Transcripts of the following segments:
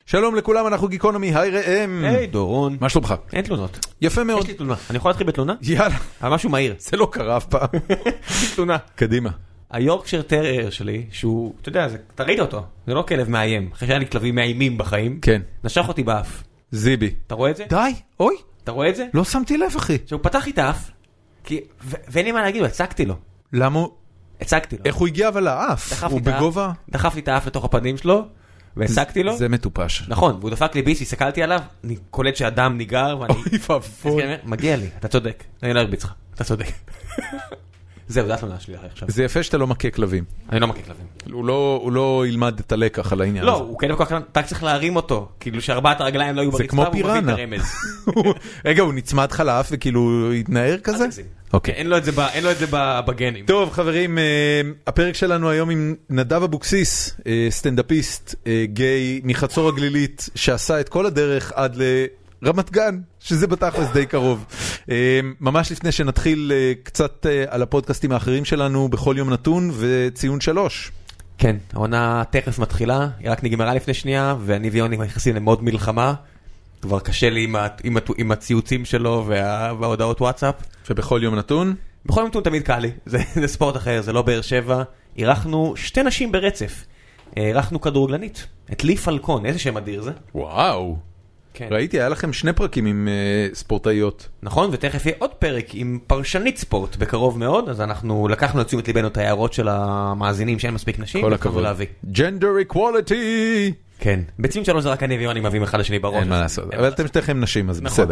שלום לכולם, אנחנו גיקונומי, היי ראם. היי דורון. מה שלומך? אין תלונות. יפה מאוד. יש לי תלונה. אני יכול להתחיל בתלונה? יאללה. אבל משהו מהיר. זה לא קרה אף פעם. יש לי תלונה. קדימה. היורקשייר טרייר שלי, שהוא, אתה יודע, אתה ראית אותו, זה לא כלב מאיים. אחרי שהיה לי כלבים מאיימים בחיים. כן. נשך אותי באף. זיבי. אתה רואה את זה? די, אוי. אתה רואה את זה? לא שמתי לב, אחי. שהוא פתח לי את האף, ואין לי מה להגיד, הצגתי לו. למה? הצגתי לו. איך הוא הגיע אבל לאף? הוא בגובה? דחף לי את האף לתוך הפנים שלו, והצגתי לו. זה מטופש. נכון, והוא דפק לי ביס, הסתכלתי עליו, אני קולט שהדם ניגר, ואני... אוי ואבוי. מגיע לי, אתה צודק. אני לא ארביץ לך, אתה צודק. זהו, זה התלונה שלי עכשיו. זה יפה שאתה לא מכה כלבים. אני לא מכה כלבים. הוא לא ילמד את הלקח על העניין הזה. לא, הוא כלב כל כך, אתה צריך להרים אותו, כאילו שארבעת הרגליים לא היו ברצפה, כמו פיראנה. רגע, הוא נצמד לך לאף וכאילו התנער כזה? אוקיי. אין לו את זה בגנים. טוב, חברים, הפרק שלנו היום עם נדב אבוקסיס, סטנדאפיסט גיי מחצור הגלילית, שעשה את כל הדרך עד לרמת גן, שזה בתכלס די קרוב. ממש לפני שנתחיל קצת על הפודקאסטים האחרים שלנו, בכל יום נתון וציון 3. כן, העונה תכף מתחילה, היא רק נגמרה לפני שנייה, ואני ויוני נכנסים למוד מלחמה, כבר קשה לי עם הציוצים שלו וההודעות וואטסאפ. ובכל יום נתון? בכל יום נתון תמיד קל לי, זה ספורט אחר, זה לא באר שבע. אירחנו שתי נשים ברצף. אירחנו כדורגלנית, את לי פלקון, איזה שם אדיר זה? וואו. כן. ראיתי, היה לכם 2 פרקים עם ספורטאיות. נכון, ותכף יהיה עוד פרק עם פרשנית ספורט בקרוב מאוד, אז אנחנו לקחנו לתשומת ליבנו את ההערות של המאזינים שאין מספיק נשים. כל הכבוד. Gender equality! כן. בציון 3 זה רק אני ויוני מביאים אחד לשני בראש. אין מה לעשות, אבל אתם שתיכם נשים, אז בסדר.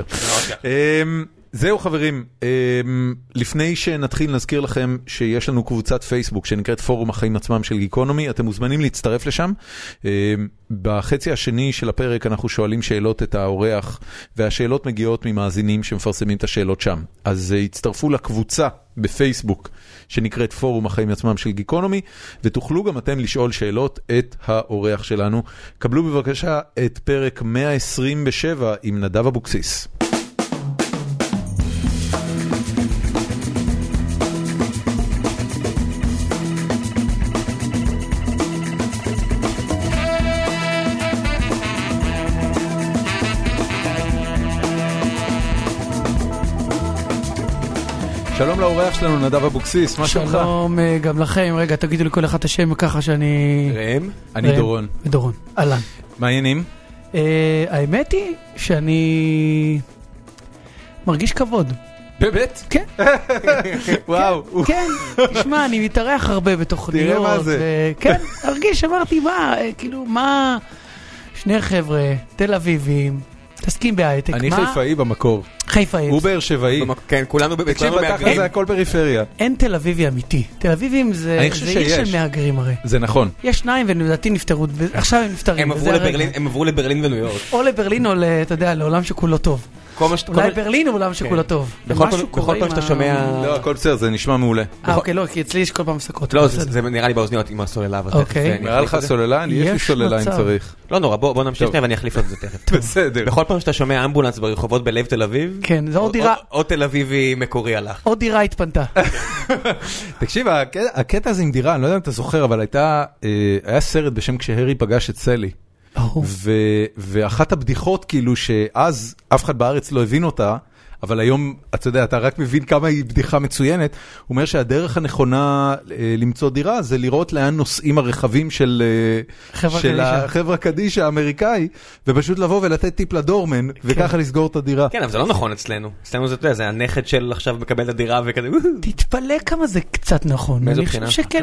זהו חברים, לפני שנתחיל נזכיר לכם שיש לנו קבוצת פייסבוק שנקראת פורום החיים עצמם של גיקונומי, אתם מוזמנים להצטרף לשם. בחצי השני של הפרק אנחנו שואלים שאלות את האורח, והשאלות מגיעות ממאזינים שמפרסמים את השאלות שם. אז הצטרפו לקבוצה בפייסבוק שנקראת פורום החיים עצמם של גיקונומי, ותוכלו גם אתם לשאול שאלות את האורח שלנו. קבלו בבקשה את פרק 127 עם נדב אבוקסיס. שלום לאורח שלנו, נדב אבוקסיס, מה שלומך? שלום גם לכם, רגע, תגידו לי כל אחד את השם ככה שאני... ראם? אני דורון. דורון, אלן. מה העניינים? האמת היא שאני מרגיש כבוד. באמת? כן. וואו. כן, תשמע, אני מתארח הרבה בתוכניות. תראה מה זה. כן, הרגיש, אמרתי, מה, כאילו, מה... שני חבר'ה, תל אביבים, תסכים בהייטק. אני חיפאי במקור. חיפאי. הוא באר שבעי. כן, כולנו בתכל'ס זה הכל פריפריה. אין תל אביבי אמיתי. תל אביבים זה עיר של מהגרים הרי. זה נכון. יש 2 ולדעתי נפטרו, עכשיו הם נפטרים. הם עברו לברלין וניו יורק. או לברלין או, אתה יודע, לעולם שכולו טוב. אולי ברלין הוא עולם שכולו טוב. בכל פעם שאתה שומע... לא, הכל בסדר, זה נשמע מעולה. אוקיי, לא, כי אצלי יש כל פעם הפסקות. לא, זה נראה לי באוזניות עם הסוללה. אוקיי. נראה לך סוללה? יש לי סוללה אם צריך. לא נורא, בוא נמשיך ואני אחליף את זה תכף. בסדר. בכל פעם שאתה שומע אמבולנס ברחובות בלב תל אביב, כן, זה עוד דירה. עוד תל אביבי מקורי הלך. עוד דירה התפנתה. תקשיב, הקטע הזה עם דירה, אני לא יודע אם אתה זוכר, אבל היה סרט בשם כשהרי פגש את סלי. ואחת הבדיחות כאילו שאז אף אחד בארץ לא הבין אותה, אבל היום, אתה יודע, אתה רק מבין כמה היא בדיחה מצוינת. הוא אומר שהדרך הנכונה למצוא דירה זה לראות לאן נוסעים הרכבים של החברה קדישא האמריקאי, ופשוט לבוא ולתת טיפ לדורמן, וככה לסגור את הדירה. כן, אבל זה לא נכון אצלנו. אצלנו זה הנכד של עכשיו מקבל את הדירה וכזה. תתפלא כמה זה קצת נכון. אני חושב שכן,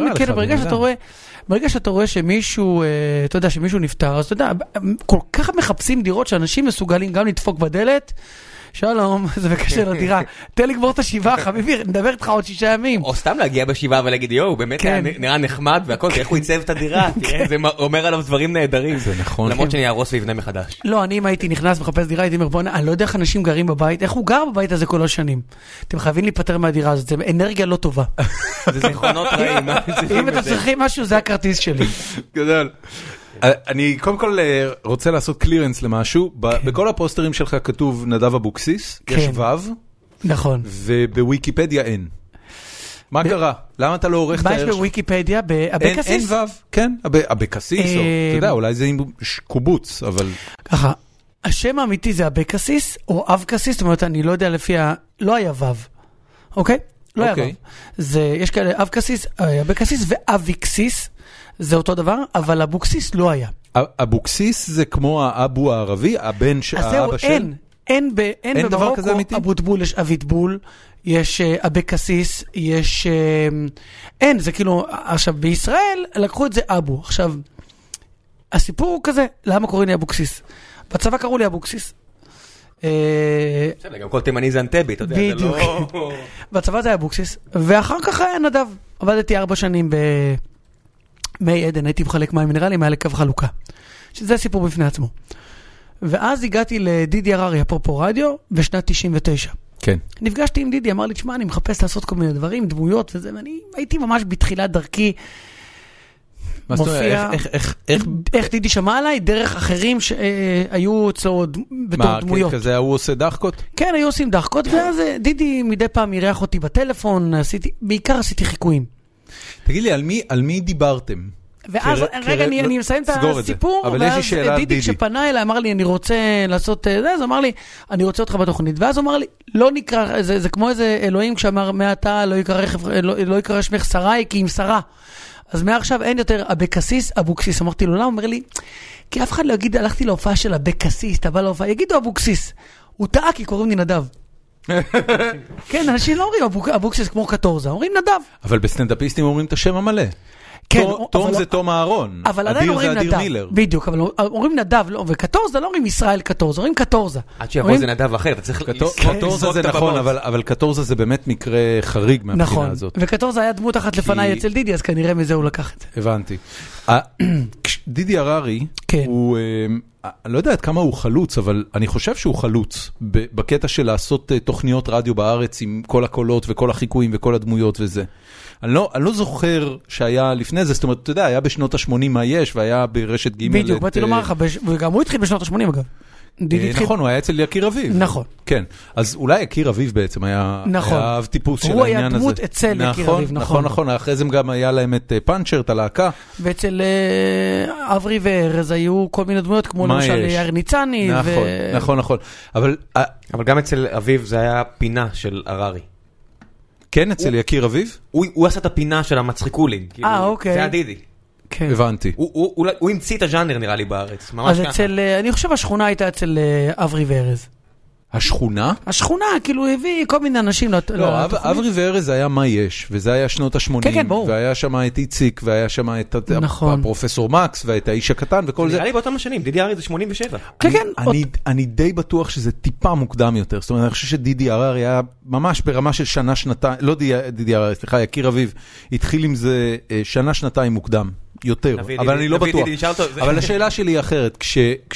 ברגע שאתה רואה שמישהו, אתה יודע, שמישהו נפטר, אז אתה יודע, כל כך מחפשים דירות שאנשים מסוגלים גם לדפוק בדלת, שלום, זה בקשר לדירה. תן לגמור את השבעה, חביבי, נדבר איתך עוד 6 ימים. או סתם להגיע בשבעה ולהגיד, יואו, באמת נראה נחמד והכל, איך הוא ייצב את הדירה, תראה, זה אומר עליו דברים נהדרים. זה נכון. למרות שאני ארוס ויבנה מחדש. לא, אני אם הייתי נכנס מחפש דירה, הייתי אומר, בוא, אני לא יודע איך אנשים גרים בבית, איך הוא גר בבית הזה כל השנים. אתם חייבים להיפטר מהדירה הזאת, זה אנרגיה לא טובה. זה זיכרונות רעים. אם אתם צריכים משהו, זה הכרטיס שלי. גדול. אני קודם כל רוצה לעשות קלירנס למשהו. בכל הפוסטרים שלך כתוב נדב אבוקסיס, יש וו. נכון. ובוויקיפדיה אין. מה קרה? למה אתה לא עורך את הערך? מה יש בוויקיפדיה? באבקסיס? אין וו, כן, אבקסיס, אתה יודע, אולי זה עם קובוץ, אבל... ככה, השם האמיתי זה אבקסיס, או אבקסיס, זאת אומרת, אני לא יודע לפי לא היה וו, אוקיי? לא היה וו. יש כאלה אבקסיס ואביקסיס, זה אותו דבר, אבל אבוקסיס לא היה. אבוקסיס זה כמו האבו הערבי, הבן האבא של... אין במרוקו אבוטבול, יש אביטבול, יש אבקסיס, יש... אין, זה כאילו... עכשיו, בישראל לקחו את זה אבו. עכשיו, הסיפור הוא כזה, למה קוראים לי אבוקסיס? בצבא קראו לי אבוקסיס. גם כל תימני זה אנטבי, אתה יודע, זה לא... בצבא זה היה אבוקסיס, ואחר כך היה נדב. עבדתי 4 שנים במי עדן, הייתי מחלק מים מינרלים, היה לקו חלוקה. שזה סיפור בפני עצמו. ואז הגעתי לדידי הררי, אפרופו רדיו, בשנת 99. כן. נפגשתי עם דידי, אמר לי, תשמע, אני מחפש לעשות כל מיני דברים, דמויות וזה, ואני הייתי ממש בתחילת דרכי מופיע. איך דידי שמע עליי? דרך אחרים שהיו אצלו בתור דמויות. מה, כזה הוא עושה דחקות? כן, היו עושים דחקות, ואז דידי מדי פעם אירח אותי בטלפון, בעיקר עשיתי חיקויים. תגיד לי, על מי דיברתם? ואז, רגע, אני מסיים את הסיפור, ואז דידי כשפנה אליי, אמר לי, אני רוצה לעשות זה, אז אמר לי, אני רוצה אותך בתוכנית, ואז הוא אמר לי, לא נקרא, זה כמו איזה אלוהים כשאמר, מעתה לא יקרא שמך שרי, כי אם שרה. אז מעכשיו אין יותר אבקסיס, אבוקסיס. אמרתי לו, למה? הוא אומר לי, כי אף אחד לא יגיד, הלכתי להופעה של אבקסיס, אתה בא להופעה, יגידו אבוקסיס. הוא טעה כי קוראים לי נדב. כן, אנשים לא אומרים אבוקסיס כמו קטורזה, אומרים נדב. אבל בסטנדאפיסטים אומרים את השם המלא. תום זה תום אהרון, אדיר זה אדיר מילר. בדיוק, אבל אומרים נדב, וקטורזה לא אומרים ישראל קטורזה, אומרים קטורזה. עד שיבוא זה נדב אחר, אתה צריך קטורזה זה נכון, אבל קטורזה זה באמת מקרה חריג מהבחינה הזאת. נכון, וקטורזה היה דמות אחת לפניי אצל דידי, אז כנראה מזה הוא לקח את זה. הבנתי. דידי הררי, הוא, אני לא יודע עד כמה הוא חלוץ, אבל אני חושב שהוא חלוץ, בקטע של לעשות תוכניות רדיו בארץ עם כל הקולות וכל החיקויים וכל הדמויות וזה. אני לא זוכר שהיה לפני זה, זאת אומרת, אתה יודע, היה בשנות ה-80 מה יש, והיה ברשת ג' בדיוק, באתי לומר לך, וגם הוא התחיל בשנות ה-80 אגב. נכון, הוא היה אצל יקיר אביב. נכון. כן, אז אולי יקיר אביב בעצם היה אב טיפוס של העניין הזה. הוא היה דמות אצל יקיר אביב, נכון. נכון, אחרי זה גם היה להם את פאנצ'ר, את הלהקה. ואצל אברי וארז היו כל מיני דמויות, כמו למשל יאיר ניצני. נכון. אבל גם אצל אביב זה היה פינה של הררי. כן, אצל יקיר אביב? הוא עשה את הפינה של המצחיקולים. אוקיי. זה היה דידי. הבנתי. הוא המציא את הז'אנר נראה לי בארץ. אז אצל, אני חושב השכונה הייתה אצל אברי וארז. השכונה? השכונה, כאילו הביא כל מיני אנשים. לא, אברי וארז היה מה יש, וזה היה שנות ה-80. כן, ברור. והיה שם את איציק, והיה שם את הפרופסור מקס, ואת האיש הקטן, וכל זה. נראה לי באותם השנים, דידי הררי זה 87. כן. אני די בטוח שזה טיפה מוקדם יותר. זאת אומרת, אני חושב שדידי הררי היה ממש ברמה של שנה, שנתיים, לא דידי הררי, סליחה, יקיר אביב, התחיל עם זה שנה, שנתיים מוקדם. יותר, אבל אני לא בטוח. אבל השאלה שלי היא אחרת,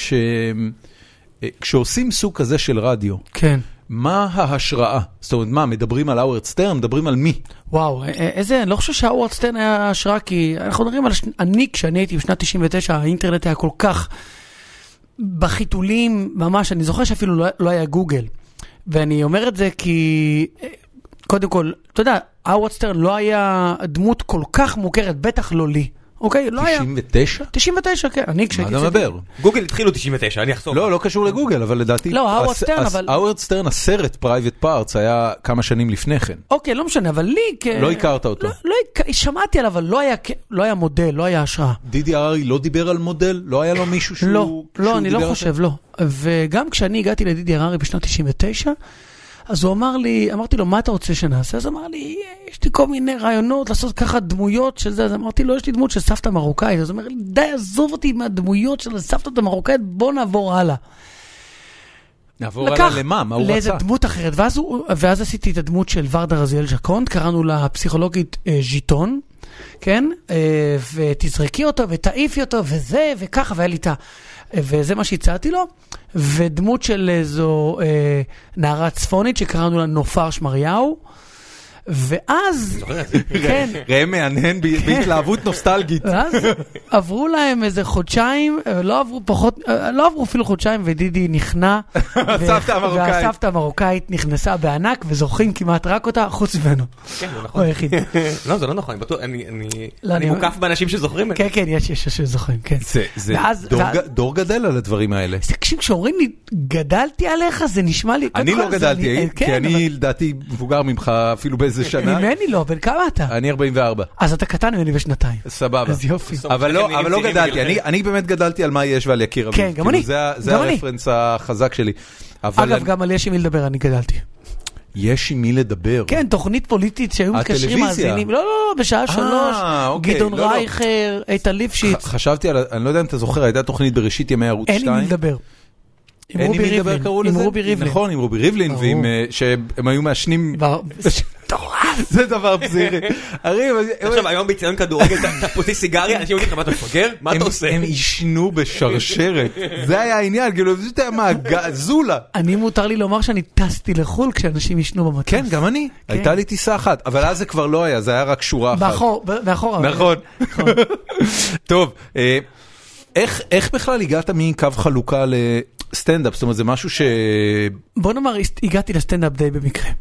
כשעושים סוג כזה של רדיו, כן. מה ההשראה? זאת אומרת, מה, מדברים על האוורד סטרן? מדברים על מי? וואו, איזה, אני לא חושב שהאוורד סטרן היה השראה, כי אנחנו מדברים על, כשאני הייתי בשנת 99, האינטרנט היה כל כך בחיתולים, ממש, אני זוכר שאפילו לא היה גוגל, ואני אומר את זה כי, קודם כל, אתה יודע, האוורד סטרן לא היה דמות כל כך מוכרת, בטח לא לי. אוקיי, לא היה. 99? 99, כן. מה אתה מדבר? גוגל התחילו 99, אני אחסור. לא קשור לגוגל, אבל לדעתי... לא, האוורד סטרן, אבל... האוורד סטרן, הסרט פרייבט פארטס, היה כמה שנים לפני כן. אוקיי, לא משנה, אבל לי... לא הכרת אותו. שמעתי עליו, אבל לא היה מודל, לא היה השראה. דידי הררי לא דיבר על מודל? לא היה לו מישהו שהוא... לא, אני לא חושב, לא. וגם כשאני הגעתי לדידי הררי בשנת 99, אז הוא אמר לי, אמרתי לו, מה אתה רוצה שנעשה? אז אמר לי, יש לי כל מיני רעיונות לעשות ככה דמויות של זה. אז אמרתי לו, יש לי דמות של סבתא מרוקאית. אז הוא אומר לי, די, עזוב אותי מהדמויות של סבתא המרוקאית, בוא נעבור הלאה. נעבור הלאה למה? מה הוא רצה? לאיזה דמות אחרת. ואז עשיתי את הדמות של ורדה רזיאל ז'קונט, קראנו לה פסיכולוגית ז'יטון, כן? ותזרקי אותו ותעיפי אותו וזה וככה, והיה לי את וזה מה שהצעתי לו, ודמות של איזו נערה צפונית שקראנו לה נופר שמריהו, ואז, כן. ראה מענן בהתלהבות נוסטלגית. ואז עברו להם איזה חודשיים, לא עברו אפילו חודשיים, ודידי נכנע. והסבתא המרוקאית נכנסה בענק, וזוכרים כמעט רק אותה, חוץ ממנו. כן, זה נכון. לא, זה לא נכון, אני מוקף באנשים שזוכרים את זה. כן, כן, יש שזוכרים, כן. זה דור גדל על הדברים האלה. כשאומרים לי, גדלתי עליך, זה נשמע לי... אני לא גדלתי, כי אני לדעתי מבוגר ממך אפילו באיזה שנה. ממני לא, בן כמה אתה? אני 44. אז אתה קטן ממני בשנתיים. סבבה. אז יופי. אבל לא גדלתי, אני באמת גדלתי על מה יש ועל יקיר אביב. כן, גם אני. זה הרפרנס החזק שלי. אגב, גם על יש עם מי לדבר, אני גדלתי. יש עם מי לדבר. כן, תוכנית פוליטית שהיו מתקשרים מאזינים. לא, בשעה 3, גדעון רייכר, איתן ליפשיץ. חשבתי על, אני לא יודע אם אתה זוכר, הייתה תוכנית בראשית ימי ערוץ 2. אין עם מי לדבר. אין עם מי לדבר קראו לזה? עם רובי ריבלין. נכון, עם רובי ריבלין, שהם היו מעשנים... זה דבר פזירי. עכשיו, היום ביציון כדורגל, אתה פוציא סיגריה, אנשים אומרים לך, מה אתה מפגר? מה אתה עושה? הם ישנו בשרשרת. זה היה העניין, כאילו, זה היה מעגל, זולה. אני מותר לי לומר שאני טסתי לחול כשאנשים ישנו במטוס. כן, גם אני. הייתה לי טיסה אחת, אבל אז זה כבר לא היה, זה היה רק שורה אחת. מאחורה. נכון. טוב, איך בכלל הגעת מקו חלוקה לסטנדאפ? זאת אומרת, זה משהו ש... בוא נאמר, הגעתי לסטנדאפ די במקרה.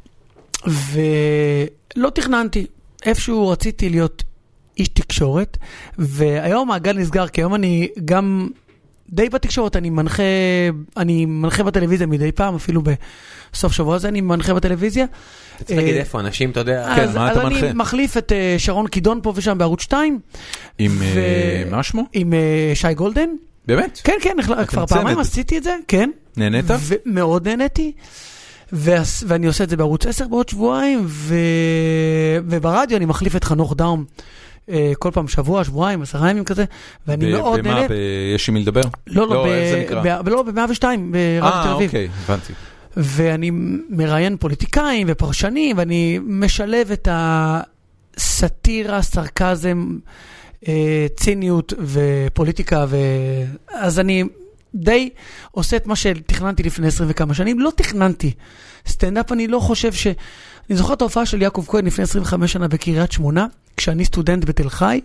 ולא תכננתי, איפשהו רציתי להיות איש תקשורת, והיום העגל נסגר, כי היום אני גם די בתקשורת, אני מנחה בטלוויזיה מדי פעם, אפילו בסוף שבוע הזה אני מנחה בטלוויזיה. אתה צריך להגיד איפה אנשים, אתה יודע. כן, מה אתה מנחה? אז אני מחליף את שרון קידון פה ושם בערוץ 2. עם מה שמו? עם שי גולדן. באמת? כן, כן, כבר פעמיים עשיתי את זה, כן. נהנית? ומאוד נהניתי. ואני עושה את זה בערוץ 10 בעוד שבועיים, וברדיו אני מחליף את חנוך דאום כל פעם שבוע, שבועיים, 10 ימים כזה, ואני מאוד נהנה. במה? יש עם מי לדבר? לא, ב-102, ברדיו תל אביב. אוקיי, הבנתי. ואני מראיין פוליטיקאים ופרשנים, ואני משלב את הסאטירה, סרקזם, ציניות ופוליטיקה, אז אני... די עושה את מה שתכננתי לפני 20 וכמה שנים. לא תכננתי סטנדאפ, אני לא חושב ש... אני זוכר את ההופעה של יעקב כהן לפני 25 שנה בקריית שמונה, כשאני סטודנט בתל חי,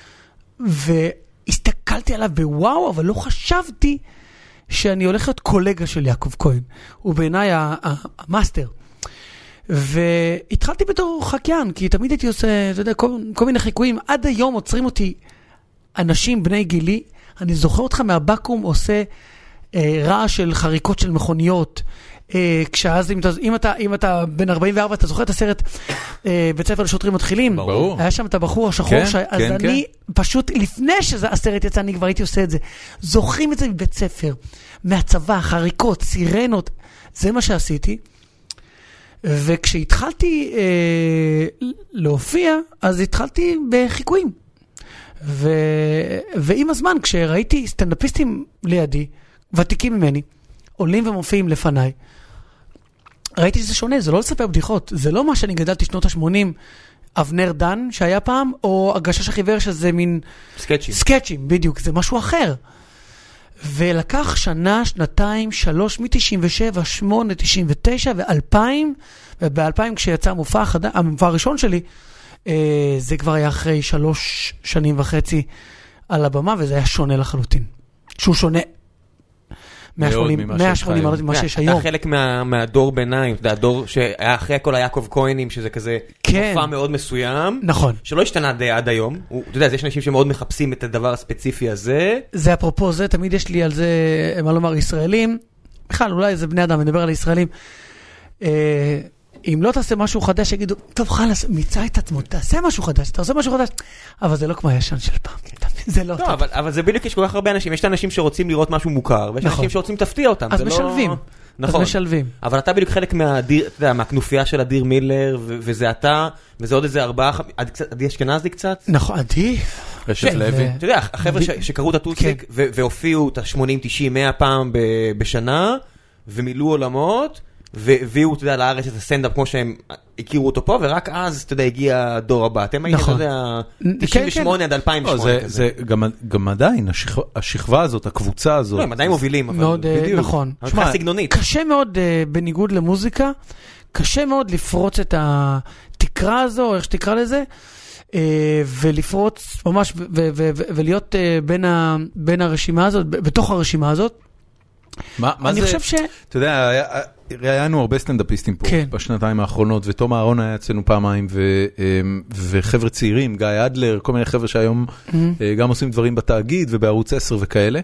והסתכלתי עליו בוואו, אבל לא חשבתי שאני הולך להיות קולגה של יעקב כהן. הוא בעיניי המאסטר. והתחלתי בתור חקיין, כי תמיד הייתי עושה, אתה יודע, כל מיני חיקויים. עד היום עוצרים אותי אנשים בני גילי, אני זוכר אותך מהבקום עושה רעש של חריקות של מכוניות, כשאז אם אתה בן 44, אתה זוכר את הסרט בית ספר לשוטרים מתחילים? ברור. היה שם את הבחור השחור, אז אני פשוט, לפני שהסרט יצא, אני כבר הייתי עושה את זה. זוכרים את זה מבית ספר, מהצבא, חריקות, סירנות, זה מה שעשיתי. וכשהתחלתי להופיע, אז התחלתי בחיקויים. ועם הזמן, כשראיתי סטנדאפיסטים לידי, ותיקים ממני, עולים ומופיעים לפניי, ראיתי שזה שונה, זה לא לספר בדיחות, זה לא מה שאני גדלתי שנות ה-80, אבנר דן שהיה פעם, או הגשש החיוור שזה מין... סקצ'ים, בדיוק, זה משהו אחר. ולקח שנה, שנתיים, 3, מ-97, 8, 99 ו-2000, וב-2000 כשיצא המופע הראשון שלי, זה כבר היה אחרי 3 שנים וחצי על הבמה, וזה היה שונה לחלוטין. שהוא שונה 180 מעלות ממה שיש היום. אתה חלק מהדור ביניים, הדור שהיה אחרי הכל היעקב כהנים, שזה כזה מופע מאוד מסוים. נכון. שלא השתנה עד היום. אתה יודע, יש אנשים שמאוד מחפשים את הדבר הספציפי הזה. זה אפרופו זה, תמיד יש לי על זה, מה לומר, ישראלים. בכלל, אולי זה בני אדם, מדבר על ישראלים. אם לא תעשה משהו חדש, יגידו, טוב, חלס, מיצה את עצמו, תעשה משהו חדש, אתה עושה משהו חדש, אבל זה לא כמו הישן של פעם, זה לא טוב. אבל זה בדיוק, יש כל כך הרבה אנשים, יש את האנשים שרוצים לראות משהו מוכר, ויש אנשים שרוצים תפתיע אותם. אז משלבים. נכון. אז משלבים. אבל אתה בדיוק חלק מהכנופיה של אדיר מילר, וזה אתה, וזה עוד איזה 4, עדי אשכנזי קצת. נכון, עדי. רשת לוי. אתה יודע, החבר'ה שקראו את הטוסיק, והופיעו את ה-80, 90, 100 פעם בשנה, ומילאו עולמות, והביאו, אתה יודע, לארץ את הסטנדאפ כמו שהם הכירו אותו פה, ורק אז, אתה יודע, הגיע הדור הבא. אתם הייתם, אתה יודע, 98 עד 2008 כזה. זה גם עדיין, השכבה הזאת, הקבוצה הזאת. לא, הם עדיין מובילים, אבל מאוד, נכון. מבחינה סגנונית. קשה מאוד, בניגוד למוזיקה, קשה מאוד לפרוץ את התקרה הזו, או איך שתקרא לזה, ולפרוץ ממש, ולהיות בין הרשימה הזאת, בתוך הרשימה הזאת. אני חושב ש... אתה יודע, ראיינו הרבה סטנדאפיסטים פה בשנתיים האחרונות, ותום אהרון היה אצלנו פעמיים, וחבר'ה צעירים, גיא אדלר, כל מיני חבר'ה שהיום גם עושים דברים בתאגיד ובערוץ 10 וכאלה.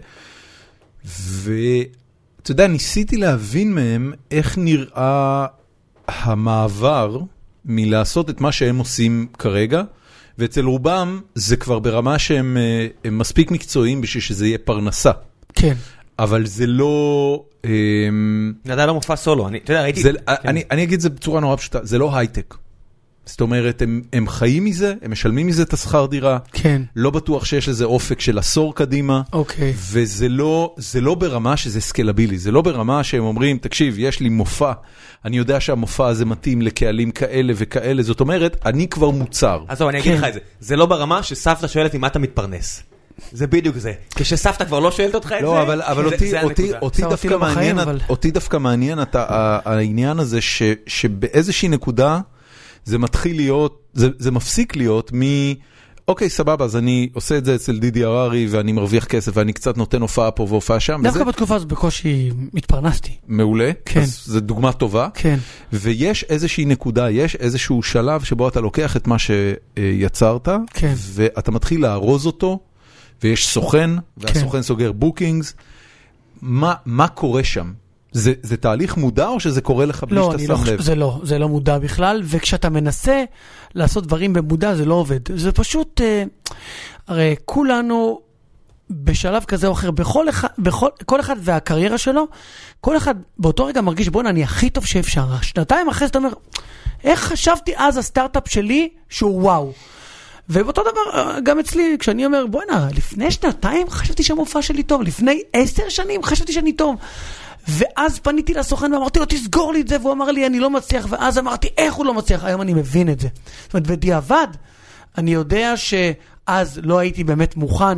ואתה יודע, ניסיתי להבין מהם איך נראה המעבר מלעשות את מה שהם עושים כרגע, ואצל רובם זה כבר ברמה שהם מספיק מקצועיים בשביל שזה יהיה פרנסה. כן. אבל זה לא... זה עדיין לא מופע סולו, אתה יודע, ראיתי... אני אגיד את זה בצורה נורא פשוטה, זה לא הייטק. זאת אומרת, הם חיים מזה, הם משלמים מזה את השכר דירה, כן. לא בטוח שיש לזה אופק של עשור קדימה, אוקיי. וזה לא ברמה שזה סקלבילי, זה לא ברמה שהם אומרים, תקשיב, יש לי מופע, אני יודע שהמופע הזה מתאים לקהלים כאלה וכאלה, זאת אומרת, אני כבר מוצר. אז אני אגיד לך את זה, זה לא ברמה שסבתא שואלת עם מה אתה מתפרנס. זה בדיוק זה. כשסבתא כבר לא שואלת אותך את זה, לא, אבל אותי דווקא מעניין העניין הזה שבאיזושהי נקודה זה מתחיל להיות, זה מפסיק להיות אוקיי, סבבה, אז אני עושה את זה אצל דידי הררי ואני מרוויח כסף ואני קצת נותן הופעה פה והופעה שם. דווקא בתקופה הזאת בקושי התפרנסתי. מעולה, כן. אז זו דוגמה טובה. כן. ויש איזושהי נקודה, יש איזשהו שלב שבו אתה לוקח את מה שיצרת, כן. ואתה מתחיל לארוז אותו, ויש סוכן, והסוכן סוגר בוקינגס. מה קורה שם? זה תהליך מודע או שזה קורה לך בלי שאתה שם לב? זה לא מודע בכלל, וכשאתה מנסה לעשות דברים במודע זה לא עובד. זה פשוט, הרי כולנו בשלב כזה או אחר, כל אחד והקריירה שלו, כל אחד באותו רגע מרגיש, בוא אני הכי טוב שאפשר. שנתיים אחרי זה אתה אומר, איך חשבתי אז הסטארט-אפ שלי שהוא וואו? ובאותו דבר, גם אצלי, כשאני אומר, בוא לפני שנתיים חשבתי שהמופע שלי טוב, לפני 10 שנים חשבתי שאני טוב. ואז פניתי לסוכן ואמרתי לו, תסגור לי את זה, והוא אמר לי, אני לא מצליח, ואז אמרתי, איך הוא לא מצליח? היום אני מבין את זה. זאת אומרת, בדיעבד, אני יודע שאז לא הייתי באמת מוכן,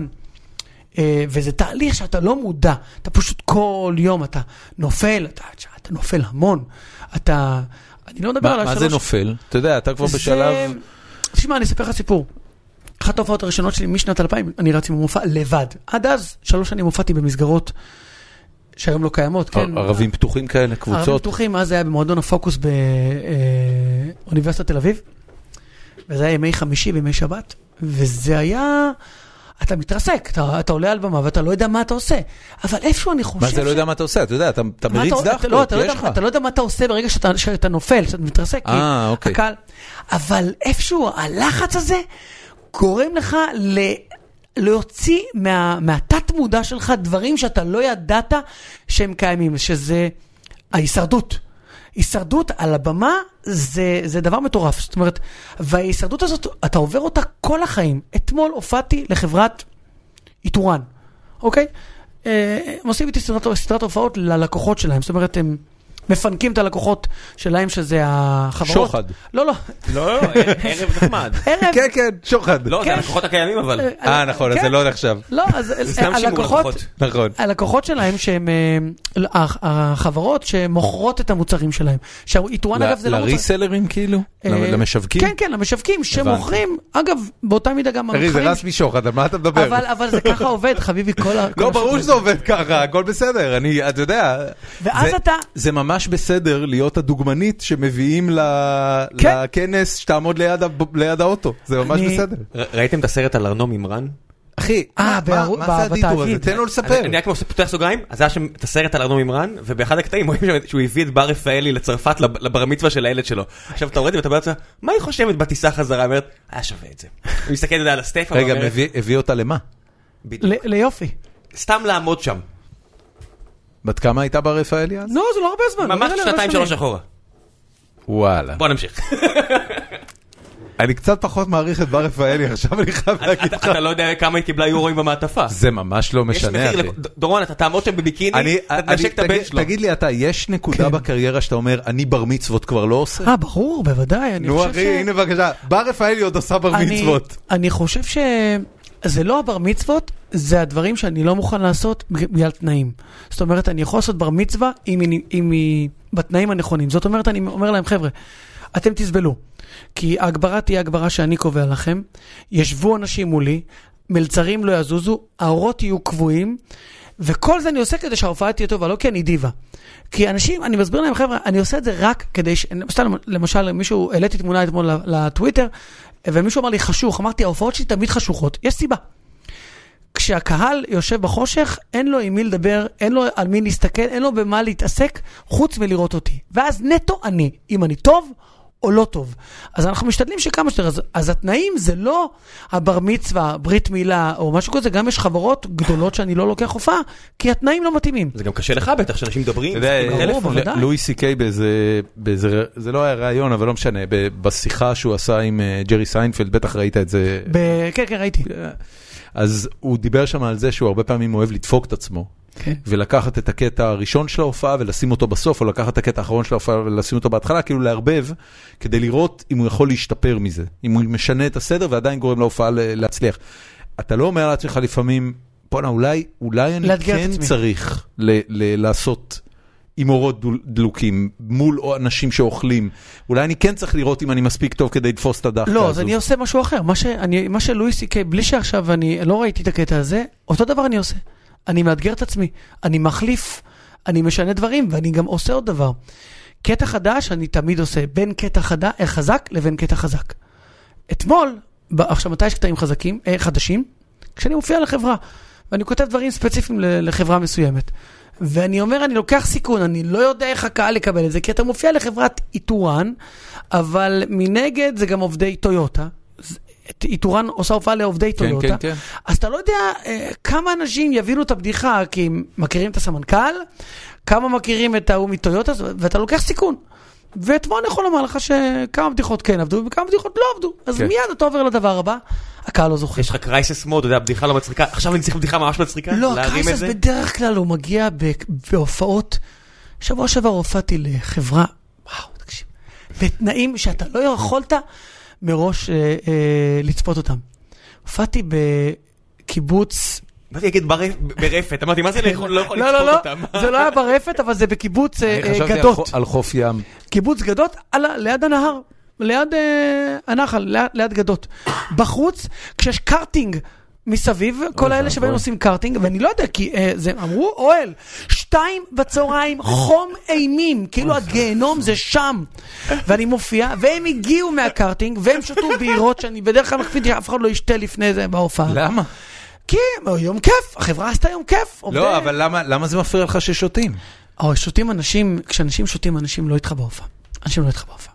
וזה תהליך שאתה לא מודע, אתה פשוט כל יום, אתה נופל, אתה נופל המון, אני לא מדבר על השלוש... מה זה נופל? אתה יודע, אתה כבר בשלב... תשמע, אני אספר לך סיפור. אחת ההופעות הראשונות שלי משנת 2000, אני רץ עם המופע לבד. עד אז, 3 שנים הופעתי במסגרות שהיום לא קיימות, כן. ערבים פתוחים כאלה, קבוצות. ערבים פתוחים, אז זה היה במועדון הפוקוס באוניברסיטת תל אביב, וזה היה ימי חמישי בימי שבת, וזה היה, אתה מתרסק, אתה עולה על במה ואתה לא יודע מה אתה עושה, אבל איפשהו אני חושב... מה זה לא יודע מה אתה עושה? אתה יודע, אתה מריץ דחקות, יש לך. אתה לא יודע מה אתה עושה ברגע שאתה נופל, שאתה מתרסק, אוקיי. אבל איפשהו הלחץ הזה גורם לך להוציא מהתת מודע שלך דברים שאתה לא ידעת שהם קיימים, שזה ההישרדות. הישרדות על הבמה זה דבר מטורף. זאת אומרת, וההישרדות הזאת, אתה עובר אותה כל החיים. אתמול הופעתי לחברת איתורן, אוקיי? הם עושים איתי סדרת הופעות ללקוחות שלהם. זאת אומרת, הם מפנקים את הלקוחות שלהם, שזה החברות. שוחד. לא. לא, ערב נחמד. כן, כן, שוחד. לא, זה הלקוחות הקיימים, אבל. נכון, אז זה לא נחשב. לא, אז הלקוחות שלהם, שהם החברות שמוכרות את המוצרים שלהם. איתורן, אגב, זה לא מוצרים. לריסלרים כאילו? למשווקים? כן, כן, למשווקים שמוכרים, אגב, באותה מידה גם הרי זה רס משוחד, על מה אתה מדבר? אבל זה ככה עובד, חביבי, לא, ברור שזה עובד ככה, הכל בסדר, אתה יודע. ואז אתה... זה ממש בסדר להיות הדוגמנית שמביאים לכנס שתעמוד ליד האוטו, זה ממש בסדר. ראיתם את הסרט על ארנו מימרן? אחי, מה זה הדיטור הזה? תן לו לספר. אני רק פותח סוגריים, אז היה שם את הסרט על ארנו מימרן, ובאחד הקטעים רואים שהוא הביא את בר רפאלי לצרפת לבר מצווה של הילד שלו. עכשיו אתה רואה ואתה אומר לעצמך, מה היא חושבת בטיסה חזרה? אומרת, היה שווה את זה. הוא מסתכל על הסטפה. רגע, הביא אותה למה? ליופי. סתם לעמוד שם. בת כמה הייתה בר רפאלי אז? לא, זה לא הרבה זמן. ממש 2-3 אחורה. וואלה. בוא נמשיך. אני קצת פחות מעריך את בר רפאלי, עכשיו אני חייב להגיד לך. אתה לא יודע כמה היא קיבלה יורואים במעטפה. זה ממש לא משנה, אחי. דורון, אתה תעמוד שם בביקיני, אתה תנשק את הבן שלו. תגיד לי אתה, יש נקודה בקריירה שאתה אומר, אני בר מצוות כבר לא עושה? ברור, בוודאי. נו אחי, הנה בבקשה. בר רפאלי עוד עושה בר מצוות. אני חושב זה לא הבר מצוות, זה הדברים שאני לא מוכן לעשות בגלל תנאים. זאת אומרת, אני יכול לעשות בר מצווה אם היא בתנאים הנכונים. זאת אומרת, אני אומר להם, חבר'ה, אתם תסבלו. כי ההגברה תהיה הגברה שאני קובע לכם. ישבו אנשים מולי, מלצרים לא יזוזו, האורות יהיו קבועים, וכל זה אני עושה כדי שההופעה תהיה טובה, לא כי אני דיבה. כי אנשים, אני מסביר להם, חבר'ה, אני עושה את זה רק כדי למשל, מישהו, העליתי תמונה אתמול לטוויטר, ומישהו אמר לי חשוך, אמרתי, ההופעות שלי תמיד חשוכות, יש סיבה. כשהקהל יושב בחושך, אין לו עם מי לדבר, אין לו על מי להסתכל, אין לו במה להתעסק, חוץ מלראות אותי. ואז נטו אני, אם אני טוב או לא טוב. אז אנחנו משתדלים שכמה שיותר, אז התנאים זה לא הבר מצווה, ברית מילה או משהו כזה, גם יש חברות גדולות שאני לא לוקח הופעה, כי התנאים לא מתאימים. זה גם קשה לך בטח, שאנשים מדברים. לואי סי-קיי באיזה, זה לא היה רעיון, אבל לא משנה, בשיחה שהוא עשה עם ג'רי סיינפלד, בטח ראית את זה. כן, ראיתי. אז הוא דיבר שם על זה שהוא הרבה פעמים אוהב לדפוק את עצמו. ולקחת את הקטע הראשון של ההופעה ולשים אותו בסוף, או לקחת את הקטע האחרון של ההופעה ולשים אותו בהתחלה, כאילו להרבב, כדי לראות אם הוא יכול להשתפר מזה, אם הוא משנה את הסדר ועדיין גורם להופעה להצליח. אתה לא אומר לעצמך לפעמים, פונה, אולי אני כן צריך לעשות עם אורות דלוקים, מול אנשים שאוכלים, אולי אני כן צריך לראות אם אני מספיק טוב כדי לתפוס את הדחקה הזו. לא, אז אני עושה משהו אחר, מה שלואי סי-קיי, בלי שעכשיו אני לא ראיתי את הקטע הזה, אותו דבר אני עושה. אני מאתגר את עצמי, אני מחליף, אני משנה דברים, ואני גם עושה עוד דבר. קטע חדש אני תמיד עושה, בין קטע חזק לבין קטע חזק. אתמול, עכשיו מתי יש קטעים חדשים? כשאני מופיע לחברה, ואני כותב דברים ספציפיים לחברה מסוימת. ואני אומר, אני לוקח סיכון, אני לא יודע איך הקהל לקבל את זה, כי אתה מופיע לחברת איתורן, אבל מנגד זה גם עובדי טויוטה, איתורן עושה הופעה לעובדי טויוטה, אז אתה לא יודע כמה אנשים יבינו את הבדיחה, כי הם מכירים את הסמנכ"ל, כמה מכירים את ההוא מטויוטה, ואתה לוקח סיכון. ואתמול אני יכול לומר לך שכמה בדיחות כן עבדו, וכמה בדיחות לא עבדו. אז מיד אתה עובר לדבר הבא, הקהל לא זוכר. יש לך קרייסס מוד, אתה יודע, בדיחה לא מצחיקה, עכשיו אני צריך בדיחה ממש מצחיקה? לא, קרייסס בדרך כלל הוא מגיע בהופעות, שבוע שעבר הופעתי לחברה, וואו, תקשיב, בתנאים שאתה לא יכולת מראש לצפות אותם. הופעתי בקיבוץ... באתי להגיד ברפת, אמרתי, מה זה לא יכול לצפות אותם? לא, זה לא היה ברפת, אבל זה בקיבוץ גדות. אני חשבתי על חוף ים. קיבוץ גדות, ליד הנהר, ליד הנחל, ליד גדות. בחוץ, כשיש קארטינג מסביב, כל האלה שבאים עושים קארטינג, ואני לא יודע, כי זה אמרו, אוהל, 2 בצהריים, חום אימים, כאילו הגיהנום זה שם. ואני מופיע, והם הגיעו מהקארטינג, והם שתו בירות, שאני בדרך כלל מקפיד שאף אחד לא ישתה לפני זה בהופעה. למה? כי יום כיף, החברה עשתה יום כיף. לא, אבל למה זה מפריע לך ששותים? שותים אנשים, כשאנשים שותים, אנשים לא איתך בהופעה. אנשים לא איתך בהופעה.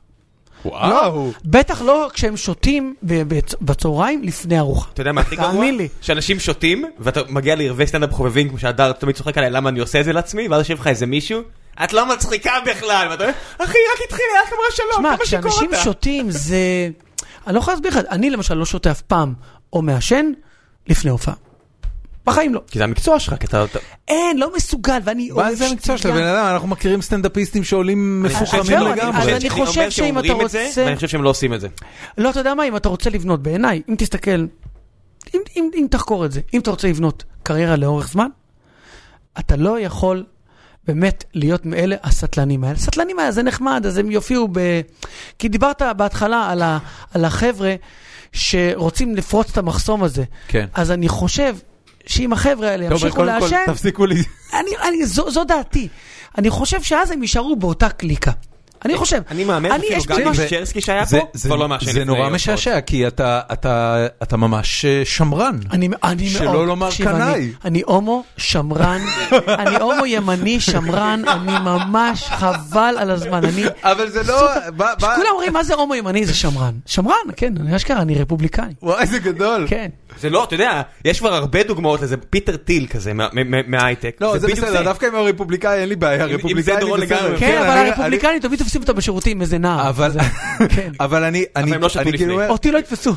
וואו. בטח לא כשהם שותים בצהריים לפני ארוחה. אתה יודע מה הכי גרוע? שאנשים שותים, ואתה מגיע לערבי סטנדאפ חובבים, כמו שהדר תמיד צוחק עליי, למה אני עושה את זה לעצמי, ואז יושב לך איזה מישהו, את לא מצחיקה בכלל, ואתה אומר, אחי, רק התחיל, רק אמרה שלום, כמה שיקור אתה. כשאנשים שותים זה... אני לא יכול להסביר לך, אני למשל לא שותה אף פעם, או מעשן, לפני הופעה. בחיים לא. כי זה המקצוע שלך, כי אתה... אין, לא מסוגל, ואני... מה זה המקצוע שלך? בן אדם, אנחנו מכירים סטנדאפיסטים שעולים מפוחמים לגמרי. אז אני חושב שאם אתה רוצה... ואני חושב שהם לא עושים את זה. לא, אתה יודע מה, אם אתה רוצה לבנות בעיניי, אם תסתכל, אם תחקור את זה, אם אתה רוצה לבנות קריירה לאורך זמן, אתה לא יכול באמת להיות מאלה הסטלנים האלה. הסטלנים האלה זה נחמד, אז הם יופיעו ב... כי דיברת בהתחלה על החבר'ה שרוצים לפרוץ את המחסום הזה. כן. אז אני חושב שאם החבר'ה האלה ימשיכו לעשן... תפסיקו לי. זו דעתי. אני חושב שאז הם יישארו באותה קליקה. אני חושב. אני מאמין אפילו גם צ'רסקי שהיה פה, כבר לא מעשן. זה נורא משעשע, כי אתה ממש שמרן. שלא לומר קנאי. אני הומו שמרן, אני הומו ימני שמרן, אני ממש חבל על הזמן. אבל זה לא... כולם אומרים, מה זה הומו ימני? זה שמרן. שמרן, כן, אני אשכרה, אני רפובליקני. וואי, זה גדול. כן. זה לא, אתה יודע, יש כבר הרבה דוגמאות לזה, פיטר טיל כזה, מההייטק. לא, זה בסדר, דווקא עם הרפובליקאי אין לי בעיה, הרפובליקאי דורון לגמרי. כן, אבל הרפובליקני תמיד תופסים אותה בשירותים, איזה נער. אבל אני... הם לא שתו לפני. אותי לא יתפסו.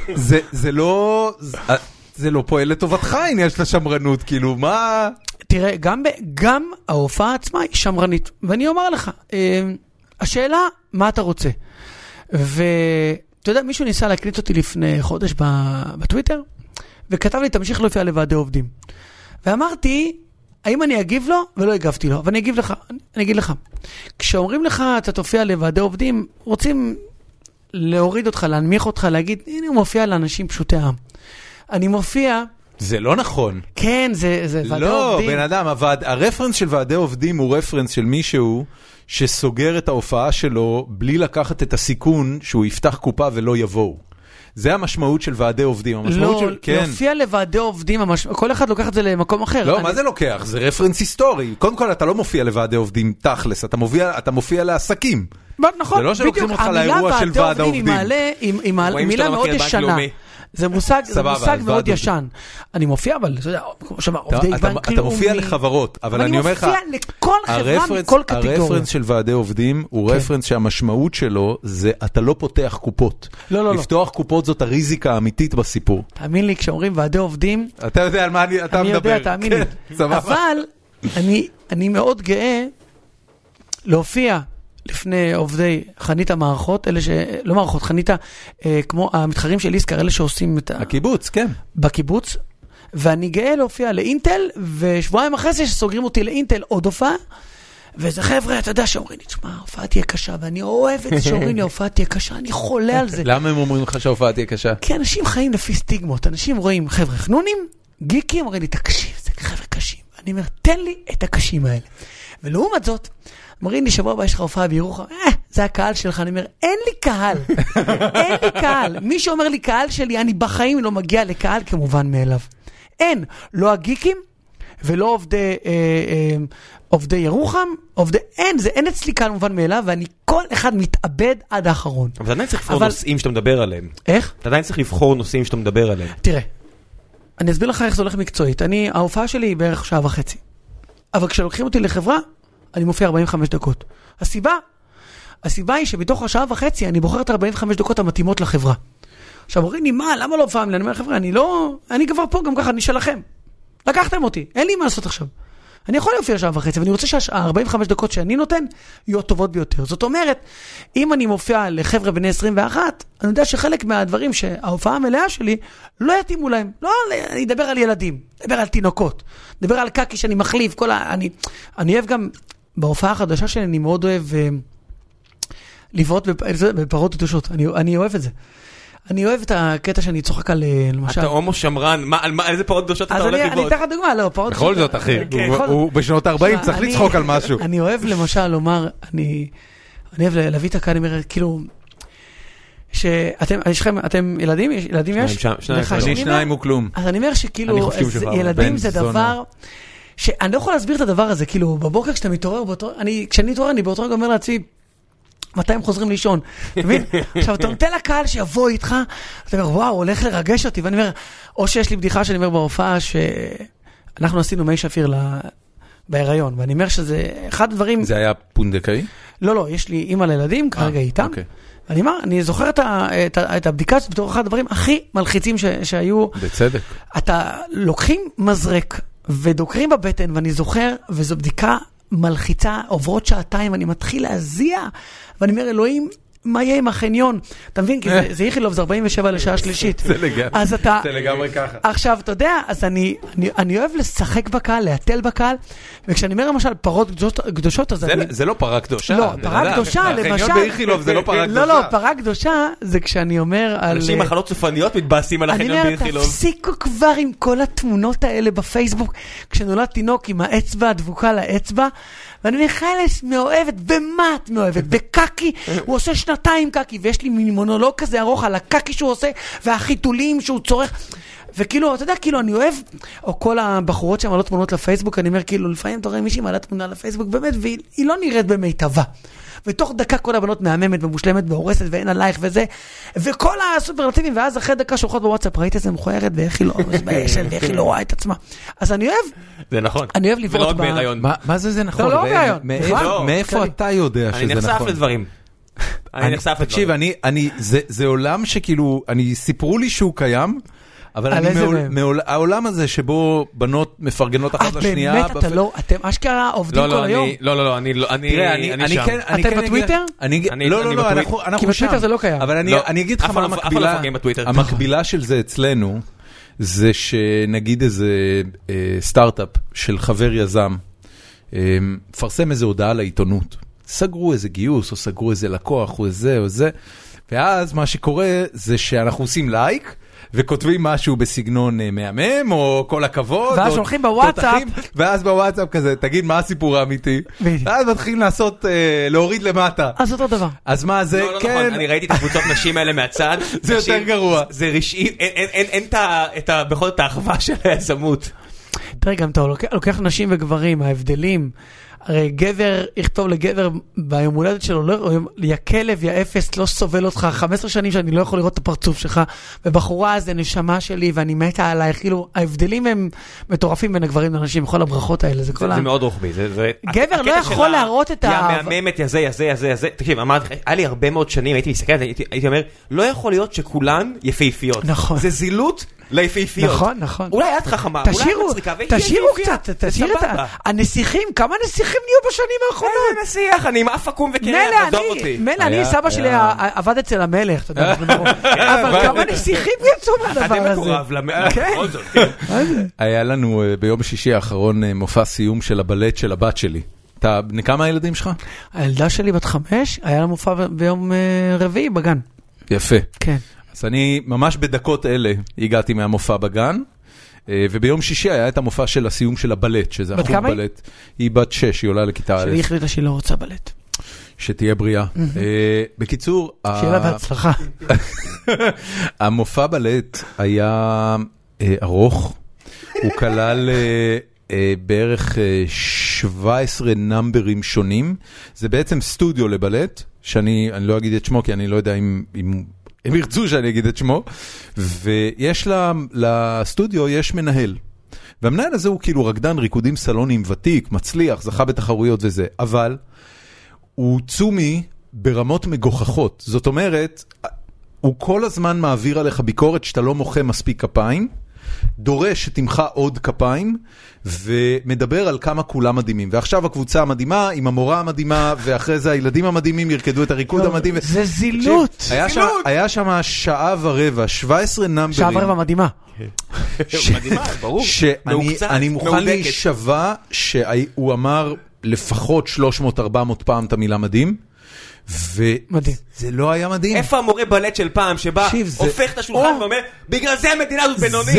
זה לא פועל לטובתך, אם יש לה שמרנות, כאילו, מה... תראה, גם ההופעה עצמה היא שמרנית, ואני אומר לך, השאלה, מה אתה רוצה? ואתה יודע, מישהו ניסה להקליט אותי לפני חודש בטוויטר, וכתב לי, תמשיך להופיע לוועדי עובדים. ואמרתי, האם אני אגיב לו? ולא הגבתי לו. ואני אגיב לך, אני אגיד לך. כשאומרים לך, אתה תופיע לוועדי עובדים, רוצים להוריד אותך, להנמיך אותך, להגיד, הנה הוא מופיע לאנשים פשוטי העם. אני מופיע... זה לא נכון. כן, זה ועדי עובדים. לא, בן אדם, הרפרנס של ועדי עובדים הוא רפרנס של מישהו שסוגר את ההופעה שלו בלי לקחת את הסיכון שהוא יפתח קופה ולא יבואו. זה המשמעות של ועדי עובדים. לא, להופיע לוועדי עובדים, כל אחד לוקח את זה למקום אחר. לא, מה זה לוקח? זה רפרנס היסטורי. קודם כל, אתה לא מופיע לוועדי עובדים תכלס, אתה מופיע לעסקים. נכון, זה לא שלוקחים אותך לאירוע של ועד העובדים. היא מילה מאוד ישנה. זה מושג מאוד ישן. אני מופיע, אבל, אתה יודע, כמו שאמר, עובדי בנק לאומי. אתה מופיע לחברות, אבל אני אומר לך, אני מופיע לכל חברה מכל קטגוריה. הרפרנס של ועדי עובדים הוא רפרנס שהמשמעות שלו זה, אתה לא פותח קופות. לא. לפתוח קופות זאת הריזיקה האמיתית בסיפור. תאמין לי, כשאומרים ועדי עובדים, אתה יודע על מה אתה מדבר. אני יודע, תאמין לי. אבל אני מאוד גאה להופיע לפני עובדי חנית המערכות, אלה לא מערכות, חניתה, כמו המתחרים של איסקר, אלה שעושים את הקיבוץ, כן. בקיבוץ, ואני גאה להופיע לאינטל, ושבועיים אחרי זה שסוגרים אותי לאינטל עוד הופעה, וזה חבר'ה, אתה יודע, שאומרים לי, תשמע, ההופעה תהיה קשה, ואני אוהב את זה שאומרים לי, ההופעה תהיה קשה, אני חולה על זה. למה הם אומרים לך שההופעה תהיה קשה? כי אנשים חיים לפי סטיגמות, אנשים רואים חבר'ה חנונים, גיקים, אומרים לי, תקשיב, זה חבר'ה קשים. אני אומר, תן לי את הקשים האלה. ולעומת זאת, אומרים לי, שבוע הבא יש לך הופעה בירוחם, זה הקהל שלך. אני אומר, אין לי קהל. אין לי קהל. מי שאומר לי קהל שלי, אני בחיים לא מגיע לקהל כמובן מאליו. אין. לא הגיקים, ולא עובדי ירוחם, אין אצלי קהל מובן מאליו, ואני כל אחד מתאבד עד האחרון. אבל אתה עדיין צריך לבחור נושאים שאתה מדבר עליהם. איך? אתה עדיין צריך לבחור נושאים שאתה מדבר עליהם. תראה, אני אסביר לך איך זה הולך מקצועית. ההופעה שלי היא בערך 1.5 שעות. אבל כשלוקחים אותי לחברה, אני מופיע 45 דקות. הסיבה היא שבתוך 1.5 שעות אני בוחר את 45 דקות המתאימות לחברה. עכשיו אומרים לי, מה, למה לא פעם לי? אני אומר, חבר'ה, אני כבר פה גם ככה, אני שלכם. לקחתם אותי, אין לי מה לעשות עכשיו. אני יכול להופיע 1.5 שעות, ואני רוצה שה-45 דקות שאני נותן יהיו טובות ביותר. זאת אומרת, אם אני מופיע לחבר'ה בני 21, אני יודע שחלק מהדברים שההופעה המלאה שלי לא יתאימו להם. לא, אני אדבר על ילדים, אדבר על תינוקות, אדבר על קקי שאני מחליף, אני אוהב גם, בהופעה החדשה שלי אני מאוד אוהב לבעוט בפרות קדושות, אני אוהב את זה. אני אוהב את הקטע שאני צוחק על, למשל... אתה הומו שמרן, על איזה פרות קדושות אתה הולך לבעוט? אני אתן לך דוגמה, לא, פרות קדושות... בכל זאת, אחי, הוא בשנות 40 צריך לצחוק על משהו. אני אוהב למשל לומר, אני אוהב להביא את הקהל, אני אומר, כאילו, אתם ילדים? ילדים יש? שניים הוא כלום. אז אני אומר שכאילו, ילדים זה דבר... שאני לא יכול להסביר את הדבר הזה, כאילו, בבוקר כשאתה מתעורר, כשאני מתעורר, אני באותו רגע אומר לעצמי, מתי הם חוזרים לישון? תבין? עכשיו, אתה נותן לקהל שיבוא איתך, אתה אומר, וואו, הולך לרגש אותי, ואני אומר, או שיש לי בדיחה שאני אומר בהופעה, שאנחנו עשינו מי שפיר בהיריון, ואני אומר שזה אחד הדברים... זה היה פונדקאי? לא, יש לי אמא לילדים, כרגע איתם, ואני אומר, אני זוכר את הבדיקה הזאת בתור אחד הדברים הכי מלחיצים שהיו... בצדק. אתה לוקחים מזרק, ודוקרים בבטן, ואני זוכר, וזו בדיקה מלחיצה, עוברות 2 שעות, אני מתחיל להזיע, ואני אומר, אלוהים, מה יהיה עם החניון? אתה מבין? כי זה איכילוב, זה 47 לשעה שלישית. זה לגמרי ככה. עכשיו, אתה יודע, אז אני אוהב לשחק בקהל, להתל בקהל, וכשאני אומר למשל פרות קדושות, אז אני... זה לא פרה קדושה. לא, פרה קדושה, למשל... החניון באיכילוב זה לא פרה קדושה. לא, פרה קדושה זה כשאני אומר על... אנשים מחלות סופניות מתבאסים על החניון באיכילוב. אני אומר, תפסיקו כבר עם כל התמונות האלה בפייסבוק, כשנולד תינוק עם האצבע הדבוקה לאצבע, ואני אומר, חלס מאוהבת, במה את מאוהבת? בקקי, הוא עושה 2 קקי, ויש לי מונולוג כזה ארוך על הקקי שהוא עושה, והחיתולים שהוא צורך, וכאילו, אתה יודע, כאילו, אני אוהב, או כל הבחורות שמעלות תמונות לפייסבוק, אני אומר, כאילו, לפעמים אתה רואה מישהי מעלה תמונה לפייסבוק, באמת, והיא לא נראית במיטבה. ותוך דקה כל הבנות מהממת ומושלמת והורסת ואין עלייך וזה, וכל הסופרלטיבים, ואז אחרי דקה שולחות בוואטסאפ, ראית איזה מכוערת ואיך היא לא מתביישת ואיך היא לא רואה את עצמה. אז אני אוהב, זה נכון. אני אוהב לבעוט בהיריון. מה זה נכון? לא בהיריון. מאיפה אתה יודע שזה נכון? אני נחשף לדברים. תקשיב, זה עולם שכאילו, סיפרו לי שהוא קיים, אבל העולם הזה שבו בנות מפרגנות אחת לשנייה... באמת, אתם אשכרה עובדים כל היום? לא, אני שם. אתם בטוויטר? לא, אנחנו שם. כי בטוויטר זה לא קיים. אבל אני אגיד לך מה המקבילה של זה אצלנו, זה שנגיד איזה סטארט-אפ של חבר יזם, פרסם איזו הודעה לעיתונות, סגרו איזה גיוס, או סגרו איזה לקוח, או איזה, או זה, ואז מה שקורה זה שאנחנו עושים לייק, וכותבים משהו בסגנון מהמם, או כל הכבוד, ואז שולחים בוואטסאפ, ואז בוואטסאפ כזה, תגיד מה הסיפור האמיתי, ואז מתחילים לעשות, להוריד למטה. אז אותו דבר. אז מה זה, כן. נכון, אני ראיתי את הקבוצות נשים האלה מהצד. זה יותר גרוע. זה רשעי, אין בכל זאת האחווה של היזמות. תראה, גם אתה לוקח נשים וגברים, ההבדלים, הרי גבר יכתוב לגבר ביום הולדת שלו, יא כלב, יא אפס, לא סובל אותך, 15 שנים שאני לא יכול לראות את הפרצוף שלך, ובחורה זה נשמה שלי, ואני מתה עליי, כאילו, ההבדלים הם מטורפים בין הגברים לנשים, בכל הברכות האלה, זה כל זה מאוד רוחבי. גבר לא יכול להראות את מהממת, יזה. תקשיב, אמרתי, היה לי הרבה מאוד שנים, הייתי מסתכל, הייתי אומר, לא יכול להיות שכולן יפהפיות. נכון. זה זילות ליפהפיות. נכון. אולי את חכמה, אולי את מצחיקה, תשאירו קצת, תשאיר את הנסיכים, כמה נסיכים נהיו בשנים האחרונות? איזה נסיך, אני עם אף עקום וקרח, תעזוב אותי. מילא, אני סבא שלי עבד אצל המלך, אתה יודע, אבל כמה נסיכים יצאו מהדבר הזה. אתם מקורב למלך, בכל זאת. היה לנו ביום שישי האחרון מופע סיום של הבלט של הבת שלי. כמה הילדים שלך? הילדה שלי בת 5, היה לה מופע ביום רביעי בגן. יפה. כן. אז אני ממש בדקות אלה הגעתי מהמופע בגן, וביום שישי היה את המופע של הסיום של הבלט, שזה החוג בלט. היא בת 6, היא עולה לכיתה א'. שהיא החליטה שהיא לא רוצה בלט. שתהיה בריאה. בקיצור, שיהיה לה בהצלחה. המופע בלט היה ארוך, הוא כלל בערך 17 נאמברים שונים, זה בעצם סטודיו לבלט, שאני לא אגיד את שמו, כי אני לא יודע אם הם ירצו שאני אגיד את שמו, ויש לסטודיו, יש מנהל. והמנהל הזה הוא כאילו רקדן ריקודים סלונים ותיק, מצליח, זכה בתחרויות וזה, אבל הוא צומי ברמות מגוחכות. זאת אומרת, הוא כל הזמן מעביר עליך ביקורת שאתה לא מוחה מספיק כפיים, דורש שתמחה עוד כפיים, ומדבר על כמה כולם מדהימים. ועכשיו הקבוצה המדהימה, עם המורה המדהימה, ואחרי זה הילדים המדהימים ירקדו את הריקוד המדהים. זה זילות. היה שם שעה ורבע, 17 נאמברים. שעה ורבע מדהימה. מדהימה, ברור. שאני מוכן להישבע שהוא אמר לפחות 300-400 פעם את המילה מדהים. וזה לא היה מדהים. איפה המורה בלט של פעם שבא, הופך את השולחן ואומר, בגלל זה המדינה הזאת בינונית.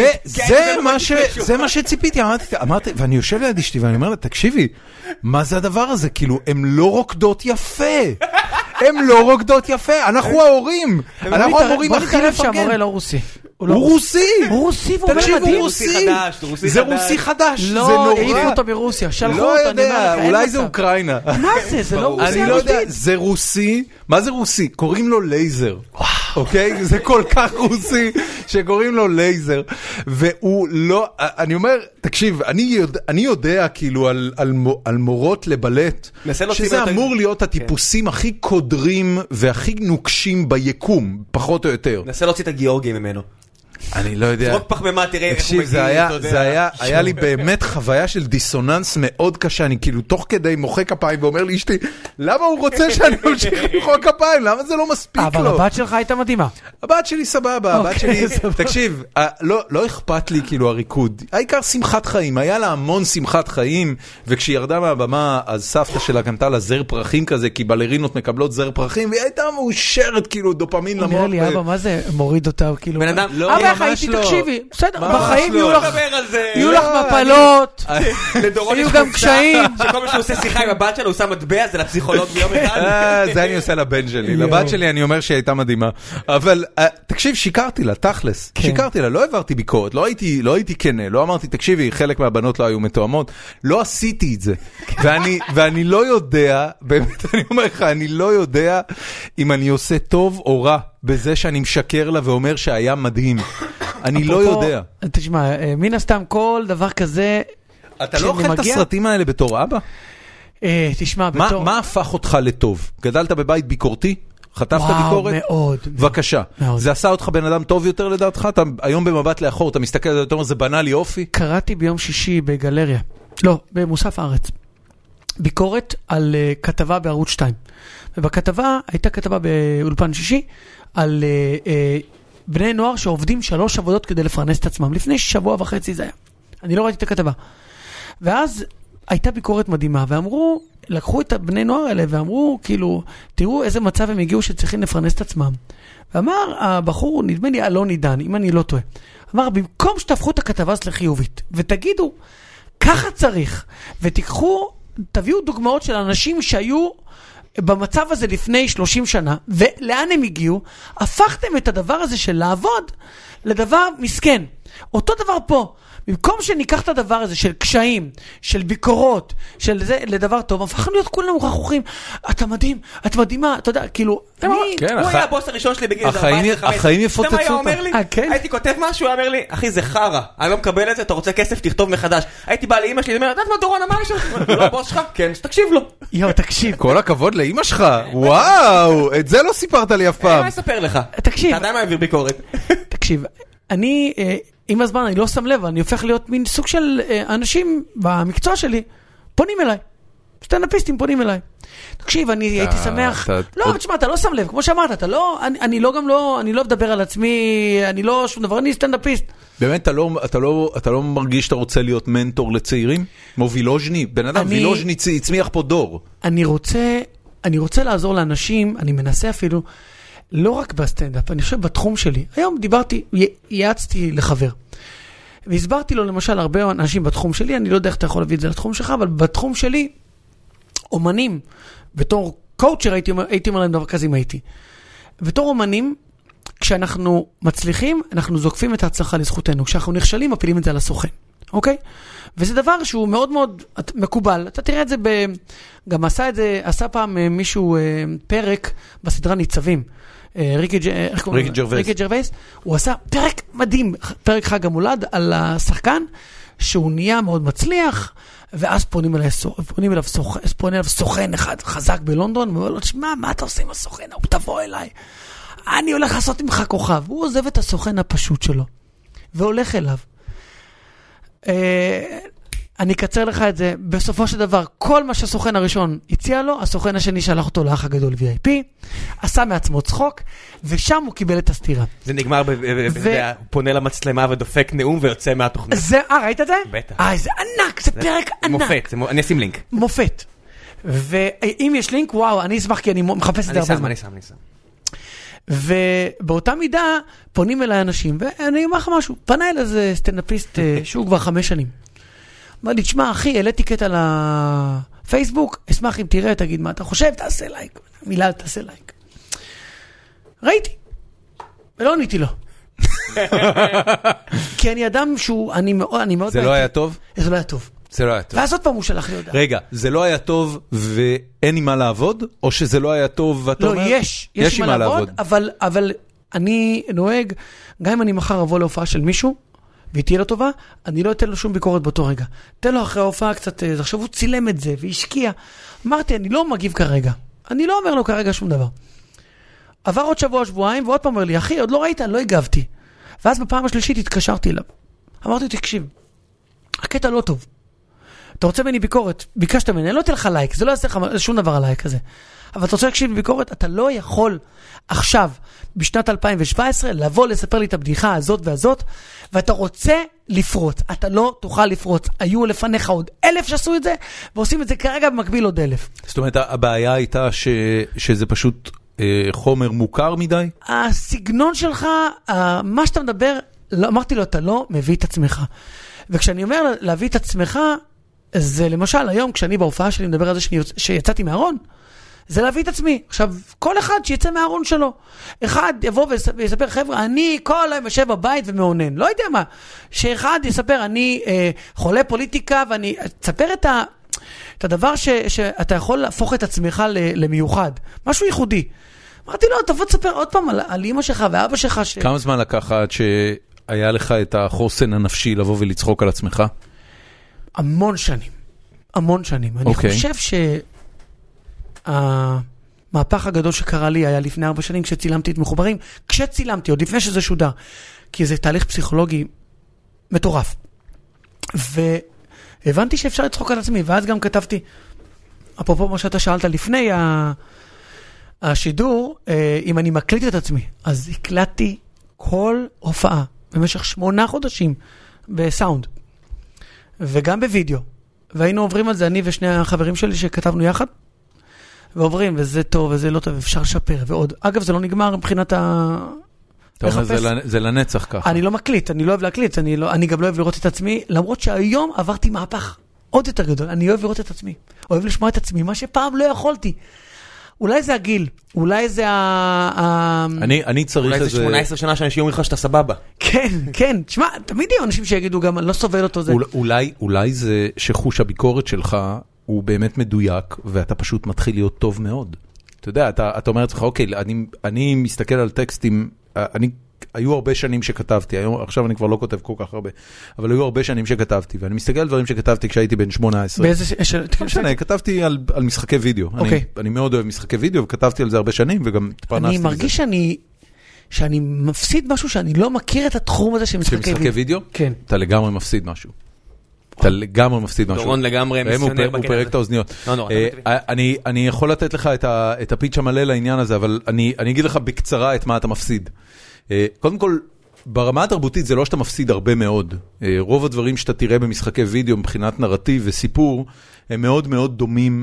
זה מה שציפיתי, אמרתי, ואני יושב ליד אשתי ואני אומר לה, תקשיבי, מה זה הדבר הזה? כאילו, הם לא רוקדות יפה. הם לא רוקדות יפה, אנחנו ההורים. אנחנו המורים הכי לפגן. שהמורה לא רוסי. הוא רוסי. הוא רוסי, תקשיב, הוא רוסי. זה רוסי חדש. לא, העיפו אותו מרוסיה. שלחו אותו, לא יודע, אולי זה אוקראינה. מה זה? זה לא רוסי. אני לא יודע, זה רוסי. מה זה רוסי? קוראים לו לייזר. אוקיי? זה כל כך רוסי שקוראים לו לייזר. והוא לא, אני אומר, תקשיב, אני יודע כאילו על מורות לבלט, שזה אמור להיות הטיפוסים הכי קודרים והכי נוקשים ביקום, פחות או יותר. נסה להוציא את הגיאורגי ממנו. אני לא יודע. זרוק פחמימה, תראה איך הוא מגיע. זה היה לי באמת חוויה של דיסוננס מאוד קשה. אני כאילו תוך כדי מוחא כפיים ואומר לי אשתי, למה הוא רוצה שאני ממשיך למחוא כפיים? למה זה לא מספיק לו? אבל הבת שלך הייתה מדהימה. הבת שלי סבבה, הבת שלי, תקשיב, לא אכפת לי כאילו הריקוד. העיקר שמחת חיים, היה לה המון שמחת חיים, וכשהיא ירדה מהבמה, אז סבתא שלה קנתה לה זר פרחים כזה, כי בלרינות מקבלות זר פרחים, והיא הייתה מאושרת כאילו דופמין למוח. נראה לי, אבא, מה זה מוריד אותה כאילו? בן אדם, הייתי, תקשיבי, בסדר, בחיים יהיו לך לא, מפלות, לדורון יהיו גם קשיים. שכל מה שהוא עושה שיחה עם הבת שלו, הוא שם מטבע, זה לפסיכולוג ביום אחד. זה אני עושה לבן שלי. לבת שלי אני אומר שהיא הייתה מדהימה. אבל תקשיב, שיקרתי לה, תכלס. שיקרתי לה, לא העברתי ביקורת, לא הייתי כנה, לא אמרתי, תקשיבי, חלק מהבנות לא היו מתואמות. לא עשיתי את זה. ואני לא יודע, באמת אני אומר לך, אני לא יודע אם אני עושה טוב או רע בזה שאני משקר לה ואומר שהיה מדהים. אני לא יודע. תשמע, מן הסתם כל דבר כזה... אתה לא אוכל את הסרטים האלה בתור אבא? תשמע, בתור... מה הפך אותך לטוב? גדלת בבית ביקורתי? חטפת ביקורת? וואו, מאוד. בבקשה. זה עשה אותך בן אדם טוב יותר לדעתך? אתה היום במבט לאחור, אתה מסתכל על זה, אתה אומר, זה בנה לי אופי? קראתי ביום שישי בגלריה. לא, במוסף הארץ. ביקורת על כתבה בערוץ 2. ובכתבה הייתה כתבה באולפן שישי על... בני נוער שעובדים 3 עבודות כדי לפרנס את עצמם. לפני 1.5 שבוע זה היה. אני לא ראיתי את הכתבה. ואז הייתה ביקורת מדהימה, ואמרו, לקחו את הבני נוער האלה, ואמרו, כאילו, תראו איזה מצב הם הגיעו שצריכים לפרנס את עצמם. ואמר הבחור, נדמה לי אלון עידן, אם אני לא טועה, אמר, במקום שתהפכו את הכתבה לחיובית, ותגידו, ככה צריך, ותיקחו, תביאו דוגמאות של אנשים שהיו במצב הזה לפני 30 שנה, ולאן הם הגיעו, הפכתם את הדבר הזה של לעבוד, לדבר מסכן. אותו דבר פה, במקום שניקח את הדבר הזה של קשיים, של ביקורות, של זה לדבר טוב, הפכנו להיות כולנו חכוכים. אתה מדהים, את מדהימה, אתה יודע, כאילו, הוא היה הבוס הראשון שלי בגיל 14-15. החיים יפוצצו אותה. אתה מה היה אומר לי? הייתי כותב משהו, הוא היה אומר לי, אחי זה חרה, אני לא מקבל את זה, אתה רוצה כסף, תכתוב מחדש. הייתי בא לאמא שלי, אומרת, מה דורון אמר שם? הוא לא הבוס שלך? כן, תקשיב לו. יו, תקשיב. כל הכבוד לאמא שלך, וואו, את זה לא סיפרת לי אף פעם. מה אספר לך? תקשיב. אתה עדיין מעביר ביקורת. תקשיב, אני, עם הזמן אני לא שם לב, אני הופך להיות מין סוג של אנשים במקצוע שלי, פונים אליי. סטנדאפיסטים פונים אליי. תקשיב, אני הייתי שמח. לא, תשמע, אתה לא שם לב, כמו שאמרת, אתה לא, אני לא מדבר על עצמי, אני לא שום דבר, אני סטנדאפיסט. באמת, אתה לא מרגיש שאתה רוצה להיות מנטור לצעירים? כמו וילוז'ני? בן אדם, וילוז'ני הצמיח פה דור. אני רוצה לעזור לאנשים, אני מנסה אפילו, לא רק בסטנדאפ, אני חושב בתחום שלי. היום יעצתי לחבר. והסברתי לו למשל הרבה אנשים בתחום שלי, אני לא יודע איך אתה יכול להביא את זה לתחום שלך, אבל בתחום שלי, אומנים, בתור קואוצ'ר הייתי אומר להם דבר כזה אם הייתי. בתור אומנים, כשאנחנו מצליחים, אנחנו זוקפים את ההצלחה לזכותנו. כשאנחנו נכשלים, מפילים את זה על הסוכן. אוקיי? וזה דבר שהוא מאוד מאוד מקובל. אתה תראה את זה גם עשה פעם מישהו פרק בסדרה ניצבים. ריקי ג'רווייס. הוא עשה פרק מדהים, פרק חג המולד על השחקן, שהוא נהיה מאוד מצליח, ואז פונים אליו סוכן אחד חזק בלונדון, ואומר לו, תשמע, מה אתה עושה עם הסוכן? הוא תבוא אליי. אני הולך לעשות ממך כוכב. הוא עוזב את הסוכן הפשוט שלו, והולך אליו. אני אקצר לך את זה, בסופו של דבר, כל מה שהסוכן הראשון הציע לו, הסוכן השני שלח אותו לאח הגדול VIP, עשה מעצמו צחוק, ושם הוא קיבל את הסתירה. זה נגמר, פונה למצלמה ודופק נאום ויוצא מהתוכנית. ראית את זה? בטח. זה ענק, זה פרק ענק. מופת, אני אשים לינק. מופת. ואם יש לינק, וואו, אני אשמח כי אני מחפש את זה הרבה זמן. אני שם. ובאותה מידה פונים אליי אנשים, ואני אומר לך משהו, פנה אל איזה סטנדאפיסט שהוא כבר 5 שנים. אמר לי, תשמע, אחי, העליתי קטע לפייסבוק, אשמח אם תראה, תגיד מה אתה חושב, תעשה לייק. מילה, תעשה לייק. ראיתי. ולא עניתי לו. כי אני אדם שהוא, אני מאוד... זה לא היה טוב? זה לא היה טוב. זה לא היה טוב. ואז עוד פעם הוא שלח לי הודעה. רגע, זה לא היה טוב ואין עם מה לעבוד? או שזה לא היה טוב ואתה אומר? לא, יש עם מה לעבוד, אבל אני נוהג, גם אם אני מחר אבוא להופעה של מישהו, והיא תהיה לו טובה, אני לא אתן לו שום ביקורת באותו רגע. תן לו אחרי ההופעה קצת, עכשיו הוא צילם את זה והשקיע. אמרתי, אני לא מגיב כרגע. אני לא אומר לו כרגע שום דבר. עבר עוד שבוע-שבועיים, ועוד פעם אומר לי, אחי, עוד לא ראית, לא הגבתי. ואז בפעם השלישית התקשרתי אליו. אמרתי, תקשיב, הקטע לא טוב. אתה רוצה ממני ביקורת, ביקשת ממני, אני לא אתן לך לייק, זה לא יעשה לך שום דבר על לייק הזה. אבל אתה רוצה להקשיב בביקורת, אתה לא יכול עכשיו, בשנת 2017, לבוא לספר לי את הבדיחה הזאת והזאת, ואתה רוצה לפרוץ. אתה לא תוכל לפרוץ. היו לפניך עוד 1,000 שעשו את זה, ועושים את זה כרגע במקביל עוד 1,000. זאת אומרת, הבעיה הייתה שזה פשוט חומר מוכר מדי? הסגנון שלך, מה שאתה מדבר, אמרתי לו, אתה לא מביא את עצמך. וכשאני אומר להביא את עצמך, זה למשל, היום כשאני בהופעה שלי מדבר על זה שיצאתי מהארון, זה להביא את עצמי. עכשיו, כל אחד שיצא מהארון שלו. אחד יבוא ויספר, חבר'ה, אני כל היום יושב בבית ומעונן. לא יודע מה. שאחד יספר, אני חולה פוליטיקה, ואני תספר את הדבר שאתה יכול להפוך את עצמך למיוחד. משהו ייחודי. אמרתי לו, תבוא תספר עוד פעם על אמא שלך ואבא שלך. כמה זמן לקח עד שהיה לך את החוסן הנפשי לבוא ולצחוק על עצמך? המון שנים. המון שנים. אני חושב המהפך הגדול שקרה לי היה לפני 4 שנים כשצילמתי את מחוברים, כשצילמתי, עוד לפני שזה שודר, כי זה תהליך פסיכולוגי מטורף. והבנתי שאפשר לצחוק על עצמי, ואז גם כתבתי, אפרופו מה שאתה שאלת לפני השידור, אם אני מקליט את עצמי, אז הקלטתי כל הופעה, במשך 8 חודשים, בסאונד, וגם בווידאו, והיינו עוברים על זה, אני ושני החברים שלי שכתבנו יחד, ועוברים, וזה טוב, וזה לא טוב, אפשר לשפר, ועוד. אגב, זה לא נגמר מבחינת אתה אומר, זה לנצח ככה. אני לא מקליט, אני לא אוהב להקליט, אני גם לא אוהב לראות את עצמי, למרות שהיום עברתי מהפך עוד יותר גדול, אני אוהב לראות את עצמי, אוהב לשמוע את עצמי, מה שפעם לא יכולתי. אולי זה הגיל, אולי זה אני צריך אולי זה 18 שנה שאנשים אומרים לך שאתה סבבה. כן, כן, תשמע, תמיד יהיו אנשים שיגידו גם, אני לא סובל אותו זה. אולי זה שחוש הביקורת שלך הוא באמת מדויק, ואתה פשוט מתחיל להיות טוב מאוד. אתה יודע, אתה אומר לעצמך, אוקיי, אני מסתכל על טקסטים, היו הרבה שנים שכתבתי, עכשיו אני כבר לא כותב כל כך הרבה, אבל היו הרבה שנים שכתבתי, ואני מסתכל על דברים שכתבתי כשהייתי בן 18. באיזה שנה? כתבתי על משחקי וידאו. אני מאוד אוהב משחקי וידאו, וכתבתי על זה הרבה שנים, וגם התפרנסתי בזה. אני מרגיש שאני מפסיד משהו שאני לא מכיר את התחום הזה של משחקי וידאו. כן. אתה לגמרי מפסיד משהו. אתה לגמרי מפסיד משהו. דורון לגמרי מיסיונר הוא פרק את האוזניות. אני יכול לתת לך את הפיץ' המלא לעניין הזה, אבל אני אגיד לך בקצרה את מה אתה מפסיד. קודם כל, ברמה התרבותית זה לא שאתה מפסיד הרבה מאוד. רוב הדברים שאתה תראה במשחקי וידאו מבחינת נרטיב וסיפור, הם מאוד מאוד דומים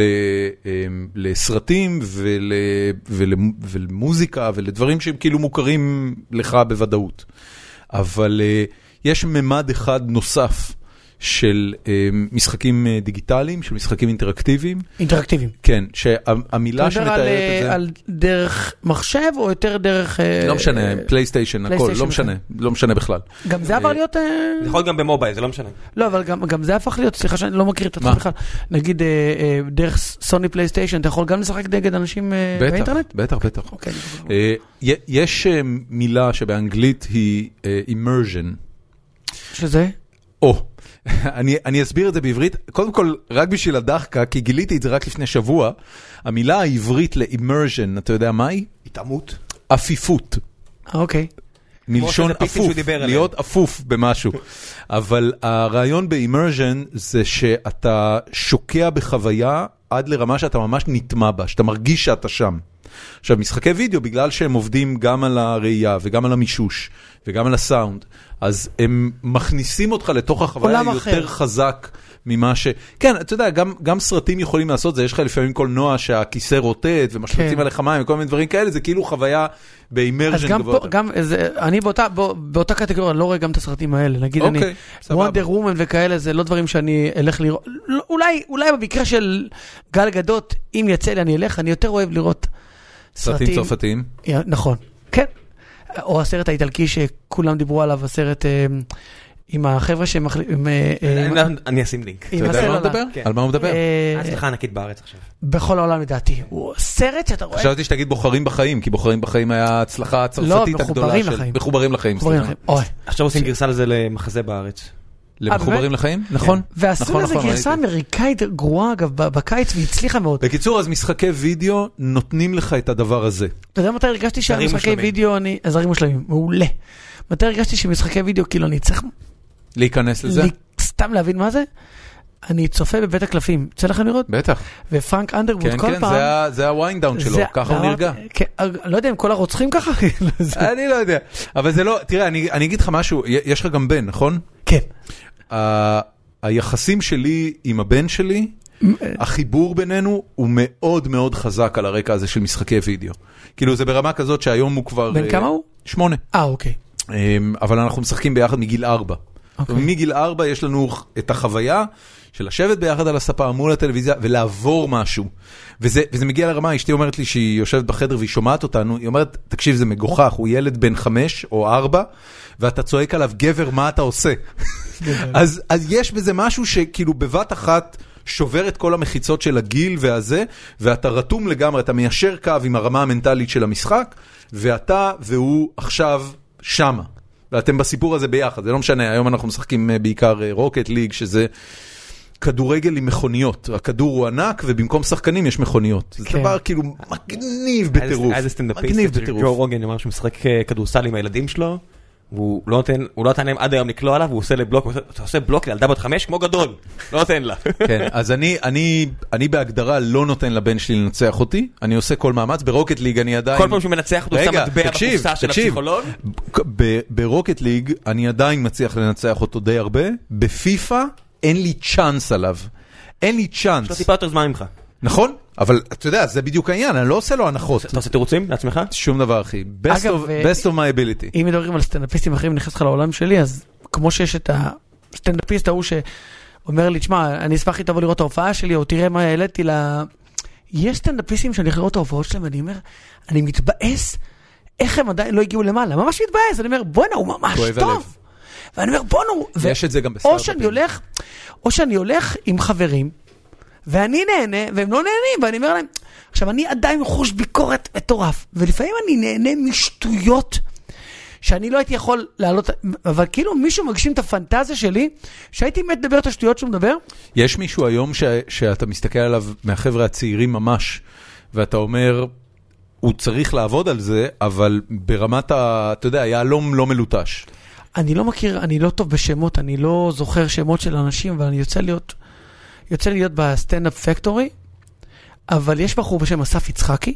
לסרטים ולמוזיקה ולדברים שהם כאילו מוכרים לך בוודאות. אבל יש ממד אחד נוסף של משחקים דיגיטליים, של משחקים אינטראקטיביים. אינטראקטיביים. כן, שהמילה שמתארת את זה... על דרך מחשב או יותר דרך... לא משנה, פלייסטיישן, הכל, לא משנה, לא משנה בכלל. גם זה עבר להיות... זה יכול גם במובייל, זה לא משנה. לא, אבל גם זה הפך להיות, סליחה שאני לא מכיר את עצמך בכלל. נגיד, דרך סוני פלייסטיישן, אתה יכול גם לשחק נגד אנשים באינטרנט? בטח, בטח. יש מילה שבאנגלית היא immersion. שזה? אני אסביר את זה בעברית, קודם כל רק בשביל הדחקה, כי גיליתי את זה רק לפני שבוע, המילה העברית ל-immersion, אתה יודע מה היא? התאמות? אפיפות. אוקיי. מלשון אפוף, להיות אפוף במשהו. אבל הרעיון ב-immersion זה שאתה שוקע בחוויה עד לרמה שאתה ממש נטמע בה, שאתה מרגיש שאתה שם. עכשיו, משחקי וידאו, בגלל שהם עובדים גם על הראייה וגם על המישוש וגם על הסאונד, אז הם מכניסים אותך לתוך החוויה יותר חזק ממה ש... כן, אתה יודע, גם סרטים יכולים לעשות זה, יש לך לפעמים קולנוע שהכיסא רוטט ומשפצים עליך מים וכל מיני דברים כאלה, זה כאילו חוויה באימרז'ן גבוה. אז גם אני באותה קטגוריה לא רואה גם את הסרטים האלה, נגיד אני וונדר וומן וכאלה, זה לא דברים שאני אלך לראות, אולי במקרה של גל גדות, אם יצא לי אני אלך, אני יותר אוהב לראות סרטים צרפתיים. נכון, כן. או הסרט האיטלקי שכולם דיברו עליו, הסרט עם החבר'ה שמחליפים... אני אשים לינק. אתה יודע על מה הוא מדבר? על מה הוא מדבר? הצלחה ענקית בארץ עכשיו. בכל העולם לדעתי. הוא סרט שאתה רואה... חשבתי שתגיד בוחרים בחיים, כי בוחרים בחיים היה הצלחה הצרפתית הגדולה של... מחוברים לחיים. עכשיו עושים גרסה לזה למחזה בארץ. למחוברים לחיים? נכון. ועשו לזה גרסה אמריקאית גרועה, אגב, בקיץ, והצליחה מאוד. בקיצור, אז משחקי וידאו נותנים לך את הדבר הזה. אתה יודע מתי הרגשתי שהמשחקי וידאו, זרים מושלמים, מעולה. מתי הרגשתי שמשחקי וידאו, כאילו אני צריך... להיכנס לזה? סתם להבין מה זה? אני צופה בבית הקלפים, יוצא לכם לראות? בטח. ופרנק אנדרווד כל פעם... כן, זה הוויינדאון שלו, ככה הוא נרגע. לא יודע אם כל הרוצחים ככה? אני לא יודע. אבל זה לא, תראה, אני אגיד לך משהו, יש לך גם בן, נכון? כן. היחסים שלי עם הבן שלי, החיבור בינינו הוא מאוד מאוד חזק על הרקע הזה של משחקי וידאו. כאילו זה ברמה כזאת שהיום הוא כבר... בן כמה הוא? 8. אוקיי. אבל אנחנו משחקים ביחד מגיל 4. ומגיל 4 יש לנו את החוויה של לשבת ביחד על הספה מול הטלוויזיה ולעבור משהו. וזה מגיע לרמה, אשתי אומרת לי שהיא יושבת בחדר והיא שומעת אותנו, היא אומרת, תקשיב, זה מגוחך, הוא ילד בן 5 או 4, ואתה צועק עליו, גבר, מה אתה עושה? אז יש בזה משהו שכאילו בבת אחת שובר את כל המחיצות של הגיל והזה, ואתה רתום לגמרי, אתה מיישר קו עם הרמה המנטלית של המשחק, ואתה והוא עכשיו שמה. ואתם בסיפור הזה ביחד, זה לא משנה, היום אנחנו משחקים בעיקר רוקט ליג, שזה כדורגל עם מכוניות, הכדור הוא ענק, ובמקום שחקנים יש מכוניות. זה דבר כאילו מגניב בטירוף. איזה סטנדאפיסט, ג'ו רוגן אמר שהוא משחק כדורסל עם הילדים שלו, והוא לא נתן להם עד היום לקלוע עליו, והוא עושה לבלוק, אתה עושה בלוק לילדה בת 5 כמו גדול, לא נותן לה. כן, אז אני בהגדרה לא נותן לבן שלי לנצח אותי, אני עושה כל מאמץ, ברוקט ליג אני עדיין... כל פעם שהוא מנצח אותו, שם מטבע בקופסה של הפסיכולוג. ברוקט ליג אני עדיין מצליח לנצח אותו די הרבה, בפיפה אין לי צ'אנס עליו. אין לי צ'אנס. יש לו טיפה יותר זמן ממך. נכון, אבל אתה יודע, זה בדיוק העניין, אני לא עושה לו הנחות. אתה עושה תירוצים לעצמך? שום דבר, אחי. Best of my ability. אם מדברים על סטנדאפיסטים אחרים, נכנס לך לעולם שלי, אז כמו שיש את הסטנדאפיסט ההוא שאומר לי, תשמע, אני אשמח לי תבוא לראות את ההופעה שלי, או תראה מה העליתי לה... יש סטנדאפיסטים שאני לראות את ההופעות שלהם, ואני אומר, אני מתבאס, איך הם עדיין לא הגיעו למעלה, ממש מתבאס, אני אומר, בוא'נה, הוא ממש טוב. ואני אומר, בוא'נה, יש את זה גם בסטארט-אפים. או שאני הולך עם חברים, ואני נהנה, והם לא נהנים, ואני אומר להם, עכשיו, אני עדיין חוש ביקורת מטורף, ולפעמים אני נהנה משטויות, שאני לא הייתי יכול לעלות, אבל כאילו מישהו מגשים את הפנטזיה שלי, שהייתי מת לדבר את השטויות שהוא מדבר. יש מישהו היום שאתה מסתכל עליו מהחבר'ה הצעירים ממש, ואתה אומר, הוא צריך לעבוד על זה, אבל ברמת אתה יודע, יעלום לא מלוטש. אני לא מכיר, אני לא טוב בשמות, אני לא זוכר שמות של אנשים, אבל אני יוצא להיות בסטנד-אפ פקטורי, אבל יש בחור בשם אסף יצחקי.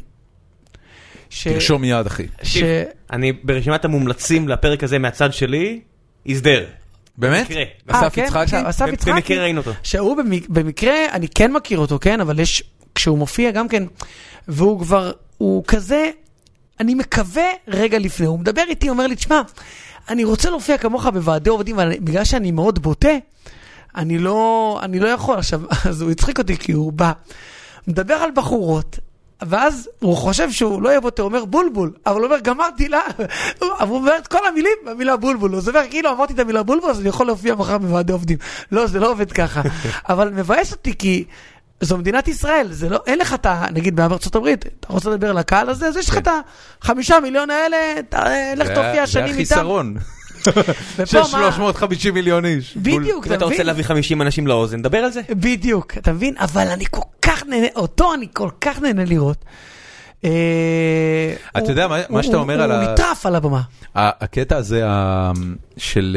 תרשום מיד, אחי. אני ברשימת המומלצים לפרק הזה מהצד שלי, הסדר. באמת? אסף יצחקי? אסף יצחקי. במקרה ראינו אותו. שהוא במקרה, אני כן מכיר אותו, כן, אבל יש, כשהוא מופיע גם כן, והוא כבר, הוא כזה, אני מקווה רגע לפני, הוא מדבר איתי, אומר לי, תשמע, אני רוצה להופיע כמוך בוועדי עובדים, אבל בגלל שאני מאוד בוטה, אני לא יכול. עכשיו, אז הוא הצחיק אותי, כי הוא בא, מדבר על בחורות, ואז הוא חושב שהוא לא יבוא, הוא אומר בולבול, אבל הוא אומר, גמרתי לה, אבל הוא אומר את כל המילים במילה בולבול, הוא אומר, כאילו אמרתי את המילה בולבול, אז אני יכול להופיע מחר בוועדי עובדים. לא, זה לא עובד ככה. אבל מבאס אותי, כי זו מדינת ישראל, זה לא, אין לך את, נגיד בארצות הברית, אתה רוצה לדבר לקהל הזה, אז יש לך את 5 מיליון האלה, לך תופיע שנים איתם. זה החיסרון. של 350 מיליון איש. בדיוק, אתה מבין? אם אתה רוצה להביא 50 אנשים לאוזן, דבר על זה. בדיוק, אתה מבין? אבל אני כל כך נהנה, אותו אני כל כך נהנה לראות. אתה יודע, מה שאתה אומר על הוא נטרף על הבמה. הקטע הזה של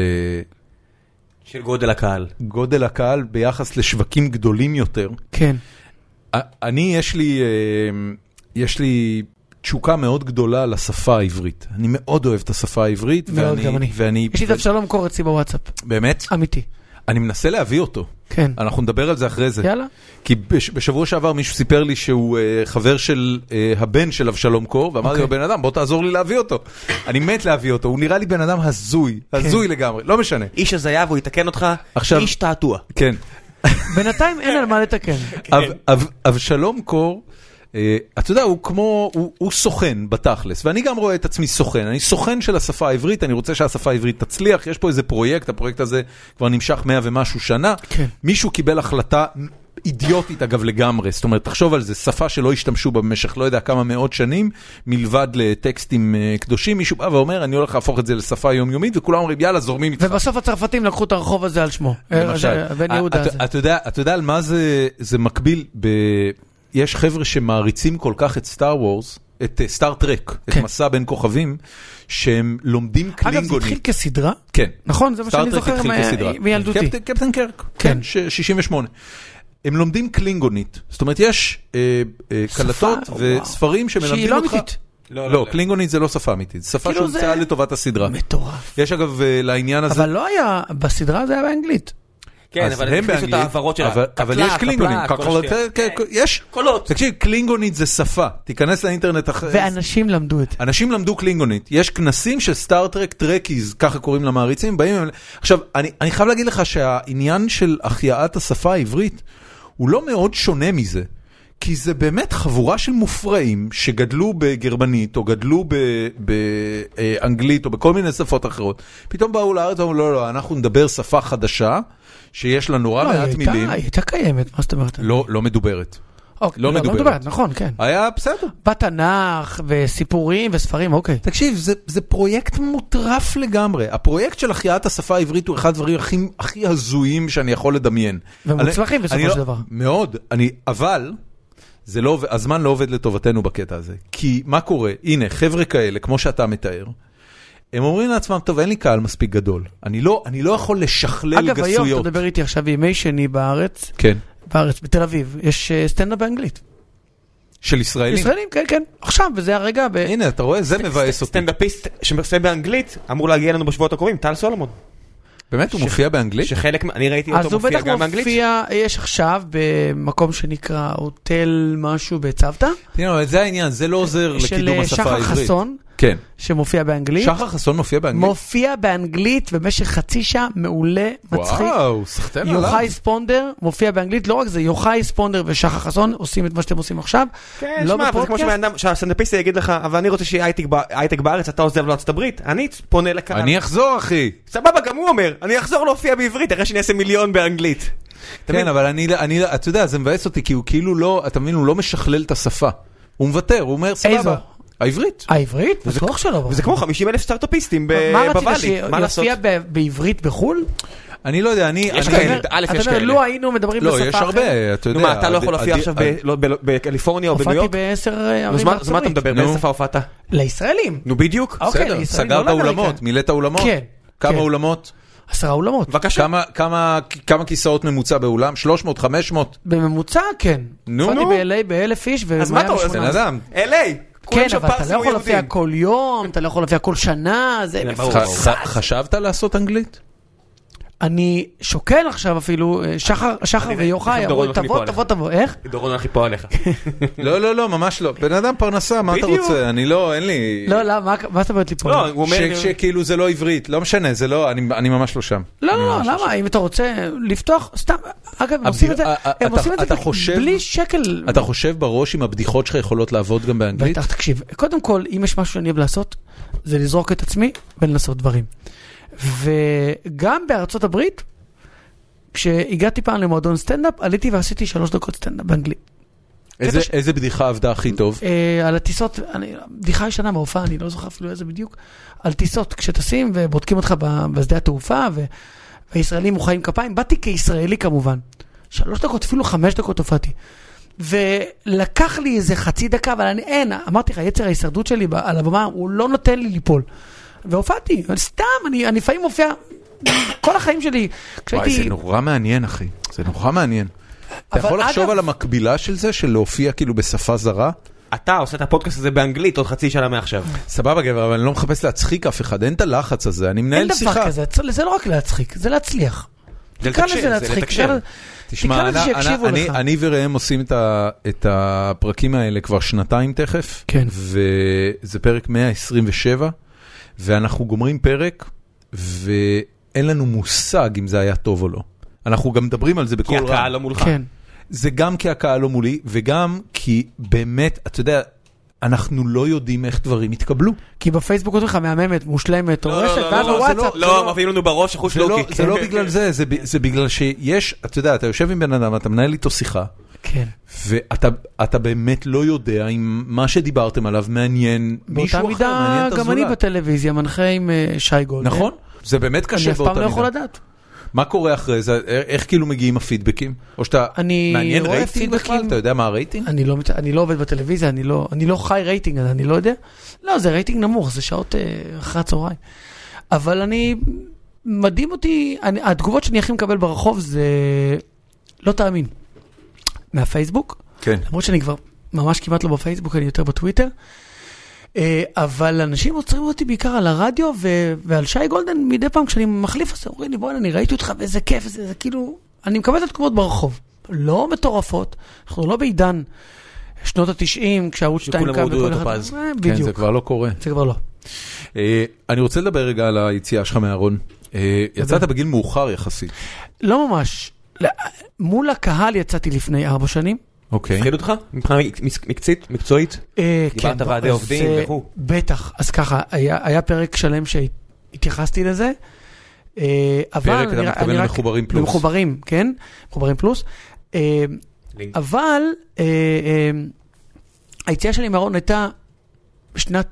גודל הקהל. גודל הקהל ביחס לשווקים גדולים יותר. כן. יש לי תשוקה מאוד גדולה לשפה העברית. אני מאוד אוהב את השפה העברית. מאוד, גם אני. יש לי את אבשלום קור אצלי בוואטסאפ. באמת? אמיתי. אני מנסה להביא אותו. כן. אנחנו נדבר על זה אחרי זה. יאללה. כי בשבוע שעבר מישהו סיפר לי שהוא חבר של הבן של אבשלום קור, ואמר לי, בן אדם, בוא תעזור לי להביא אותו. אני מת להביא אותו. הוא נראה לי בן אדם הזוי. הזוי לגמרי. לא משנה. איש הזיה, והוא יתקן אותך. איש תעתוע. כן. בינתיים אין על מה לתקן. אבשלום קור, אתה יודע, הוא סוכן בתכלס, ואני גם רואה את עצמי סוכן, אני סוכן של השפה העברית, אני רוצה שהשפה העברית תצליח, יש פה איזה פרויקט, הפרויקט הזה כבר נמשך 100 ומשהו שנה, מישהו קיבל החלטה אידיוטית אגב לגמרי, זאת אומרת, תחשוב על זה, שפה שלא השתמשו בה במשך לא יודע כמה מאות שנים, מלבד לטקסטים קדושים, מישהו בא ואומר, אני הולך להפוך את זה לשפה יומיומית, וכולם אומרים, יאללה, זורמים איתך. ובסוף הצרפתים לקחו את הרחוב הזה על שמו, בן יהודה הזה. אתה יודע על מה זה מקביל יש חבר'ה שמעריצים כל כך את סטאר וורס, את סטאר טרק, את מסע בין כוכבים, שהם לומדים קלינגונית. אגב, זה התחיל כסדרה? כן. נכון, זה מה שאני זוכר מילדותי. קפטן קרק, כן, 68. הם לומדים קלינגונית. זאת אומרת, יש קלטות וספרים שמלמדים אותך. שהיא לא אמיתית. לא, קלינגונית זה לא שפה אמיתית, זה שפה שהומצאה לטובת הסדרה. מטורף. יש אגב לעניין הזה... אבל לא היה, בסדרה זה היה באנגלית. כן, אבל הם הכניסו את העברות שלה. אבל יש קלינגונית. יש קולות. תקשיב, קלינגונית זה שפה. תיכנס לאינטרנט אחרי... ואנשים למדו את זה. אנשים למדו קלינגונית. יש כנסים של סטארטרק טרקיז, ככה קוראים למעריצים, באים... עכשיו, אני חייב להגיד לך שהעניין של החייאת השפה העברית, הוא לא מאוד שונה מזה. כי זה באמת חבורה של מופרעים שגדלו בגרמנית, או גדלו באנגלית, או בכל מיני שפות אחרות. פתאום באו לארץ ואמרו, לא, אנחנו נדבר שפה חדשה, שיש לה נורא מעט מילים. היא הייתה קיימת, מה זאת אומרת? לא מדוברת. לא מדוברת, נכון, כן. היה בסדר. בתנ"ך וסיפורים וספרים, אוקיי. תקשיב, זה פרויקט מוטרף לגמרי. הפרויקט של החייאת השפה העברית הוא אחד הדברים הכי הזויים שאני יכול לדמיין. ומוצלחים בסופו של דבר. מאוד, אבל... הזמן לא עובד לטובתנו בקטע הזה. כי מה קורה? הנה, חבר'ה כאלה, כמו שאתה מתאר, הם אומרים לעצמם, טוב, אין לי קהל מספיק גדול. אני לא יכול לשכלל גסויות. אגב, היום אתה מדבר איתי עכשיו בימי שני בארץ. כן. בארץ, בתל אביב, יש סטנדאפ באנגלית. של ישראלים? ישראלים, כן, כן. עכשיו, וזה הרגע... הנה, אתה רואה, זה מבאס אותי. סטנדאפיסט שמסתכל באנגלית, אמור להגיע לנו בשבועות הקרובים, טל סולומון. באמת, הוא מופיע באנגלית? שחלק, אני ראיתי אותו מופיע גם באנגלית. אז הוא בטח מופיע, יש עכשיו במקום שנקרא הוטל משהו בצוותא. תראו, אבל זה העניין, זה לא עוזר לקידום השפה העברית. של שחר חסון. כן. שמופיע באנגלית. שחר חסון מופיע באנגלית? מופיע באנגלית במשך חצי שעה, מעולה, מצחיק. וואו, סחטן עליו. יוחאי ספונדר מופיע באנגלית, לא רק זה, יוחאי ספונדר ושחר חסון עושים את מה שאתם עושים עכשיו. כן, שמע, זה כמו שהסטנדאפיסט יגיד לך, אבל אני רוצה שיהיה הייטק בארץ, אתה עוזב לארצות הברית, אני פונה לקהל. אני אחזור, אחי. סבבה, גם הוא אומר, אני אחזור להופיע בעברית, אחרי שאני אעשה מיליון באנגלית. כן, אבל אני, אתה יודע, זה מבאס אותי, כי הוא כאילו לא, אתה מבין, הוא לא משכלל את השפה. הוא מוותר, הוא אומר, סבבה. העברית. העברית? בטוח שלא. וזה כמו 50,000 סטארט-אפיסטים בוואלי. מה רצית, שיופיע בעברית בחול? אני לא יודע, יש כאלה, א' יש כאלה. לא היינו מדברים בשפה אחרת. לא, יש הרבה, אתה יודע. נו מה, אתה לא יכול להופיע עכשיו בקליפורניה או בניו יורק? הופעתי ב10 ערים בארצות הברית. אז מה אתה מדבר? באיזה שפה הופעת? לישראלים. נו בדיוק. בסדר, סגרת אולמות, מילאת אולמות? כן. כמה אולמות? 10 אולמות. בבקשה. כמה כיסאות ממוצע באולם? 300, 500? בממוצע, כן. נו. הופעתי ב-LA ב1,000 איש. אז מה אתה עושה? בן אדם. LA. כן, אבל אתה לא יכול להופיע כל יום, אתה לא יכול להופיע כל שנה, זה מפורס. חשבת לעשות אנגלית? אני שוקל עכשיו אפילו, שחר ויוחאי, תבוא, איך? דורון הולך ליפול עליך. לא, ממש לא. בן אדם פרנסה, מה אתה רוצה? אין לי... לא, מה אתה באת ליפול? שכאילו זה לא עברית, לא משנה, זה לא, אני ממש לא שם. לא, למה? אם אתה רוצה לפתוח, סתם, אגב, הם עושים את זה בלי שקל. אתה חושב בראש אם הבדיחות שלך יכולות לעבוד גם באנגלית? בטח, תקשיב, קודם כל, אם יש משהו שאני אוהב לעשות, זה לזרוק את עצמי ולנסות דברים. וגם בארצות הברית, כשהגעתי פעם למועדון סטנדאפ, עליתי ועשיתי 3 דקות סטנדאפ באנגלית. איזה בדיחה עבדה הכי טוב? על הטיסות, בדיחה ישנה מההופעה, אני לא זוכר אפילו איזה בדיוק, על טיסות, כשטסים ובודקים אותך בשדה התעופה, והישראלים מוחאים כפיים, באתי כישראלי כמובן. 3 דקות, אפילו 5 דקות הופעתי. ולקח לי איזה חצי דקה, אבל אין, אמרתי לך, יצר ההישרדות שלי על הבמה, הוא לא נותן לי ליפול. והופעתי, סתם, אני לפעמים מופיע כל החיים שלי. וואי, זה נורא מעניין, אחי. זה נורא מעניין. אתה יכול לחשוב על המקבילה של זה, של להופיע כאילו בשפה זרה? אתה עושה את הפודקאסט הזה באנגלית עוד חצי שנה מעכשיו. סבבה גבר, אבל אני לא מחפש להצחיק אף אחד. אין את הלחץ הזה, אני מנהל שיחה. אין דבר כזה, זה לא רק להצחיק, זה להצליח. זה לתקשר. תשמע, אני וראם עושים את הפרקים האלה כבר 2 תכף. כן. וזה פרק 127. ואנחנו גומרים פרק, ואין לנו מושג אם זה היה טוב או לא. אנחנו גם מדברים על זה בכל רע. כי הקהל לא מולך. כן. זה גם כי הקהל לא מולי, וגם כי באמת, אתה יודע, אנחנו לא יודעים איך דברים יתקבלו. כי בפייסבוק אותך מהממת, מושלמת, רשת, ואז בוואטסאפ. לא, מביאים לנו בראש אחוז לוקי. זה לא בגלל זה, זה בגלל שיש, אתה יודע, אתה יושב עם בן אדם, אתה מנהל איתו שיחה, כן. ואתה באמת לא יודע אם מה שדיברתם עליו מעניין מישהו אחר, באותה מידה גם אני בטלוויזיה מנחה עם שי גולדן. נכון, זה באמת קשה באותה מידה. אני אף פעם לא יכול לדעת. מה קורה אחרי זה? איך כאילו מגיעים הפידבקים? או שאתה מעניין רייטינג בכלל? אתה יודע מה הרייטינג? אני לא עובד בטלוויזיה, אני לא חי רייטינג, אני לא יודע. לא, זה רייטינג נמוך, זה שעות אחרי הצהריים. אבל מדהים אותי, התגובות שאני הכי מקבל ברחוב זה לא תאמין. מהפייסבוק, כן. למרות שאני כבר ממש כמעט לא בפייסבוק, אני יותר בטוויטר, אבל אנשים עוצרים אותי בעיקר על הרדיו ועל שי גולדן מדי פעם כשאני מחליף עושה, אומרים לי בואי אני ראיתי אותך ואיזה כיף, זה כאילו, אני מקבל את התגובות ברחוב, לא מטורפות, אנחנו לא בעידן שנות ה-90, כשערוץ 2 קם וכל אחד, כן, זה כבר לא קורה. זה כבר לא. אני רוצה לדבר רגע על היציאה שלך מהארון, יצאת בגיל מאוחר יחסית. לא ממש. מול הקהל יצאתי לפני 4 שנים. אוקיי. הפחיד אותך? מבחינה מקצועית? דיברת ועדי עובדים וכו'. בטח. אז ככה, היה פרק שלם שהתייחסתי לזה. פרק אתה מתכוון למחוברים פלוס. למחוברים, כן. מחוברים פלוס. אבל היציאה שלי מהארון הייתה בשנת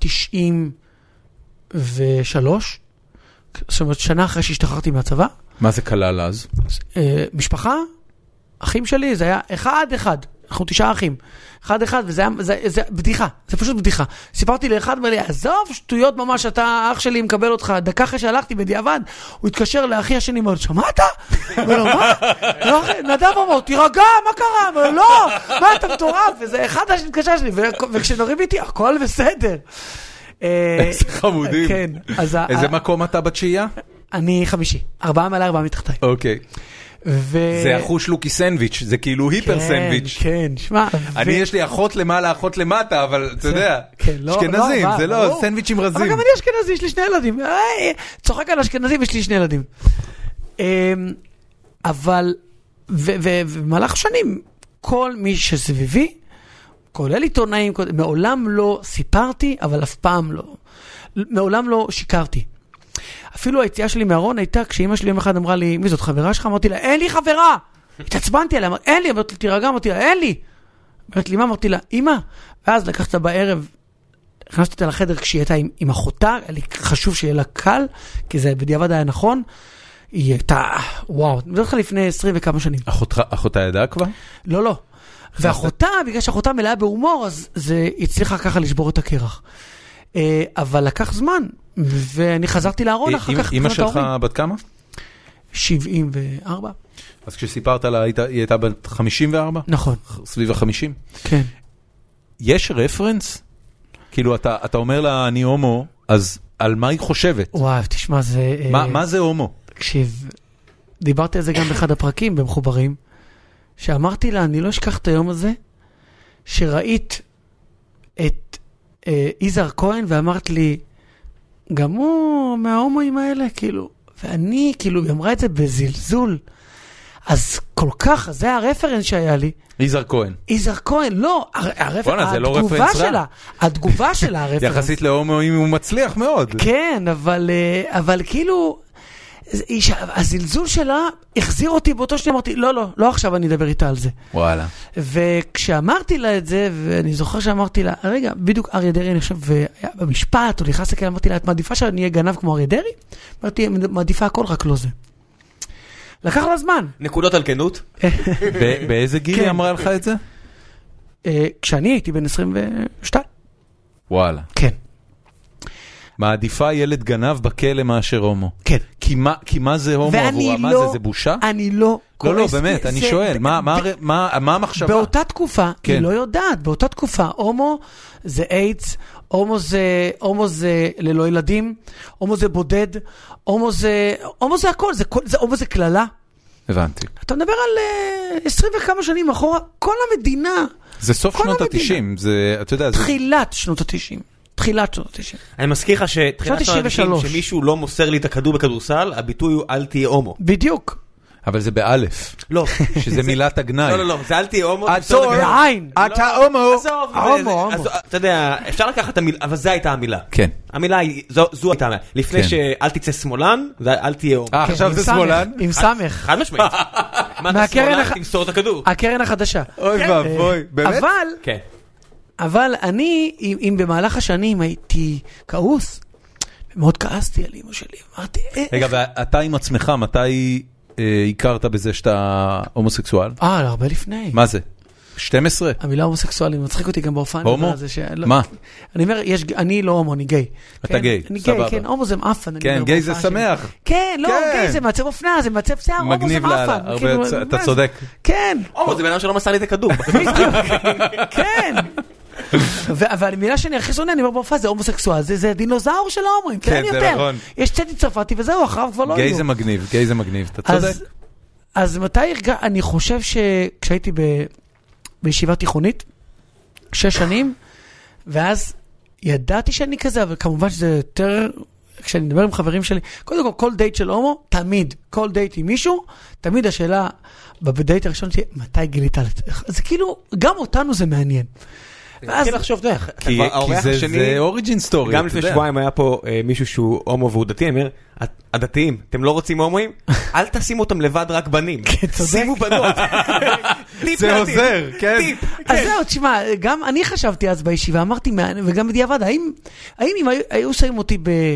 93. זאת אומרת, שנה אחרי שהשתחררתי מהצבא. מה זה כלל אז? משפחה, אחים שלי, זה היה אחד. אנחנו 9 אחים. אחד, וזה בדיחה, זה פשוט בדיחה. סיפרתי לאחד, אמר לי, עזוב, שטויות ממש, אתה, אח שלי מקבל אותך, דקה אחרי שהלכתי בדיעבד, הוא התקשר לאחי השני, אמר, שמעת? אמר, מה? נדב אמר, תירגע, מה קרה? אמר, לא, מה, אתה מטורף? וזה אחד התקשר שלי, וכשנוריב איתי, הכל בסדר. איזה חמודים. כן. איזה מקום אתה בתשיעייה? אני 5, 4 מעלה 4 מתחתיי. אוקיי. זה אחוש לוקי סנדוויץ', זה כאילו היפר סנדוויץ'. כן, שמע. אני יש לי אחות למעלה, אחות למטה, אבל אתה יודע, אשכנזים, זה לא, סנדוויצ'ים רזים. אבל גם אני אשכנזי, יש לי 2 ילדים. צוחק על אשכנזים, יש לי 2 ילדים. אבל, ובמהלך שנים, כל מי שסביבי, כולל עיתונאים, מעולם לא סיפרתי, אבל אף פעם לא. מעולם לא שיקרתי. אפילו היציאה שלי מהארון הייתה, כשאמא שלי יום אחד אמרה לי, מי זאת חברה שלך? אמרתי לה, אין לי חברה! התעצבנתי עליה, אין לי, אמרתי לה, תירגע, אמרתי לה, אין לי! אמרתי לי, מה? אמרתי לה, אמא! ואז לקחת בערב, הכנסתי אותה לחדר כשהיא הייתה עם אחותה, היה לי חשוב שיהיה לה קל, כי זה בדיעבד היה נכון, היא הייתה, וואו, אני מדבר לך לפני 20 וכמה שנים. אחותה ידעה כבר? לא, לא. ואחותה, בגלל שאחותה מלאה בהומור, אז זה הצליחה ככה לשבור את הקרח. אבל לקח זמן, ואני חזרתי לארון אחר כך. אמא שלך בת כמה? 74. אז כשסיפרת לה, היא הייתה בת 54? נכון. סביב ה-50? כן. יש רפרנס? כאילו, אתה אומר לה, אני הומו, אז על מה היא חושבת? וואו, תשמע, זה... מה זה הומו? תקשיב, דיברתי על זה גם באחד הפרקים במחוברים, שאמרתי לה, אני לא אשכח את היום הזה, שראית את יזהר כהן, ואמרת לי, גם הוא מההומואים האלה, כאילו, ואני, כאילו, היא אמרה את זה בזלזול, אז כל כך, זה הרפרנס שהיה לי. יזהר כהן. יזהר כהן, לא, התגובה שלה, הרפרנס. יחסית להומואים הוא מצליח מאוד. כן, אבל כאילו, הזלזול שלה החזיר אותי באותו שניה, אמרתי, לא עכשיו אני אדבר איתה על זה. וואלה. וכשאמרתי לה את זה, ואני זוכר שאמרתי לה, רגע, בדיוק אריה דרעי, אני חושב, במשפט, או נכנס לכאן, אמרתי לה, את מעדיפה שאני אהיה גנב כמו אריה דרעי? אמרתי, מעדיפה הכל, רק לא זה. לקח לה זמן. נקודות על כנות? באיזה גיל היא אמרה לך את זה? כשאני הייתי בן 22. וואלה. כן. מעדיפה ילד גנב בכלא מאשר הומו. כן. כי מה זה הומו עבורה? מה זה? זה בושה? אני לא... לא, באמת, אני שואל, מה המחשבה? באותה תקופה, היא לא יודעת, באותה תקופה, הומו זה איידס, הומו זה ללא ילדים, הומו זה בודד, הומו זה הכל, הומו זה כללה. הבנתי. אתה מדבר על 20 וכמה שנים אחורה, כל המדינה. זה סוף שנות ה-90, זה, אתה יודע, תחילת שנות ה-90. תחילת שנות ה-90. אני מזכיר לך שתחילת שנות ה-90, שמישהו לא מוסר לי את הכדור בכדורסל, הביטוי הוא אל תהיה הומו. בדיוק. אבל זה באלף. לא. שזה מילת הגנאי. לא, זה אל תהיה הומו. בעין. אתה הומו. הומו. אתה יודע, אפשר לקחת את המילה, אבל זו הייתה המילה. כן. המילה היא, זו הייתה המילה. לפני שאל תצא שמאלן, אל תהיה הומו. עכשיו זה שמאלן? עם סמך. חד משמעית. מה אתה שמאלן? תמסור את הכדור. הקרן החדשה. אוי ואבוי. באמת? אבל אני, אם במהלך השנים הייתי כעוס, מאוד כעסתי על אמא שלי. אמרתי, רגע, ואתה עם עצמך, מתי הכרת בזה שאתה הומוסקסואל? הרבה לפני. מה זה? 12? המילה הומוסקסואלי מצחיק אותי גם באופן. הומו? מה? אני אומר, אני לא הומו, אני גיי. אתה גיי, סבבה. כן, הומו זה מאפן. כן, גיי זה שמח. כן, לא, גיי זה מעצב אופנה, זה מעצב שיער, הומו זה מאפן. אתה צודק. כן. הומו זה בן אדם שלא מסר לי את הכדור. כן. אבל המילה שאני הכי שונא, אני אומר בהופעה, זה הומוסקסואל, זה דינוזאור של ההומואים, כן יותר. יש צטי צרפתי וזהו, אחריו כבר לא יהיו. גיי זה מגניב, אתה צודק. אז מתי אני חושב שכשהייתי בישיבה תיכונית, 6 שנים, ואז ידעתי שאני כזה, אבל כמובן שזה יותר, כשאני מדבר עם חברים שלי, קודם כל דייט של הומו, תמיד, כל דייט עם מישהו, תמיד השאלה, בדייט הראשון שלי, מתי גילית? זה כאילו, גם אותנו זה מעניין. התחיל לחשוב דרך. כי זה אוריג'ין סטורי. גם לפני שבועיים היה פה מישהו שהוא הומו והוא דתי, אני אומר, הדתיים, אתם לא רוצים הומואים? אל תשימו אותם לבד רק בנים. שימו בנות. זה עוזר, כן. אז זהו, תשמע, גם אני חשבתי אז בישיבה, אמרתי, וגם בדיעבד, האם אם היו שמים אותי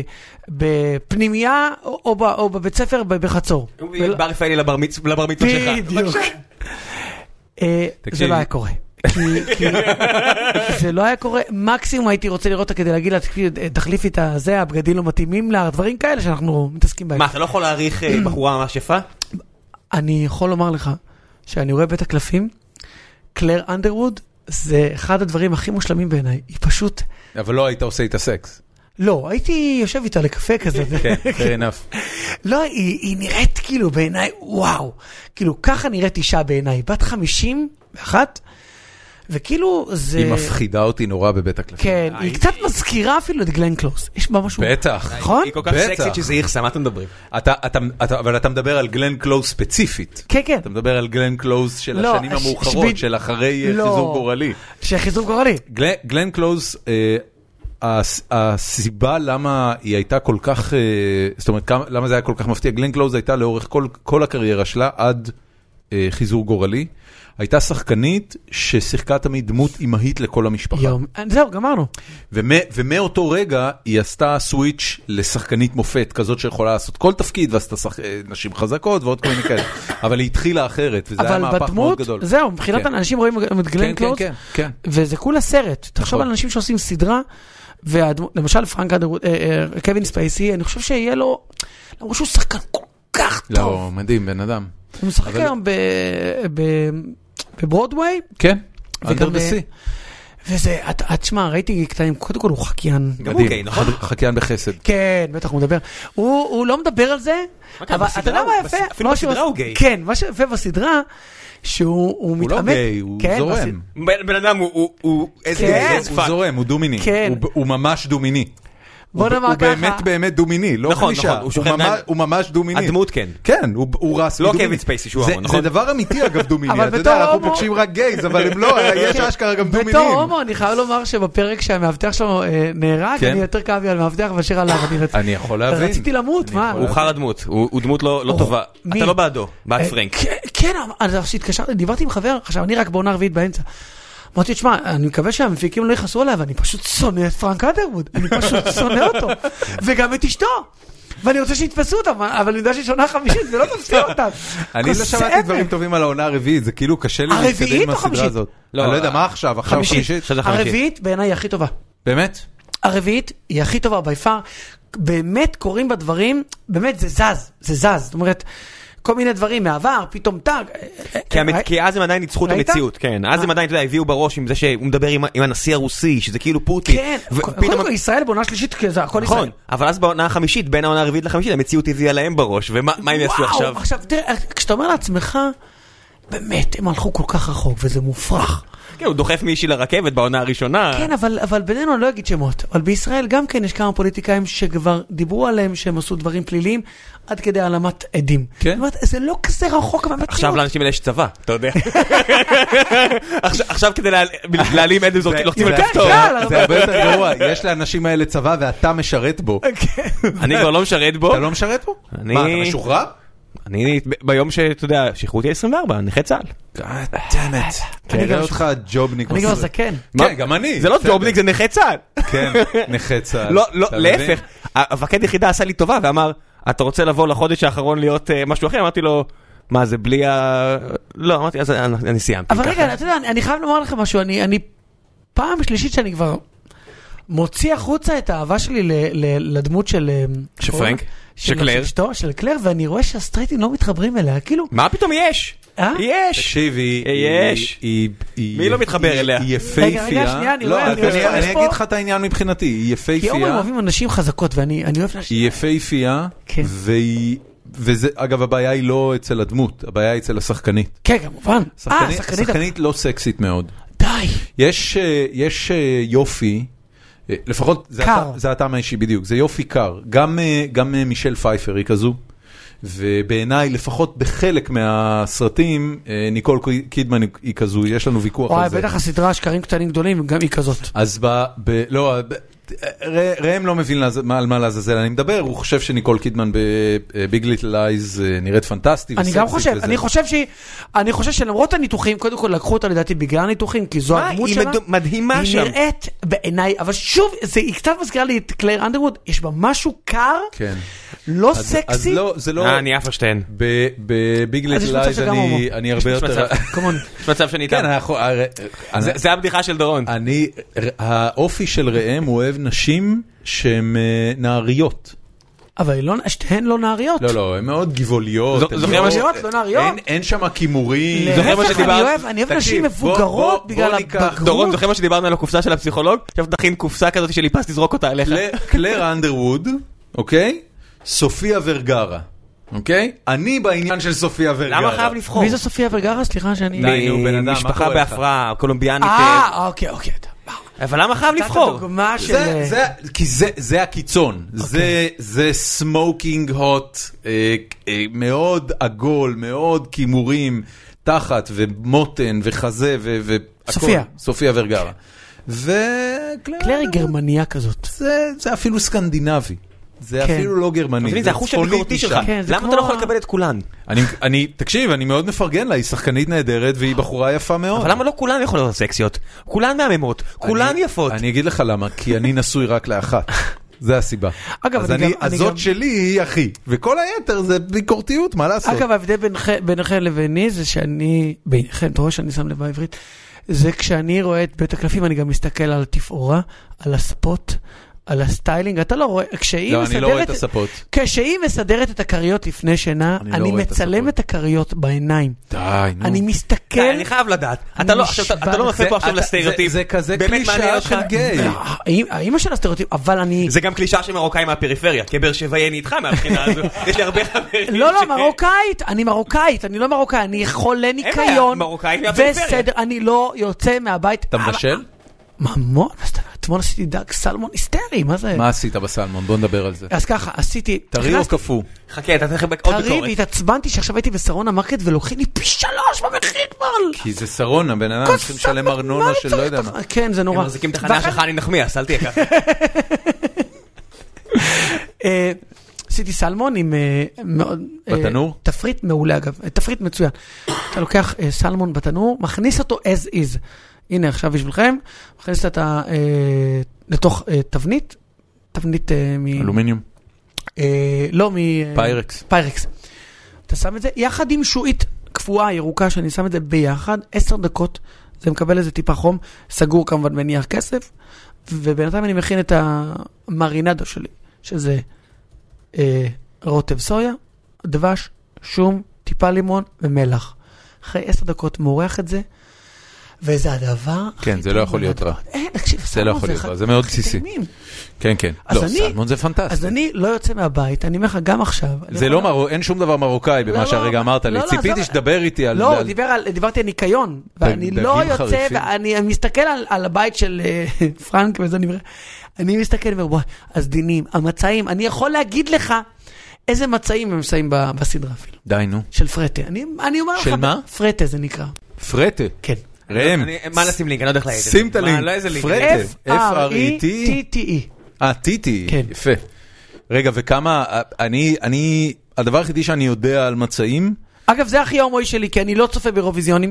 בפנימייה או בבית ספר בחצור? בר רפאלי לבר מצווה שלך. בדיוק. זה לא היה קורה. כי זה לא היה קורה, מקסימום הייתי רוצה לראות אותה כדי להגיד לה, תחליפי את זה, הבגדים לא מתאימים לה, דברים כאלה שאנחנו מתעסקים בהם. מה, אתה לא יכול להעריך בחורה ממש יפה? אני יכול לומר לך, שאני רואה בית הקלפים, קלר אנדרווד, זה אחד הדברים הכי מושלמים בעיניי, היא פשוט... אבל לא היית עושה איתה סקס. לא, הייתי יושב איתה לקפה כזה. כן, fair enough. לא, היא נראית כאילו בעיניי, וואו, כאילו ככה נראית אישה בעיניי, בת 51, וכאילו זה... היא מפחידה אותי נורא בבית הקלפים. כן, היא קצת מזכירה אפילו את גלן קלוס. יש בה משהו... בטח. נכון? היא כל כך סקסית שזה יחסה, מה אתם מדברים? אבל אתה מדבר על גלן קלוס ספציפית. כן, כן. אתה מדבר על גלן קלוס של השנים המאוחרות, של אחרי חיזור גורלי. של חיזור גורלי. גלן קלוס, הסיבה למה היא הייתה כל כך, זאת אומרת, למה זה היה כל כך מפתיע, גלן קלוז הייתה לאורך כל הקריירה שלה עד חיזור גורלי, הייתה שחקנית ששיחקה תמיד דמות אימהית לכל המשפחה. זהו, גמרנו. ומאותו רגע היא עשתה סוויץ' לשחקנית מופת, כזאת שיכולה לעשות כל תפקיד, ועשתה נשים חזקות ועוד כל מיני כאלה. אבל היא התחילה אחרת, וזה היה מהפך מאוד גדול. זהו, מבחינת אנשים רואים את גלן קלוז, וזה כולה סרט. תחשוב על אנשים שעושים סדרה, ולמשל פרנק אנדרווד, קווין ספייסי, אני חושב שיהיה לו, למרות שהוא שחקן כל כך טוב. לא, מדהים, בן אדם. הוא משחק היום בברודווי. כן, אנדר דה סי. וזה, תשמע, ראיתי קטעים, קודם כל הוא חקיין. מדהים, חקיין בחסד. כן, בטח הוא מדבר. הוא לא מדבר על זה, אבל אתה יודע מה יפה? אפילו בסדרה הוא גיי. כן, מה שיפה בסדרה, שהוא מתאמת. הוא לא גיי, הוא זורם. בן אדם הוא זורם, הוא דומיני. הוא ממש דומיני. בוא נאמר ככה. הוא באמת דומיני, לא קלישה. הוא ממש דומיני. הדמות כן. כן, הוא רס. לא קווין ספייסי שהוא המון, נכון? זה דבר אמיתי אגב דומיני. אתה יודע, אנחנו פוגשים רק גייז, אבל הם לא, יש אשכרה גם דומינים. בתור הומו, אני חייב לומר שבפרק שהמאבטח שלנו נהרג, אני יותר כאב לי על מאבטח מאשר עליו. אני יכול להבין. רציתי למות, מה? הוא חר הדמות, הוא דמות לא טובה. אתה לא בעדו, בעד פרנק. כן, דיברתי עם חבר, עכשיו אני רק בעונה רביעית באמצע. אמרתי, תשמע, אני מקווה שהמפיקים לא יכעסו עליו, אני פשוט שונא את פרנק אנדרווד, אני פשוט שונא אותו, וגם את אשתו, ואני רוצה שיתפסו אותם, אבל אני יודע שיש עונה חמישית, ולא תפסו אותם. אני לא שמעתי דברים טובים על העונה הרביעית, זה כאילו קשה לי להתקדם עם הסדרה הזאת. אני לא יודע, מה עכשיו? עכשיו חמישית? הרביעית בעיניי היא הכי טובה. באמת? הרביעית היא הכי טובה ביפר, באמת קוראים בדברים, באמת זה זז, זאת אומרת, כל מיני דברים מעבר, פתאום טאג. כי אז הם עדיין ניצחו את המציאות, כן. אז הם עדיין, אתה יודע, הביאו בראש עם זה שהוא מדבר עם הנשיא הרוסי, שזה כאילו פוטין. כן, קודם כל ישראל בעונה שלישית, הכל ישראל. נכון, אבל אז בעונה החמישית, בין העונה הרביעית לחמישית, המציאות הביאה להם בראש, ומה הם יעשו עכשיו? וואו, עכשיו, תראה, כשאתה אומר לעצמך, באמת, הם הלכו כל כך רחוק, וזה מופרך. כן, הוא דוחף מישהי לרכבת בעונה הראשונה. כן, אבל בינינו אני לא אגיד שמות. אבל בישראל גם כן יש כמה פוליטיקאים שכבר דיברו עליהם שהם עשו דברים פליליים, עד כדי העלמת עדים. כן? זאת אומרת, זה לא כזה רחוק מהמציאות. עכשיו לאנשים האלה יש צבא, אתה יודע. עכשיו כדי להעלים עדים לוחצים על כפתור. זה הרבה יותר גרוע. יש לאנשים האלה צבא ואתה משרת בו. אני כבר לא משרת בו. אתה לא משרת בו? מה, אתה משוחרר? אני ביום שאתה יודע, שחררו אותי 24, נכה צה"ל. God damn it. תראה אותך ג'ובניק. אני כבר זקן. כן, גם אני. זה לא ג'ובניק, זה נכה צה"ל. כן, נכה צה"ל. לא, להפך. המפקד יחידה עשה לי טובה ואמר, אתה רוצה לבוא לחודש האחרון להיות משהו אחר? אמרתי לו, מה זה בלי ה... לא, אמרתי, אז אני סיימתי. אבל רגע, אתה יודע, אני חייב לומר לכם משהו, אני פעם שלישית שאני כבר מוציא החוצה את האהבה שלי לדמות של פרנק? של קלר? של קלר, ואני רואה שהסטרייטים לא מתחברים אליה, כאילו... מה פתאום יש? יש! תקשיבי, יש! מי לא מתחבר אליה? היא יפהפייה. רגע, שנייה, אני אגיד לך את העניין מבחינתי, היא יפהפייה. כי אומרים אוהבים אנשים חזקות, ואני אוהב נשים. היא יפהפייה, וזה, אגב, הבעיה היא לא אצל הדמות, הבעיה היא אצל השחקנית. כן, כמובן. השחקנית לא סקסית מאוד. די. יש יופי, לפחות זה הטעם האישי בדיוק, זה יופי קר. גם מישל פייפר היא כזו, ובעיניי לפחות בחלק מהסרטים ניקול קידמן היא כזו, יש לנו ויכוח על זה. בטח הסדרה שקרים קטנים גדולים גם היא כזאת. אז לא, ראם לא מבין על מה לעזאזל אני מדבר, הוא חושב שניקול קידמן בביג ליטל אייז נראית פנטסטי. אני גם חושב, אני חושב שלמרות הניתוחים, קודם כל לקחו אותה לדעתי בגלל הניתוחים, כי זו הדמות שלה. היא מדהימה שם. היא נראית בעיניי, אבל שוב, היא קצת מזכירה לי את קלר אנדרווד, יש בה משהו קר, לא סקסי. אז זה לא... אני אפרשטיין. בביג ליטל אייז אני הרבה יותר... יש מצב שאני איתם. זה הבדיחה של דורון. האופי של ראם הוא אוהב נשים שהן נעריות. אבל שתיהן לא נעריות. לא, הן מאוד גבעוליות. נעריות, לא נעריות. אין שם כימורים. אני אוהב נשים מבוגרות בגלל הבגרות. דורון, זוכר מה שדיברנו על הקופסה של הפסיכולוג? עכשיו תכין קופסה כזאת של ליפס, תזרוק אותה אליך. קלר אנדרווד, אוקיי? סופיה ורגרה. אוקיי? אני בעניין של סופיה ורגרה. למה חייב לבחור? מי זו סופיה ורגרה? סליחה שאני... משפחה בהפרעה, קולומביאנית. אוקיי. אבל למה חייב לבחור? כי זה הקיצון. זה סמוקינג הוט, מאוד עגול, מאוד כימורים, תחת ומותן וחזה סופיה. סופיה ורגרה. קלר היא גרמניה כזאת. זה אפילו סקנדינבי. זה אפילו לא גרמני. זה החוש הביקורתי שלך. למה אתה לא יכול לקבל את כולן? תקשיב, אני מאוד מפרגן לה, היא שחקנית נהדרת והיא בחורה יפה מאוד. אבל למה לא כולן יכולות להיות סקסיות? כולן מהממות, כולן יפות. אני אגיד לך למה, כי אני נשוי רק לאחת. זה הסיבה. אז זאת שלי היא אחי, וכל היתר זה ביקורתיות, מה לעשות? אגב, ההבדל ביניכם לביני זה שאני, ביניכם, אתה רואה שאני שם לב בעברית, זה כשאני רואה את בית הקלפים, אני גם מסתכל על התפאורה, על הספוט, על הסטיילינג, אתה לא רואה, אני לא רואה את הספות. כשהיא מסדרת את הקריות לפני שינה, אני מצלם את הקריות בעיניים. די, נו. אני מסתכל... אני חייב לדעת. אתה לא נופל פה עכשיו לסטריאוטיפ. זה כזה קלישה של גיי. האמא של הסטריאוטיפ, אבל אני... זה גם קלישה של מרוקאי מהפריפריה, כבר שבעי אני איתך מהבחינה הזו. יש לי הרבה חברים. לא, מרוקאית. אני מרוקאית, אני לא מרוקאי. אני חולה ניקיון. וסדר, אני לא יוצא מהבית. אתה מבשל? ממון, אתמול עשיתי דג סלמון היסטרי, מה זה? מה עשית בסלמון? בוא נדבר על זה. אז ככה, עשיתי... טרי או קפוא? חכה, אתה תכף עוד ביקורת. טרי, והתעצבנתי שעכשיו הייתי בסרונה מרקט ולוקחים לי פי 3 במחיר כבר. כי זה סרונה, בן אדם צריכים לשלם ארנונה של לא יודע מה. כן, זה נורא. הם מחזיקים את החניה שלך, אני נחמיאס, אל תהיה ככה. עשיתי סלמון עם... בתנור? תפריט מעולה אגב, תפריט מצוין. אתה לוקח סלמון בתנור, מכניס אותו as is. הנה עכשיו בשבילכם, מכניס אותה לתוך תבנית מ... אלומיניום? לא, פיירקס. פיירקס. אתה שם את זה יחד עם שועית קפואה ירוקה, שאני שם את זה ביחד, 10 דקות, זה מקבל איזה טיפה חום, סגור כמובן מניח כסף, ובינתיים אני מכין את המרינדו שלי, שזה רוטב סויה, דבש, שום, טיפה לימון ומלח. אחרי 10 דקות מורח את זה, וזה הדבר... כן, זה לא יכול להיות רע. תקשיב, זה לא יכול להיות רע, זה מאוד בסיסי. כן. לא, סלמון זה פנטסטי. אז אני לא יוצא מהבית, אני אומר לך גם עכשיו... זה לא, אין שום דבר מרוקאי במה שהרגע אמרת לי. ציפיתי שתדבר איתי על... לא, דיברתי על ניקיון, ואני לא יוצא, ואני מסתכל על הבית של פרנק, וזה אני מסתכל ואומר, בוא, אז דינים, המצעים, אני יכול להגיד לך איזה מצעים הם שמים בסדרה אפילו. די, נו. של פרטה. אני אומר לך... של מה? פרטה זה נקרא. פרטה? כן. ראם. מה לשים לינק? אני לא יודע איך להגיד. שים את הלינק. פרטה. F-R-E-T-T-E. טיטי. יפה. רגע, וכמה... הדבר היחידי שאני יודע על מצעים... אגב, זה הכי ההומואי שלי, כי אני לא צופה באירוויזיונים.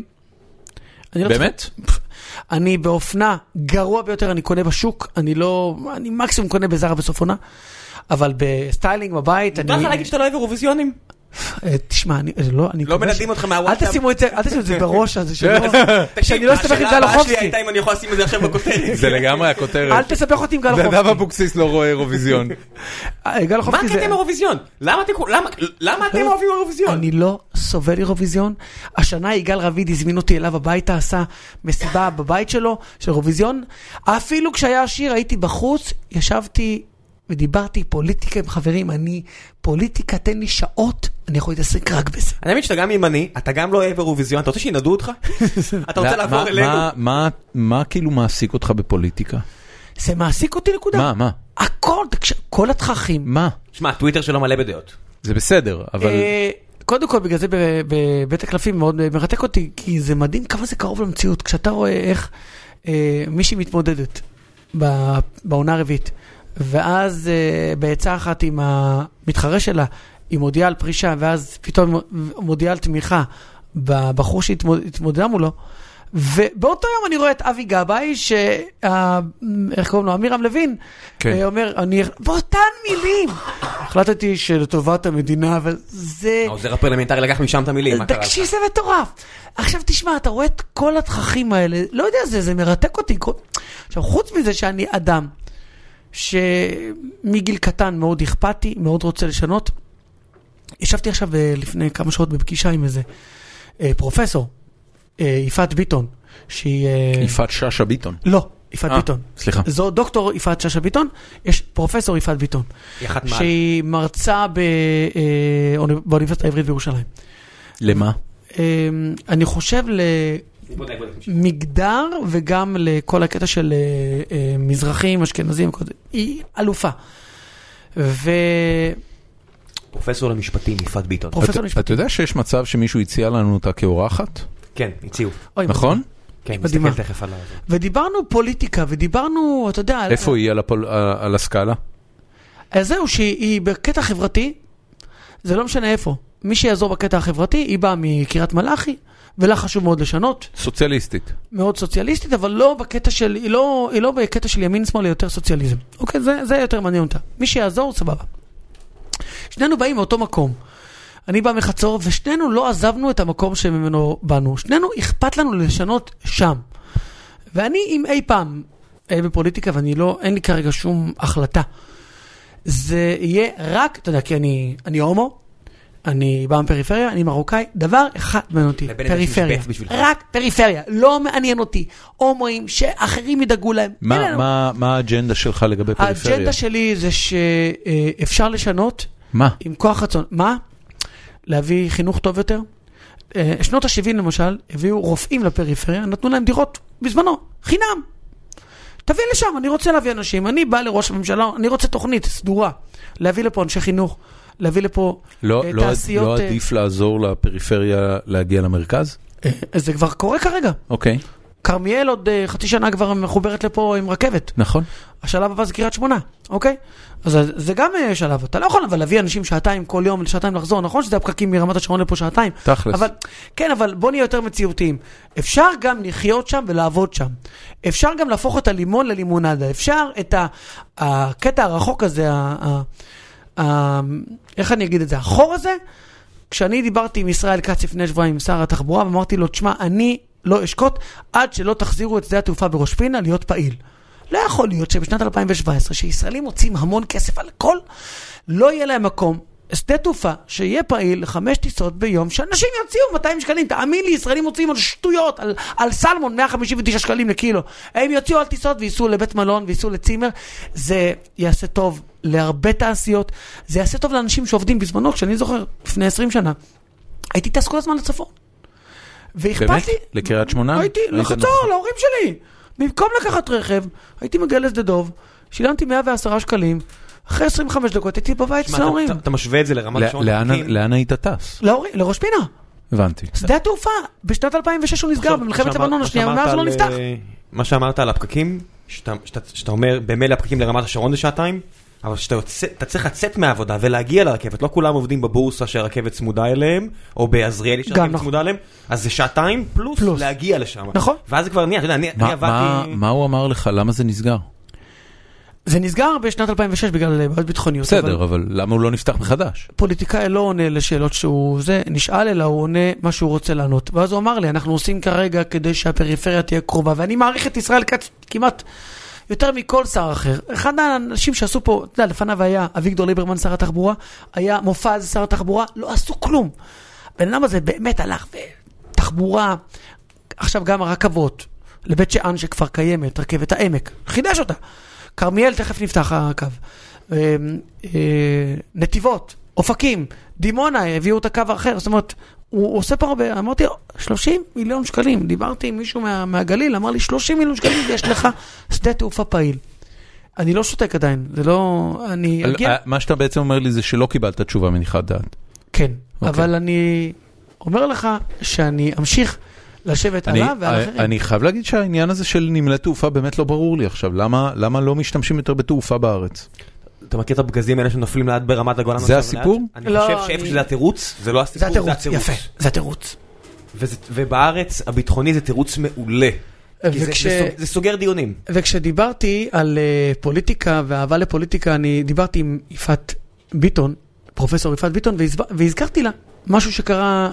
באמת? אני באופנה גרוע ביותר, אני קונה בשוק, אני מקסימום קונה בזרה בסוף עונה, אבל בסטיילינג בבית, אתה יכול להגיד שאתה לא אוהב אירוויזיונים? תשמע, לא מנדים אותך מהוואטסאפ. אל תשימו את זה בראש הזה, שאני לא אסתבך עם גל השאלה אוחובסקי. שלי הייתה אם אני יכול לשים את זה עכשיו בכותרת. זה לגמרי הכותרת. אל תסבך אותי עם גל אוחובסקי. נדב אבוקסיס לא רואה אירוויזיון. מה הקטע עם אירוויזיון? למה אתם אוהבים אירוויזיון? אני לא סובל אירוויזיון. השנה יגאל רביד הזמין אותי אליו הביתה, עשה מסיבה בבית שלו, של אירוויזיון. אפילו כשהיה השיר הייתי בחוץ, ישבתי ודיברתי פוליטיקה עם חברים, פוליטיקה תן לי שעות, אני יכול להתעסק רק בזה. אני מבין שאתה גם ימני, אתה גם לא אוהב אירוויזיון, אתה רוצה שינדו אותך? אתה רוצה לעבור אלינו? מה כאילו מעסיק אותך בפוליטיקה? זה מעסיק אותי נקודה. מה? הכל, כל התככים. מה? שמע, טוויטר שלו מלא בדעות. זה בסדר, אבל... קודם כל, בגלל זה בבית הקלפים מאוד מרתק אותי, כי זה מדהים כמה זה קרוב למציאות, כשאתה רואה איך מישהי מתמודדת. בעונה הרביעית. ואז בעצה אחת עם המתחרה שלה, היא מודיעה על פרישה, ואז פתאום מודיעה על תמיכה בבחור שהתמודדה מולו, ובאותו יום אני רואה את אבי גבאי, איך קוראים לו, אמירם לוין, אומר, באותן מילים, החלטתי שלטובת המדינה, וזה... העוזר הפרלמנטרי לקח משם את המילים, מה קרה לך? תקשיב, זה מטורף. עכשיו תשמע, אתה רואה את כל התככים האלה, לא יודע, זה מרתק אותי. עכשיו, חוץ מזה שאני אדם, שמגיל קטן מאוד אכפתי, מאוד רוצה לשנות, ישבתי עכשיו לפני כמה שעות בפגישה עם איזה פרופסור, יפעת ביטון, שהיא... יפעת שאשא ביטון. לא, יפעת ביטון. סליחה. זו דוקטור יפעת שאשא ביטון, יש פרופסור יפעת ביטון, שהיא מרצה באוניברסיטה העברית בירושלים. למה? אני חושב למגדר וגם לכל הקטע של מזרחים, אשכנזים, היא אלופה. פרופסור למשפטים, יפעת ביטון. אתה יודע שיש מצב שמישהו הציע לנו אותה כאורחת? כן, הציעו. נכון? כן, מסתכל תכף על זה. ודיברנו פוליטיקה, ודיברנו, אתה יודע... איפה היא על הסקאלה? אז זהו, שהיא בקטע חברתי, זה לא משנה איפה. מי שיעזור בקטע החברתי, היא באה מקריית מלאכי, ולה חשוב מאוד לשנות. סוציאליסטית. מאוד סוציאליסטית, אבל לא בקטע של, היא לא בקטע של ימין שמאל, יותר סוציאליזם. אוקיי, זה יותר מעניין אותה. מי שיעזור, סבבה. שנינו באים מאותו מקום. אני בא מחצור, ושנינו לא עזבנו את המקום שממנו באנו. שנינו אכפת לנו לשנות שם. ואני, אם אי פעם, בפוליטיקה, אין לי כרגע שום החלטה. זה יהיה רק, אתה יודע, כי אני הומו, אני בא מפריפריה, אני מרוקאי, דבר אחד מעניין אותי, פריפריה. רק פריפריה, לא מעניין אותי. הומואים שאחרים ידאגו להם. מה האג'נדה שלך לגבי פריפריה? האג'נדה שלי זה שאפשר לשנות. מה? עם כוח רצון. מה? להביא חינוך טוב יותר. שנות ה-70 למשל, הביאו רופאים לפריפריה, נתנו להם דירות בזמנו, חינם. תביא לשם, אני רוצה להביא אנשים, אני בא לראש הממשלה, אני רוצה תוכנית סדורה, להביא לפה אנשי חינוך, להביא לפה תעשיות... לא עדיף לעזור לפריפריה להגיע למרכז? זה כבר קורה כרגע. אוקיי. קרמיאל עוד חצי שנה כבר מחוברת לפה עם רכבת. נכון. השלב הבא זה קריית שמונה, אוקיי? אז זה גם שלב. אתה לא יכול אבל להביא אנשים שעתיים כל יום לשעתיים לחזור, נכון שזה הפקקים מרמת השרון לפה שעתיים. תכלס. אבל, כן, אבל בוא נהיה יותר מציאותיים. אפשר גם לחיות שם ולעבוד שם. אפשר גם להפוך את הלימון ללימונדה. אפשר את הקטע הרחוק הזה, איך אני אגיד את זה? החור הזה, כשאני דיברתי עם ישראל כץ לפני שבועיים עם שר התחבורה, ואמרתי לו, תשמע, אני לא אשקוט עד שלא תחזירו את שדה התעופה בראש פינה להיות פעיל. לא יכול להיות שבשנת 2017, שישראלים מוצאים המון כסף על הכל, לא יהיה להם מקום, שדה תעופה שיהיה פעיל 5 טיסות ביום, שאנשים יוציאו 200 שקלים, תאמין לי, ישראלים מוצאים על שטויות, על סלמון 159 שקלים לקילו, הם יוציאו על טיסות וייסעו לבית מלון וייסעו לצימר, זה יעשה טוב להרבה תעשיות, זה יעשה טוב לאנשים שעובדים בזמנו, כשאני זוכר, לפני 20 שנה, הייתי טס כל הזמן לצפון. באמת? לקריית שמונה? הייתי לחצור, להורים שלי. במקום לקחת רכב, הייתי מגיע לשדה דוב, שילמתי 110 שקלים, אחרי 25 דקות הייתי בבית של ההורים. אתה משווה את זה לרמת השרון? לאן היית טס? לראש פינה. הבנתי. שדה התעופה, בשנת 2006 הוא נסגר, במלחמת לבנון השנייה, ומאז הוא לא נפתח. מה שאמרת על הפקקים, שאתה אומר, במילא הפקקים לרמת השרון זה שעתיים, אבל שאתה צריך לצאת מהעבודה ולהגיע לרכבת, לא כולם עובדים בבורסה שהרכבת צמודה אליהם, או בעזריאלי שהרכבת צמודה אליהם, אז זה שעתיים פלוס להגיע לשם. נכון. ואז זה כבר נהיה, אתה יודע, אני עבדתי... מה הוא אמר לך? למה זה נסגר? זה נסגר בשנת 2006 בגלל בעיות ביטחוניות. בסדר, אבל למה הוא לא נפתח מחדש? פוליטיקאי לא עונה לשאלות שהוא נשאל, אלא הוא עונה מה שהוא רוצה לענות. ואז הוא אמר לי, אנחנו עושים כרגע כדי שהפריפריה תהיה קרובה, ואני מעריך את ישראל כמעט יותר מכל שר אחר. אחד האנשים שעשו פה, אתה יודע, לפניו היה אביגדור ליברמן שר התחבורה, היה מופז שר התחבורה, לא עשו כלום. בן אדם הזה באמת הלך ותחבורה, עכשיו גם הרכבות, לבית שאן שכבר קיימת, רכבת העמק, חידש אותה. קרמיאל תכף נפתח הקו. נתיבות, אופקים, דימונה, הביאו את הקו האחר, זאת אומרת, הוא עושה פה הרבה, אמרתי, 30 מיליון שקלים, דיברתי עם מישהו מהגליל, אמר לי, 30 מיליון שקלים, יש לך שדה תעופה פעיל. אני לא שותק עדיין, זה לא, אני אגיע... מה שאתה בעצם אומר לי זה שלא קיבלת תשובה מניחת דעת. כן, אבל אני אומר לך שאני אמשיך לשבת עליו ועל אחרים. אני חייב להגיד שהעניין הזה של נמלי תעופה באמת לא ברור לי עכשיו. למה לא משתמשים יותר בתעופה בארץ? אתה מכיר את הפגזים האלה שנופלים לאט ברמת הגולן? זה הסיפור? אני חושב שאיפה שזה התירוץ, זה לא הסיפור, זה התירוץ. יפה, זה התירוץ. ובארץ הביטחוני זה תירוץ מעולה. זה סוגר דיונים. וכשדיברתי על פוליטיקה ואהבה לפוליטיקה, אני דיברתי עם יפעת ביטון, פרופסור יפעת ביטון, והזכרתי לה משהו שקרה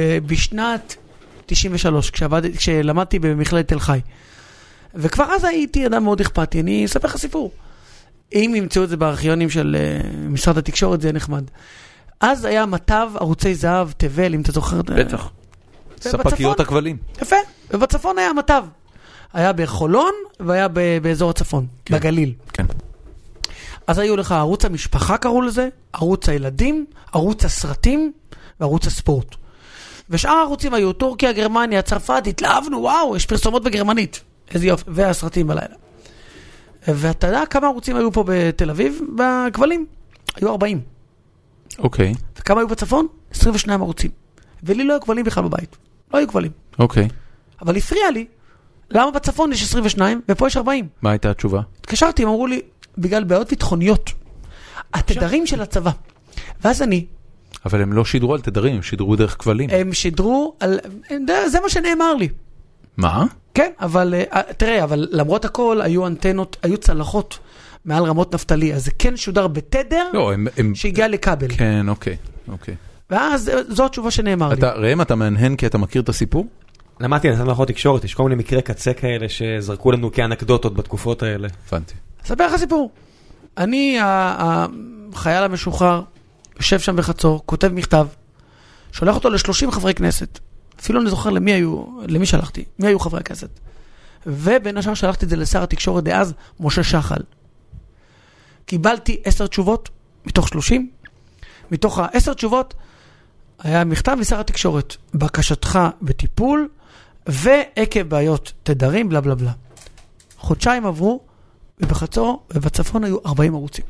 בשנת 93, כשלמדתי במכללת תל חי. וכבר אז הייתי אדם מאוד אכפתי, אני אספר לך סיפור. אם ימצאו את זה בארכיונים של משרד התקשורת, זה נחמד. אז היה מטב ערוצי זהב, תבל, אם אתה זוכר. בטח. ספקיות הכבלים. יפה, ובצפון היה מטב. היה בחולון והיה באזור הצפון, בגליל. כן. אז היו לך ערוץ המשפחה קראו לזה, ערוץ הילדים, ערוץ הסרטים וערוץ הספורט. ושאר הערוצים היו טורקיה, גרמניה, צרפת, התלהבנו, וואו, יש פרסומות בגרמנית. איזה יופי, והסרטים בלילה. ואתה יודע כמה ערוצים היו פה בתל אביב, בכבלים? היו 40. אוקיי. וכמה היו בצפון? 22 ערוצים. ולי לא היו כבלים בכלל בבית. לא היו כבלים. אוקיי. אבל הפריע לי, למה בצפון יש 22 ופה יש 40? מה הייתה התשובה? התקשרתי, הם אמרו לי, בגלל בעיות ביטחוניות, התדרים של הצבא. ואז אני... אבל הם לא שידרו על תדרים, הם שידרו דרך כבלים. הם שידרו על... זה מה שנאמר לי. מה? כן, אבל תראה, אבל למרות הכל היו אנטנות, היו צלחות מעל רמות נפתלי, אז זה כן שודר בתדר שהגיע לכבל. כן, אוקיי. ואז זו התשובה שנאמר לי. ראם, אתה מהנהן כי אתה מכיר את הסיפור? למדתי, נתן מערכות תקשורת, יש כל מיני מקרי קצה כאלה שזרקו לנו כאנקדוטות בתקופות האלה. הבנתי. אספר לך סיפור. אני, החייל המשוחרר, יושב שם בחצור, כותב מכתב, שולח אותו ל30 חברי כנסת. אפילו אני זוכר למי שלחתי, מי היו חברי הכנסת. ובין השאר שלחתי את זה לשר התקשורת דאז, משה שחל. קיבלתי 10 תשובות מתוך 30. מתוך 10 תשובות היה מכתב לשר התקשורת, בקשתך בטיפול, ועקב בעיות תדרים, בלה בלה בלה. חודשיים עברו, ובחצור ובצפון היו 40 ערוצים.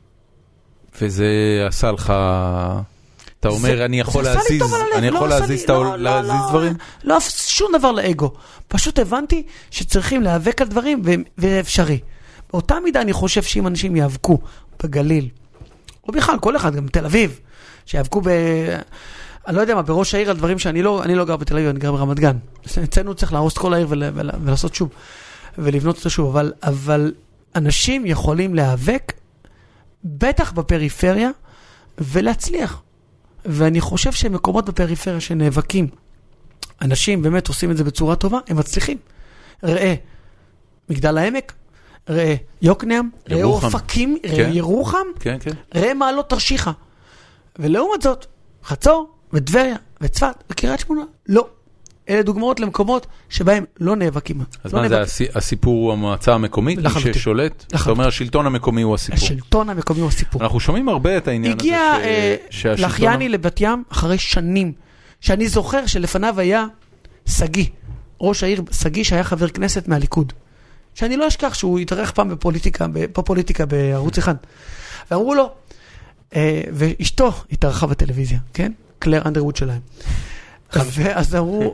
וזה עשה לך... אתה אומר, אני יכול להזיז דברים? לא, שום דבר לאגו. פשוט הבנתי שצריכים להיאבק על דברים, וזה אפשרי. באותה מידה אני חושב שאם אנשים יאבקו בגליל, או בכלל, כל אחד, גם בתל אביב, שיאבקו אני לא יודע מה, בראש העיר על דברים שאני לא גר בתל אביב, אני גר ברמת גן. אצלנו צריך להרוס כל העיר ולעשות שוב, ולבנות אותו שוב. אבל אנשים יכולים להיאבק, בטח בפריפריה, ולהצליח. ואני חושב שמקומות בפריפריה שנאבקים, אנשים באמת עושים את זה בצורה טובה, הם מצליחים. ראה מגדל העמק, ראה יוקנעם, ראה אופקים, ראה ירוחם, ראה מעלות תרשיחא. ולעומת זאת, חצור וטבריה וצפת וקריית שמונה, לא. אלה דוגמאות למקומות שבהם לא נאבקים. אז מה זה הסיפור הוא המועצה המקומית, מי ששולט? זאת אומרת, השלטון המקומי הוא הסיפור. השלטון המקומי הוא הסיפור. אנחנו שומעים הרבה את העניין הזה. הגיע לחייני לבת ים אחרי שנים, שאני זוכר שלפניו היה סגי, ראש העיר סגי שהיה חבר כנסת מהליכוד. שאני לא אשכח שהוא התארח פעם בפוליטיקה בערוץ אחד. ואמרו לו, ואשתו התארחה בטלוויזיה, כן? קלר אנדרווד שלהם. ואז אמרו,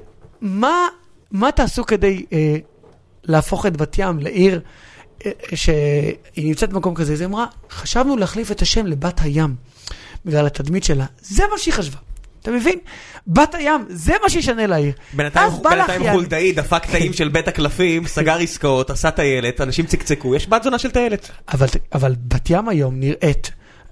מה תעשו כדי להפוך את בת ים לעיר שהיא נמצאת במקום כזה? היא אמרה, חשבנו להחליף את השם לבת הים, בגלל התדמית שלה. זה מה שהיא חשבה. אתה מבין? בת הים, זה מה שישנה לעיר. בינתיים חולדאי דפק תאים של בית הקלפים, סגר עסקאות, עשה טיילת, אנשים צקצקו, יש בת זונה של טיילת. אבל בת ים היום נראית,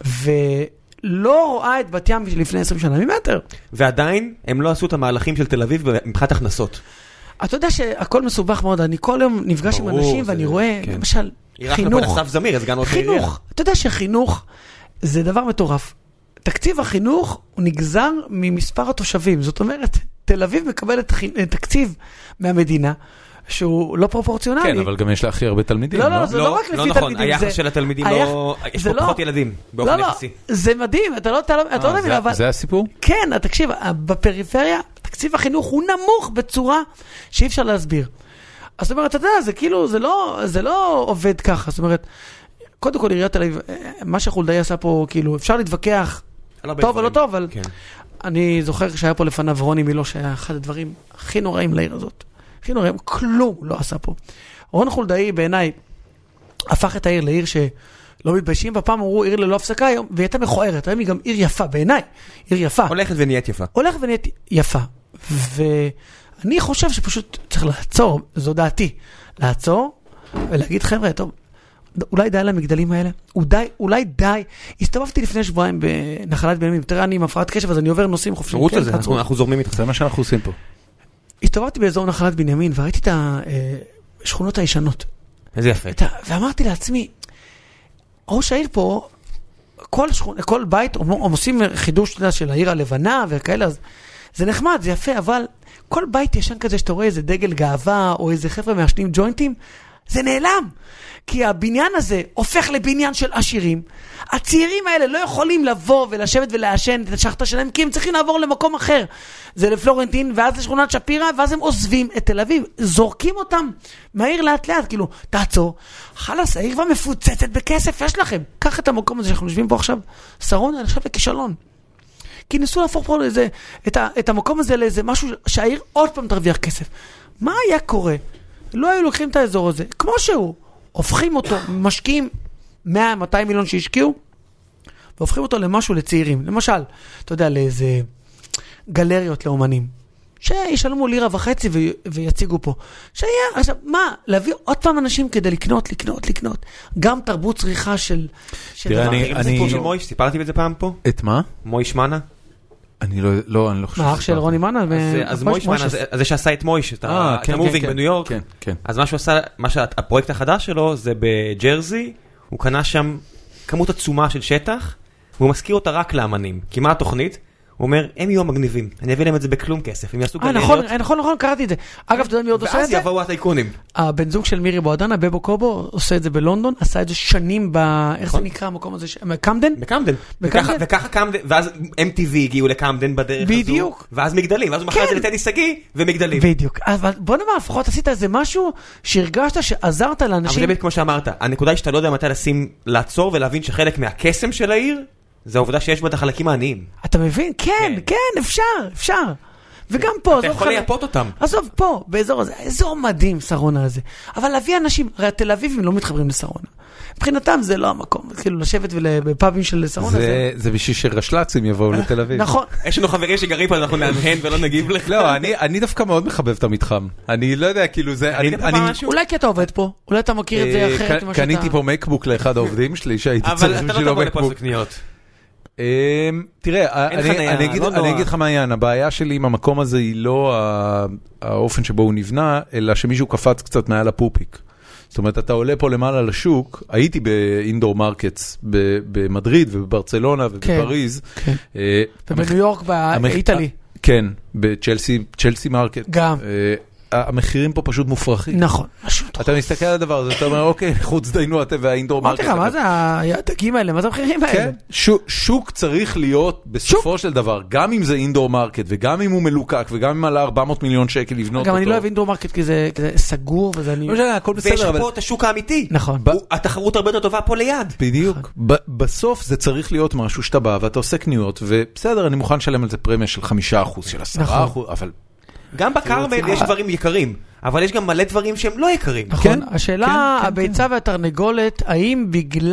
ולא רואה את בת ים לפני 20 שנה ממטר. ועדיין הם לא עשו את המהלכים של תל אביב מבחינת הכנסות. אתה יודע שהכל מסובך מאוד, אני כל יום נפגש עם אנשים ואני רואה, למשל, חינוך. חינוך, אתה יודע שחינוך זה דבר מטורף. תקציב החינוך הוא נגזר ממספר התושבים. זאת אומרת, תל אביב מקבלת תקציב מהמדינה שהוא לא פרופורציונלי. כן, אבל גם יש לה הכי הרבה תלמידים. לא, זה לא רק לפי תלמידים. לא נכון, היחס של התלמידים לא... יש פה פחות ילדים באופן יחסי. זה מדהים, אתה לא יודע מילה. זה הסיפור? כן, תקשיב, בפריפריה, תקציב החינוך הוא נמוך בצורה שאי אפשר להסביר. אז זאת אומרת, אתה יודע, זה כאילו, זה לא עובד ככה. זאת אומרת, קודם כל עיריית תל אביב, מה שחולדאי עשה פה, כאילו, אפשר להתווכח טוב או לא טוב, אבל אני זוכר שהיה פה לפניו רוני מילו, שהיה אחד הדברים הכי נוראים לעיר הזאת. הכי נוראים, כלום לא עשה פה. רון חולדאי בעיניי הפך את העיר לעיר שלא מתביישים, והפעם אמרו עיר ללא הפסקה היום, והיא הייתה מכוערת, היום היא גם עיר יפה בעיניי, עיר יפה. הולכת ונהיית יפה. הולכת ונהיית יפה. ואני חושב שפשוט צריך לעצור, זו דעתי, לעצור ולהגיד חבר'ה, טוב, אולי די למגדלים האלה, אולי די. הסתובבתי לפני שבועיים בנחלת בנימין, תראה אני עם הפרעת קשב, אז אני עובר נושאים חופשיים. רוץ על זה, אנחנו זורמים איתך. זה מה שאנחנו עושים פה. הסתובבתי באזור נחלת בנימין, וראיתי את השכונות הישנות. איזה יפה. ואמרתי לעצמי, ראש העיר פה, כל בית, הם עושים חידוש של העיר הלבנה וכאלה, אז זה נחמד, זה יפה, אבל כל בית ישן כזה שאתה רואה איזה דגל גאווה, או איזה חבר'ה מעשנים ג'וינטים, זה נעלם. כי הבניין הזה הופך לבניין של עשירים. הצעירים האלה לא יכולים לבוא ולשבת ולעשן את השחטה שלהם, כי הם צריכים לעבור למקום אחר. זה לפלורנטין, ואז לשכונת שפירה, ואז הם עוזבים את תל אביב. זורקים אותם מהעיר לאט לאט, כאילו, תעצור. חלס, העיר כבר מפוצצת בכסף, יש לכם. קח את המקום הזה שאנחנו יושבים פה עכשיו, שרון, אני חושב לכישלון. כי ניסו להפוך פה לזה, את המקום הזה לאיזה משהו שהעיר עוד פעם תרוויח כסף. מה היה קורה? לא היו לוקחים את האזור הזה, כמו שהוא, הופכים אותו, משקיעים 100-200 מיליון שהשקיעו, והופכים אותו למשהו לצעירים. למשל, אתה יודע, לאיזה גלריות לאומנים, שישלמו לירה וחצי ויציגו פה. עכשיו, מה? להביא עוד פעם אנשים כדי לקנות. גם תרבות צריכה של... תראה, אני... מויש, סיפרתי בזה פעם פה? את מה? מויש מנה? אני לא חושב... מה, אח של רוני מנה? אז מויש מנה, זה שעשה את מויש, את המובינג בניו יורק. אז מה שהוא עשה, הפרויקט החדש שלו זה בג'רזי, הוא קנה שם כמות עצומה של שטח, והוא מזכיר אותה רק לאמנים. כי מה התוכנית? הוא אומר, הם יהיו המגניבים, אני אביא להם את זה בכלום כסף, הם יעשו גלריות. נכון, קראתי את זה. אגב, אתה יודע מי עוד עושה את זה? ואז יבואו הטייקונים. הבן זוג של מירי בועדנה, בבו קובו, עושה את זה בלונדון, עשה את זה שנים איך זה נקרא המקום הזה? קמדן? בקמדן. וככה קמדן, ואז MTV הגיעו לקמדן בדרך הזו. בדיוק. ואז מגדלים, ואז הוא מכר את זה לטדי סגי, ומגדלים. בדיוק. אבל בוא נאמר, לפחות עשית איזה משהו שהרגשת שעזרת לאנשים. אבל זה באמת כמו שאמרת, הנקודה היא שאתה לא יודע מתי לעצור ולהבין שחלק מהקסם של העיר זה העובדה שיש בה את החלקים העניים. אתה מבין? כן, אפשר. וגם פה, אתה יכול לייפות אותם. עזוב, פה, באזור הזה, אזור מדהים, שרונה הזה. אבל להביא אנשים, הרי התל אביבים לא מתחברים לשרונה. מבחינתם זה לא המקום, כאילו לשבת בפאבים של שרונה. זה בשביל שרשל"צים יבואו לתל אביב. נכון. יש לנו חברים שגרים פה, אנחנו נהנהן ולא נגיב לך. לא, אני דווקא מאוד מחבב את המתחם. אני לא יודע, כאילו זה... אולי כי אתה עובד פה, אולי אתה מכיר את זה אחרת. קניתי פה מקבוק לאחד העובדים שלי שהייתי צריך בשבילו מקבוק. תראה, אני אגיד לך מה העניין, הבעיה שלי עם המקום הזה היא לא האופן שבו הוא נבנה, אלא שמישהו קפץ קצת מעל הפופיק. זאת אומרת, אתה עולה פה למעלה לשוק, הייתי באינדור מרקטס במדריד ובברצלונה ובפריז. ובניו יורק באיטלי. כן, בצ'לסי מרקט. גם. המחירים פה פשוט מופרכים. נכון. אתה מסתכל על הדבר הזה, אתה אומר, אוקיי, חוץ דיינו אתם והאינדור מרקט. אמרתי לך, מה זה הדגים האלה? מה זה המחירים האלה? כן, שוק צריך להיות בסופו של דבר, גם אם זה אינדור מרקט, וגם אם הוא מלוקק, וגם אם עלה 400 מיליון שקל לבנות אותו. גם אני לא אוהב אינדור מרקט, כי זה סגור, וזה אני... ויש לך פה את השוק האמיתי. נכון. התחרות הרבה יותר טובה פה ליד. בדיוק. בסוף זה צריך להיות משהו שאתה בא, ואתה עושה קניות, ובסדר, אני מוכן לשלם על זה פרמיה של 5%, של 10%, אבל... גם בקרמל יש דברים יקרים, אבל יש גם מלא דברים שהם לא יקרים. נכון, השאלה, הביצה והתרנגולת, האם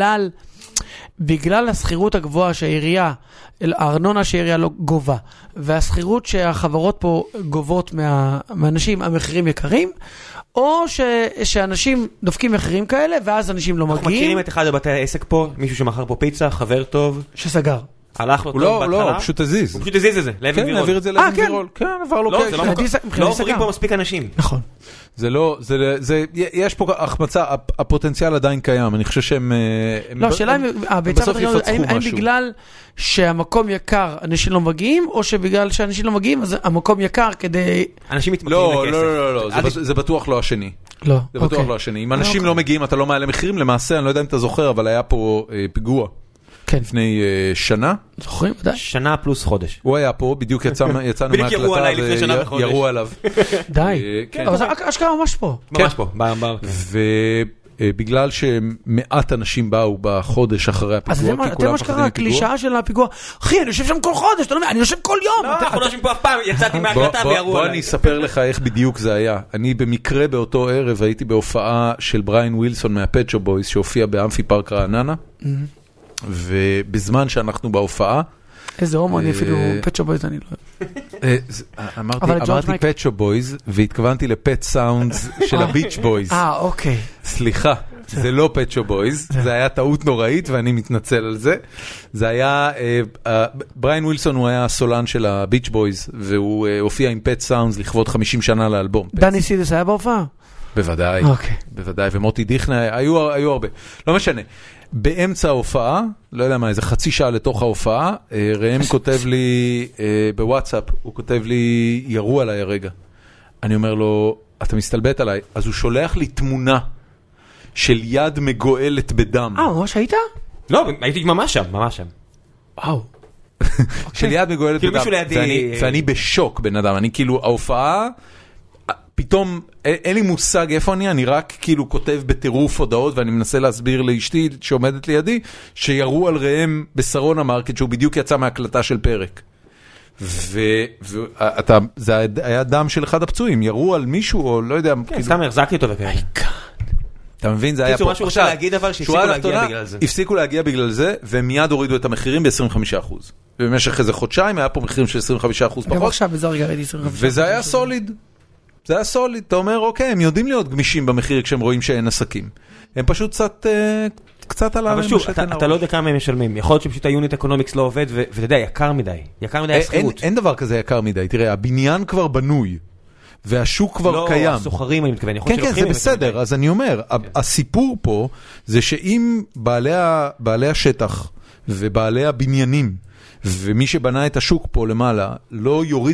בגלל הסחירות הגבוהה שהעירייה, הארנונה שהעירייה לא גובה, והסחירות שהחברות פה גובות מהאנשים, המחירים יקרים, או שאנשים דופקים מחירים כאלה, ואז אנשים לא מגיעים. אנחנו מכירים את אחד בבתי העסק פה, מישהו שמכר פה פיצה, חבר טוב. שסגר. הלך לו טוב בהתחלה. לא, פשוט הזיז. הוא פשוט הזיז את זה, לאבן וירול. כן, העביר את זה לאבן וירול. כן, עבר לו קש. לא עוברים פה מספיק אנשים. נכון. זה לא, יש פה החמצה, הפוטנציאל עדיין קיים, אני חושב שהם... לא, השאלה אם הביצה והתרנגולת, האם בגלל שהמקום יקר אנשים לא מגיעים, או שבגלל שאנשים לא מגיעים, אז המקום יקר כדי... אנשים מתמקדים לכסף. לא, זה בטוח לא השני. לא, זה בטוח לא השני. אם אנשים לא מגיעים, אתה לא מעלה מחירים, למעשה, אני לא יודע אם אתה זוכר, אבל היה פה פיגוע. לפני שנה. זוכרים, ודאי. שנה פלוס חודש. הוא היה פה, בדיוק יצאנו מהקלטה וירו עליו. די. אבל זה אשכרה ממש פה. ממש פה. בגלל שמעט אנשים באו בחודש אחרי הפיגוע, אז אתם מה שקרה, הקלישאה של הפיגוע, אחי, אני יושב שם כל חודש, אני יושב כל יום. לא, אנחנו לא יושבים פה אף פעם, יצאתי מהקלטה ויראו עליי. בוא אני אספר לך איך בדיוק זה היה. אני במקרה באותו ערב הייתי בהופעה של בריין ווילסון מהפט שופ בויז, שהופיע באמפי פארק רעננה, ובזמן שאנחנו בהופעה, איזה הומו, אני אפילו פט שופ בויז אני לא אוהב. אמרתי פט שופ בויז, והתכוונתי לפט סאונדס של הביץ' בויז. אוקיי. סליחה, זה לא פט שופ בויז, זה היה טעות נוראית ואני מתנצל על זה. זה היה, בריין ווילסון הוא היה הסולן של הביץ' בויז, והוא הופיע עם פט סאונדס לכבוד 50 שנה לאלבום. דני סידס היה בהופעה? בוודאי, בוודאי, ומוטי דיכנה, היו הרבה. לא משנה. באמצע ההופעה, לא יודע מה, איזה חצי שעה לתוך ההופעה, ראם כותב לי בוואטסאפ, הוא כותב לי, ירו עליי הרגע. אני אומר לו, אתה מסתלבט עליי, אז הוא שולח לי תמונה של יד מגואלת בדם. ממש היית? לא, הייתי ממש שם, ממש שם. וואו. של יד מגואלת בדם. ואני בשוק, בן אדם, אני כאילו, ההופעה, פתאום אין לי מושג איפה אני רק כאילו כותב בטירוף הודעות, ואני מנסה להסביר לאשתי שעומדת לידי, שירו על ראם בסרון המרקט, שהוא בדיוק יצא מהקלטה של פרק. זה היה דם של אחד הפצועים, ירו על מישהו, או לא יודע. כן, סתם החזקתי אותו וכאלה. אתה מבין, זה היה פה. משהו רוצה להגיד אבל שהפסיקו להגיע בגלל זה. הפסיקו להגיע בגלל זה, ומיד הורידו את המחירים ב-25%. ובמשך איזה חודשיים היה פה מחירים של 25% פחות. גם עכשיו בזו רגע ראיתי 25%. וזה היה סוליד. זה היה סוליד. אתה אומר, אוקיי, הם יודעים להיות גמישים במחיר כשהם רואים שאין עסקים. הם פשוט קצת עליו. אבל שוב, אתה לא יודע כמה הם משלמים. יכול להיות שפשוט היוניט אקונומיקס לא עובד, ואתה יודע, יקר מדי. יקר מדי הסחירות. אין דבר כזה יקר מדי. תראה, הבניין כבר בנוי. והשוק כבר קיים. לא, הסוחרים אני מתכוון. כן, כן, זה בסדר. אז אני אומר, הסיפור פה זה שאם בעלי השטח ובעלי הבניינים ומי שבנה את השוק פה למעלה לא יוריד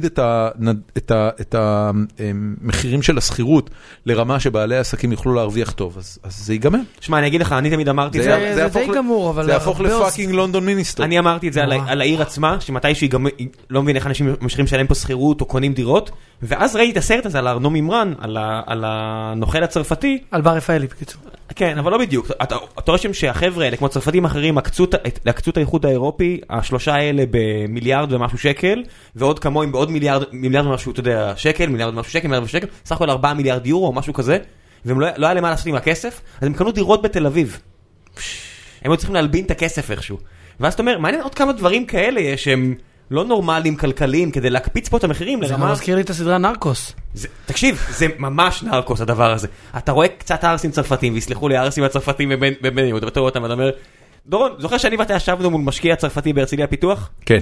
את המחירים של הסחירות לרמה שבעלי העסקים יוכלו להרוויח טוב, אז זה ייגמר. שמע, אני אגיד לך, אני תמיד אמרתי, זה די גמור, אבל... זה יהפוך לפאקינג לונדון מיניסטר. אני אמרתי את זה על העיר עצמה, שמתי שהיא לא מבין איך אנשים ממשיכים לשלם פה סחירות או קונים דירות, ואז ראיתי את הסרט הזה על ארנו מימרן, על הנוכל הצרפתי. על בר רפאלי, בקיצור. כן, אבל לא בדיוק. אתה רושם שהחבר'ה האלה, כמו צרפתים אחרים, הקצו את האיחוד האירופי, השלושה האלה במיליארד ומשהו שקל, ועוד כמוהם בעוד מיליארד ומשהו, אתה יודע, שקל, מיליארד ומשהו שקל, מיליארד ושקל, סך הכל 4 מיליארד יורו או משהו כזה, והם לא היה למה לעשות עם הכסף, אז הם קנו דירות בתל אביב. הם היו צריכים להלבין את הכסף איכשהו. ואז אתה אומר, מעניין עוד כמה דברים כאלה יש שהם לא נורמליים, כלכליים, כדי להקפיץ פה את המחירים לרמה... זה מזכיר לי את הסדרה נרקוס. תקשיב, זה ממש נרקוס הדבר הזה. אתה רואה קצת ארסים צרפתים, ויסלחו לי הארסים הצרפתים בבן יהודה, ואתה רואה אותם, ואתה אומר, דורון, זוכר שאני ואתה ישבנו מול משקיע צרפתי בהרצליה פיתוח? כן.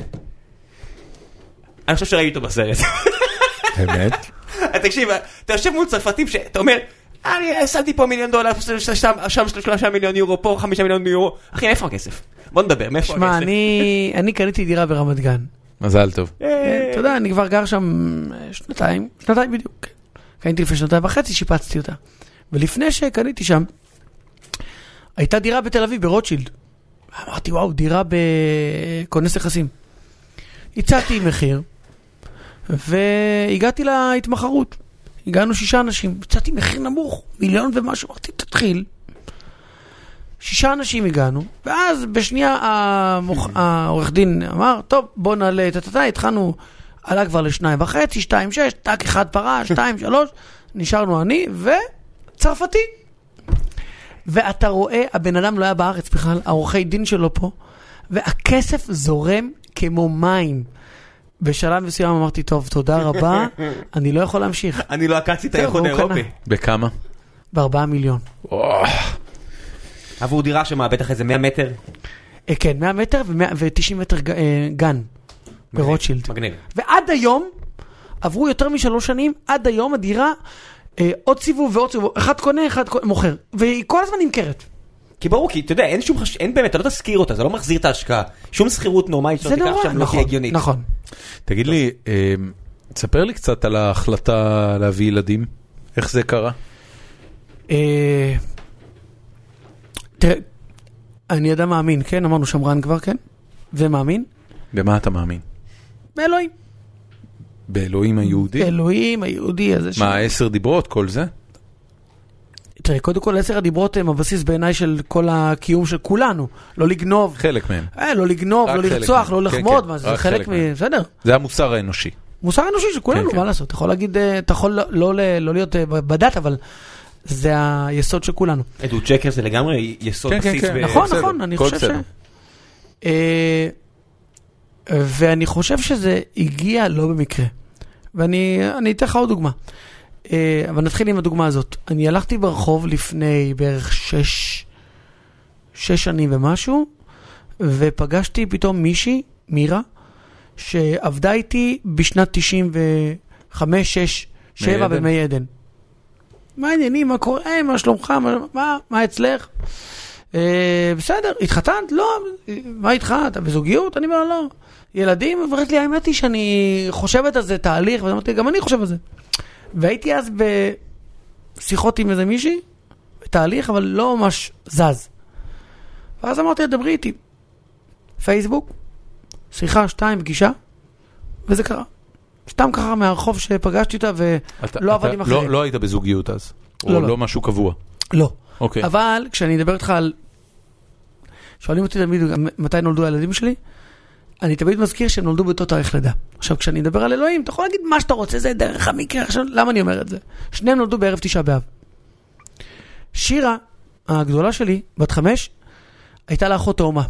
אני חושב שראיתי אותו בסרט. באמת? תקשיב, אתה יושב מול צרפתים שאתה אומר, אני שמתי פה $1 מיליון, שם 3 מיליון יורו, פה 5 מיליון יורו. אחי, מאיפה הכסף? בוא נדבר, מאיפה הכסף? שמע, אני קניתי דירה ברמת גן. מזל טוב. אתה יודע, אני כבר גר שם שנתיים בדיוק. קניתי לפני 2.5, שיפצתי אותה. ולפני שקניתי שם, הייתה דירה בתל אביב, ברוטשילד. אמרתי, וואו, דירה בכונס נכסים. הצעתי מחיר, והגעתי להתמחרות. הגענו 6 אנשים, הצעתי מחיר נמוך, 1 מיליון ומשהו, אמרתי, תתחיל. 6 אנשים הגענו, ואז בשנייה העורך דין אמר, טוב, בוא נעלה את התתה, התחלנו, עלה כבר ל2.5, 2.6, טק 1 פרה, 2, 3, נשארנו אני וצרפתי. ואתה רואה, הבן אדם לא היה בארץ בכלל, העורכי דין שלו פה, והכסף זורם כמו מים. בשלב מסוים אמרתי, טוב, תודה רבה, אני לא יכול להמשיך. אני לא עקצתי את האיחוד האירופי. בכמה? ב4 מיליון. עבור דירה שמה, בטח איזה 100 מטר? כן, 100 מטר ו90 מטר גן, ברוטשילד. מגניב. ועד היום, עברו יותר מ3 שנים, עד היום הדירה, עוד סיבוב ועוד סיבוב, אחד קונה, אחד מוכר, והיא כל הזמן נמכרת. כי ברור, כי אתה יודע, אין באמת, אתה לא תזכיר אותה, זה לא מחזיר את ההשקעה. שום סחירות נורמלית שלא תיקח שם לא תהיה הגיונית. נכון. תגיד לי, תספר לי קצת על ההחלטה להביא ילדים. איך זה קרה? תראה, אני אדם מאמין, כן? אמרנו שמרן כבר, כן? ומאמין. במה אתה מאמין? באלוהים. באלוהים היהודי? באלוהים היהודי הזה. מה, 10 דיברות, כל זה? תראה, קודם כל 10 הדיברות הם הבסיס בעיניי של כל הקיום של כולנו. לא לגנוב. חלק מהם. לא לגנוב, לא לרצוח, לא לחמוד, זה חלק בסדר. זה המוסר האנושי. מוסר האנושי של כולנו, מה לעשות? אתה יכול להגיד, אתה יכול לא להיות בדת, אבל זה היסוד של כולנו. עדות שקר זה לגמרי יסוד בסיס. נכון, אני חושב ש... ואני חושב שזה הגיע לא במקרה. ואני אתן לך עוד דוגמה. אבל נתחיל עם הדוגמה הזאת. אני הלכתי ברחוב לפני בערך 6 שנים ומשהו, ופגשתי פתאום מישהי, מירה, שעבדה איתי בשנת 95, 6, 7 במי עדן. מה העניינים? מה קורה? מה שלומך? מה אצלך? בסדר, התחתנת? לא. מה איתך? אתה בזוגיות? אני אומר, לא. ילדים, ואומרת לי, האמת היא שאני חושבת על זה תהליך, ואמרתי, גם אני חושב על זה. והייתי אז בשיחות עם איזה מישהי, בתהליך, אבל לא ממש זז. ואז אמרתי, דברי איתי. פייסבוק, שיחה 2, פגישה, וזה קרה. סתם ככה מהרחוב שפגשתי אותה, ולא עבדים אחרים. לא היית בזוגיות אז? או לא משהו קבוע? לא. אבל כשאני אדבר איתך על... שואלים אותי תמיד, מתי נולדו הילדים שלי? אני תמיד מזכיר שהם נולדו באותו תאריך לידה. עכשיו, כשאני אדבר על אלוהים, אתה יכול להגיד מה שאתה רוצה, זה דרך המקרה. עכשיו, למה אני אומר את זה? שניהם נולדו בערב 9 באב. שירה, הגדולה שלי, בת 5, הייתה לה אחות תאומה.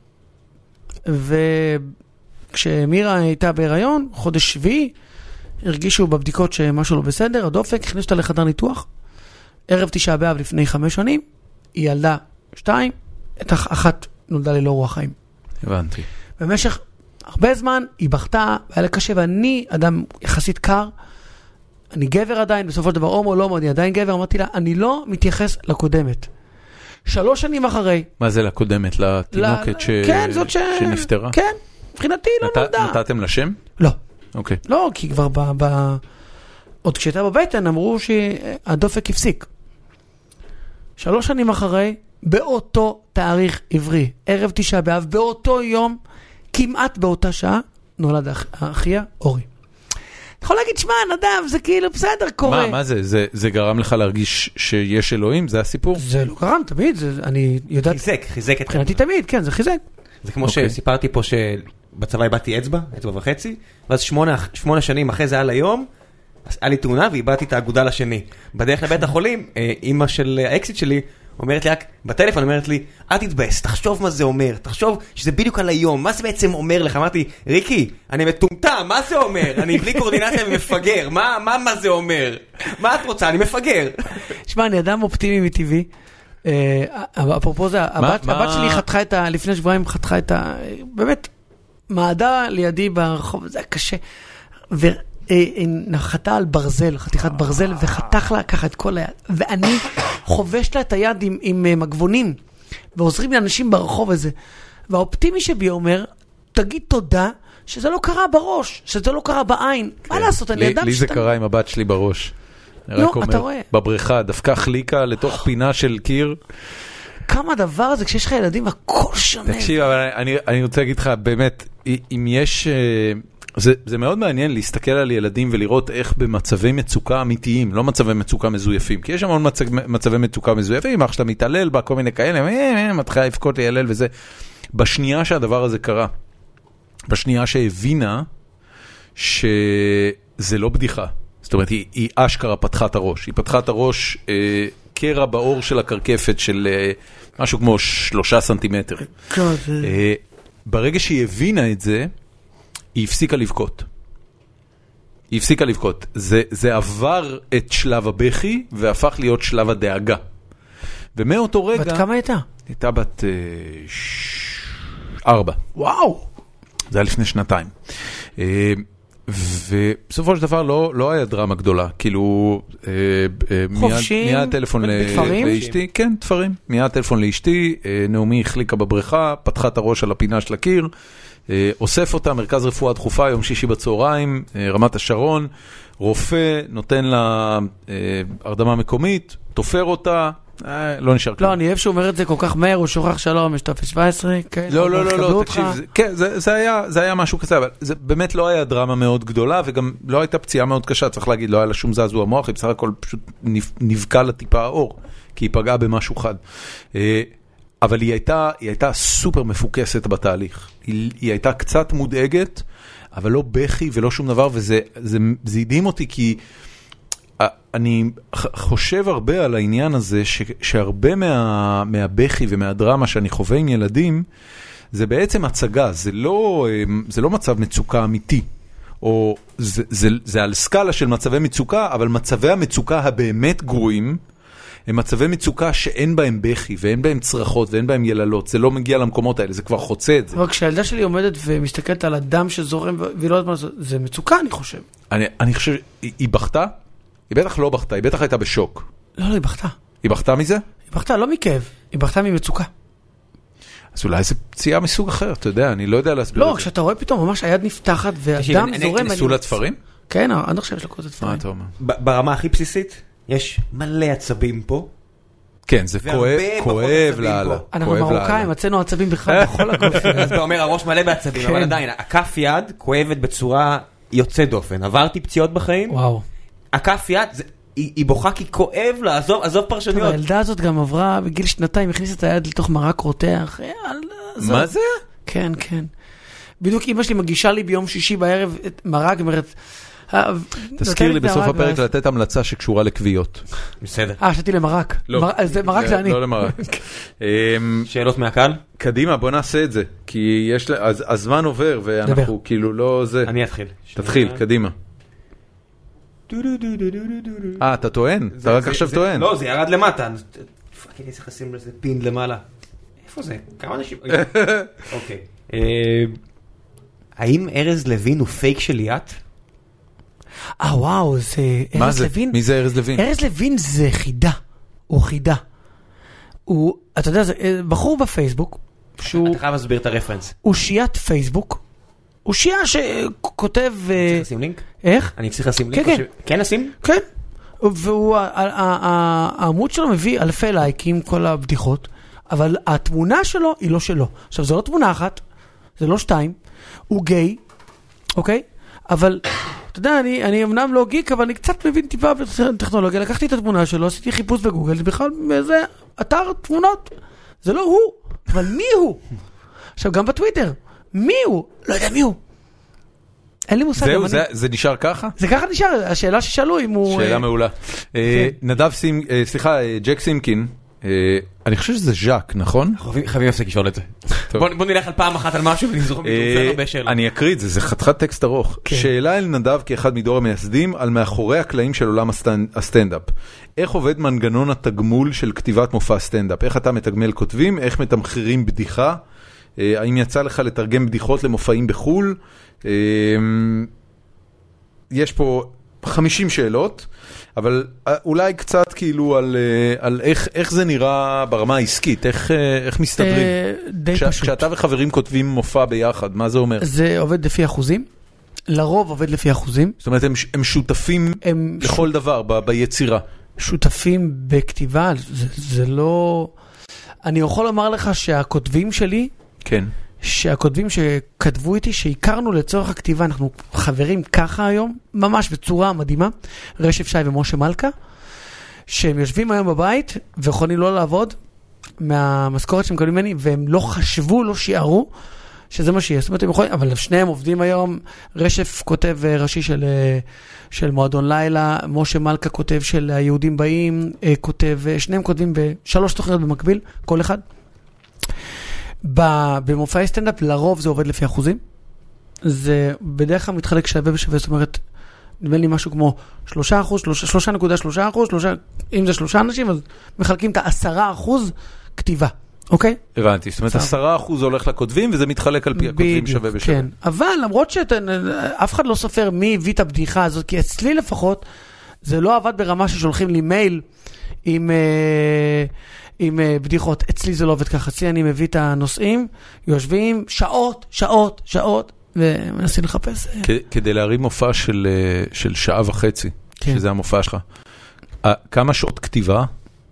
וכשמירה הייתה בהיריון, חודש 7, הרגישו בבדיקות שמשהו לא בסדר, הדופק, הכניס אותה לחדר ניתוח. ערב 9 באב לפני 5 שנים, היא ילדה 2, אחת נולדה ללא רוח חיים. הבנתי. במשך הרבה זמן היא בכתה, היה לה קשה, ואני אדם יחסית קר, אני גבר עדיין, בסופו של דבר הומו, לא, אני עדיין גבר, אמרתי לה, אני לא מתייחס לקודמת. 3 שנים אחרי. מה זה לקודמת? לתינוקת שנפטרה? כן, מבחינתי לא נולדה. נתתם לה שם? לא. אוקיי. לא, כי כבר עוד כשהייתה בבטן אמרו שהדופק הפסיק. 3 שנים אחרי, באותו תאריך עברי, ערב 9 באב, באותו יום, כמעט באותה שעה, נולד אחיה אורי. אתה יכול להגיד, שמע, נדב, זה כאילו בסדר, קורה. מה זה? זה גרם לך להרגיש שיש אלוהים? זה הסיפור? זה לא גרם, תמיד, אני יודעת... חיזק את... מבחינתי תמיד, כן, זה חיזק. זה כמו שסיפרתי פה שבצבא איבדתי אצבע וחצי, ואז 8 שנים אחרי זה היה ליום, היה לי תאונה ואיבדתי את האגודה לשני. בדרך לבית החולים, אמא של האקסיט שלי, אומרת לי רק, בטלפון אומרת לי, אל תתבאס, תחשוב מה זה אומר, תחשוב שזה בדיוק על היום, מה זה בעצם אומר לך? אמרתי, ריקי, אני מטומטם, מה זה אומר? אני בלי קורדינציה ומפגר, מה זה אומר? מה את רוצה? אני מפגר. שמע, אני אדם אופטימי מטבעי, אפרופו זה, הבת שלי חתכה את לפני שבועיים חתכה את באמת, מעדה לידי ברחוב, זה היה קשה, נחתה על ברזל, חתיכת ברזל, וחתך לה ככה את כל היד, ואני חובש לה את היד עם מגבונים, ועוזרים לאנשים ברחוב הזה, והאופטימי שבי אומר, תגיד תודה, שזה לא קרה בראש, שזה לא קרה בעין, מה לעשות, אני אדם לי זה קרה עם הבת שלי בראש, לא, אתה רואה, בבריכה, דווקא חליקה לתוך פינה של קיר, כמה דבר הזה, כשיש לך ילדים, הכל שונה. תקשיב, אבל אני רוצה להגיד לך, באמת, אם יש... זה מאוד מעניין להסתכל על ילדים ולראות איך במצבי מצוקה אמיתיים, לא מצבי מצוקה מזויפים, כי יש המון מצבי מצוקה מזויפים, אח שאתה מתעלל בה, כל מיני כאלה, מתחילה לפקות להילל וזה. בשנייה שהדבר הזה קרה, בשנייה שהבינה שזה לא בדיחה, זאת אומרת, היא אשכרה פתחה את הראש, היא פתחה את הראש קרע באור של הקרקפת של משהו כמו 3 סנטימטר. ברגע שהיא הבינה את זה, היא הפסיקה לבכות. היא הפסיקה לבכות. זה עבר את שלב הבכי, והפך להיות שלב הדאגה. ומאותו רגע... בת כמה הייתה? הייתה בת 4. וואו! זה היה לפני 2 ובסופו של דבר לא היה דרמה גדולה. כאילו... חופשים? מיד טלפון לאשתי. כן, תפרים. מיד טלפון לאשתי, נעמי החליקה בבריכה, פתחה את הראש על הפינה של הקיר, אוסף אותה, מרכז רפואה דחופה, יום שישי בצהריים, רמת השרון, רופא נותן לה הרדמה מקומית, תופר אותה, לא נשאר כלום. לא, אני אוהב שהוא אומר את זה כל כך מהר, הוא שוכח שלום, יש טופס 17, כן. לא, תקשיב, כן, זה היה משהו כזה, אבל זה באמת לא היה דרמה מאוד גדולה, וגם לא הייתה פציעה מאוד קשה, צריך להגיד, לא היה לה שום זעזוע מוח, היא בסך הכל פשוט נבקע לה טיפה האור. כי היא פגעה במשהו חד. אבל היא הייתה סופר מפוקסת בתהליך. היא הייתה קצת מודאגת, אבל לא בכי ולא שום דבר, וזה הדהים אותי, כי אני חושב הרבה על העניין הזה, שהרבה מהבכי ומהדרמה שאני חווה עם ילדים, זה בעצם הצגה, זה לא מצב מצוקה אמיתי, או זה על סקאלה של מצבי מצוקה, אבל מצבי המצוקה הבאמת גרועים, הם מצבי מצוקה שאין בהם בכי, ואין בהם צרחות, ואין בהם יללות, זה לא מגיע למקומות האלה, זה כבר חוצה את זה. אבל כשהילדה שלי עומדת ומסתכלת על הדם שזורם, והיא לא יודעת מה לעשות, זה מצוקה, אני חושב. אני חושב, היא בכתה? היא בטח לא בכתה, היא בטח הייתה בשוק. לא, היא בכתה. היא בכתה מזה? היא בכתה לא מכאב, היא בכתה ממצוקה. אז אולי זה פציעה מסוג אחר, אתה יודע, אני לא יודע להסביר את זה. לא, כשאתה רואה פתאום ממש היד נפתחת, והדם זורם. ניסו לתפרים? כן, עד עכשיו יש לקרות את תפרים. מה אתה אומר? ברמה הכי בסיסית, יש מלא עצבים פה. כן, זה כואב לאללה. אנחנו מרוקאים, מצאנו עצבים בכלל בכל הגוף. אז אתה אומר, הראש מלא בעצבים, אבל עדיין, הכף יד כואבת בצורה יוצאת דופן. עברתי פציעות בחיים. וואו. הכף יד, היא בוכה כי כואב לה, עזוב פרשניות. הילדה הזאת גם עברה בגיל 2, הכניסה את היד לתוך מרק רותח. מה זה? כן, כן. בדיוק אמא שלי מגישה לי ביום שישי בערב מרק, אומרת... תזכיר לי בסוף הפרק לתת המלצה שקשורה לקביעות. בסדר. שתי למרק. מרק זה אני. לא למרק. שאלות מהקהל? קדימה, בוא נעשה את זה. כי הזמן עובר ואנחנו כאילו לא זה. אני אתחיל. תתחיל, קדימה. אתה טוען? אתה רק עכשיו טוען. לא, זה ירד למטה. פאקינג, צריך לשים לזה פין למעלה. איפה זה? כמה אנשים? אוקיי. האם ארז לוין הוא פייק של ליאת? וואו, זה ארז לוין. מי זה ארז לוין? ארז לוין זה חידה. הוא חידה. אתה יודע, זה בחור בפייסבוק. אתה חייב להסביר את הרפרנס. הוא שיעת פייסבוק. הוא שיעה שכותב... אני צריך לשים לינק? איך? אני צריך לשים לינק? כן, כן. כן לשים? כן. והוא, העמוד שלו מביא אלפי לייקים, כל הבדיחות, אבל התמונה שלו היא לא שלו. עכשיו, זו לא תמונה אחת, זה לא 2, הוא גיי, אוקיי? אבל, אתה יודע, אני אמנם לא גיק, אבל אני קצת מבין טיפה בטכנולוגיה, לקחתי את התמונה שלו, עשיתי חיפוש בגוגל, זה בכלל זה אתר תמונות, זה לא הוא, אבל מי הוא? עכשיו, גם בטוויטר, מי הוא? לא יודע מי הוא. אין לי מושג. זהו, זה נשאר ככה? זה ככה נשאר, השאלה ששאלו אם הוא... שאלה מעולה. נדב ג'ק סימקין, אני חושב שזה ז'ק, נכון? חייבים להפסיק לשאול את זה. בוא נלך על פעם אחת על משהו ונזרום מתוך הרבה שאלות. אני אקריא את זה, זה חתיכת טקסט ארוך. שאלה אל נדב כאחד מדור המייסדים על מאחורי הקלעים של עולם הסטנדאפ. איך עובד מנגנון התגמול של כתיבת מופע סטנדאפ? איך אתה מתגמל כותבים? איך מתמחרים בדיחה? האם יצא לך לתרגם בדיחות למופעים בחול? יש פה 50 שאלות, אבל אולי קצת כאילו על איך זה נראה ברמה העסקית, איך מסתדרים. די פשוט. כשאתה וחברים כותבים מופע ביחד, מה זה אומר? זה עובד לפי אחוזים, לרוב עובד לפי אחוזים. זאת אומרת, הם שותפים לכל דבר ביצירה. שותפים בכתיבה, זה לא... אני יכול לומר לך שהכותבים שלי, כן. שהכותבים שכתבו איתי, שהכרנו לצורך הכתיבה, אנחנו חברים ככה היום, ממש בצורה מדהימה, רשף שי ומשה מלכה, שהם יושבים היום בבית, ויכולים לא לעבוד מהמשכורת שהם מקבלים ממני, והם לא חשבו, לא שיערו, שזה מה שיש. זאת אומרת, הם יכולים, אבל שניהם עובדים היום, רשף כותב ראשי של מועדון לילה, משה מלכה כותב של היהודים באים, כותב, שניהם כותבים ב3 תוכניות במקביל, כל אחד. במופעי סטנדאפ לרוב זה עובד לפי אחוזים. זה בדרך כלל מתחלק שווה בשווה, זאת אומרת, נדמה לי משהו כמו 3%, 3.3%, אם זה 3 אנשים, אז מחלקים את 10% כתיבה, אוקיי? הבנתי, זאת אומרת 10% הולך לכותבים, וזה מתחלק על פי הכותבים שווה בשווה. כן, אבל למרות שאף אחד לא סופר מי הביא את הבדיחה הזאת, כי אצלי לפחות, זה לא עבד ברמה ששולחים לי מייל עם בדיחות. אצלי זה לא עובד ככה. אצלי אני מביא את הנושאים, יושבים שעות, ומנסים לחפש. כדי להרים מופע של שעה וחצי, שזה המופע שלך. כמה שעות כתיבה?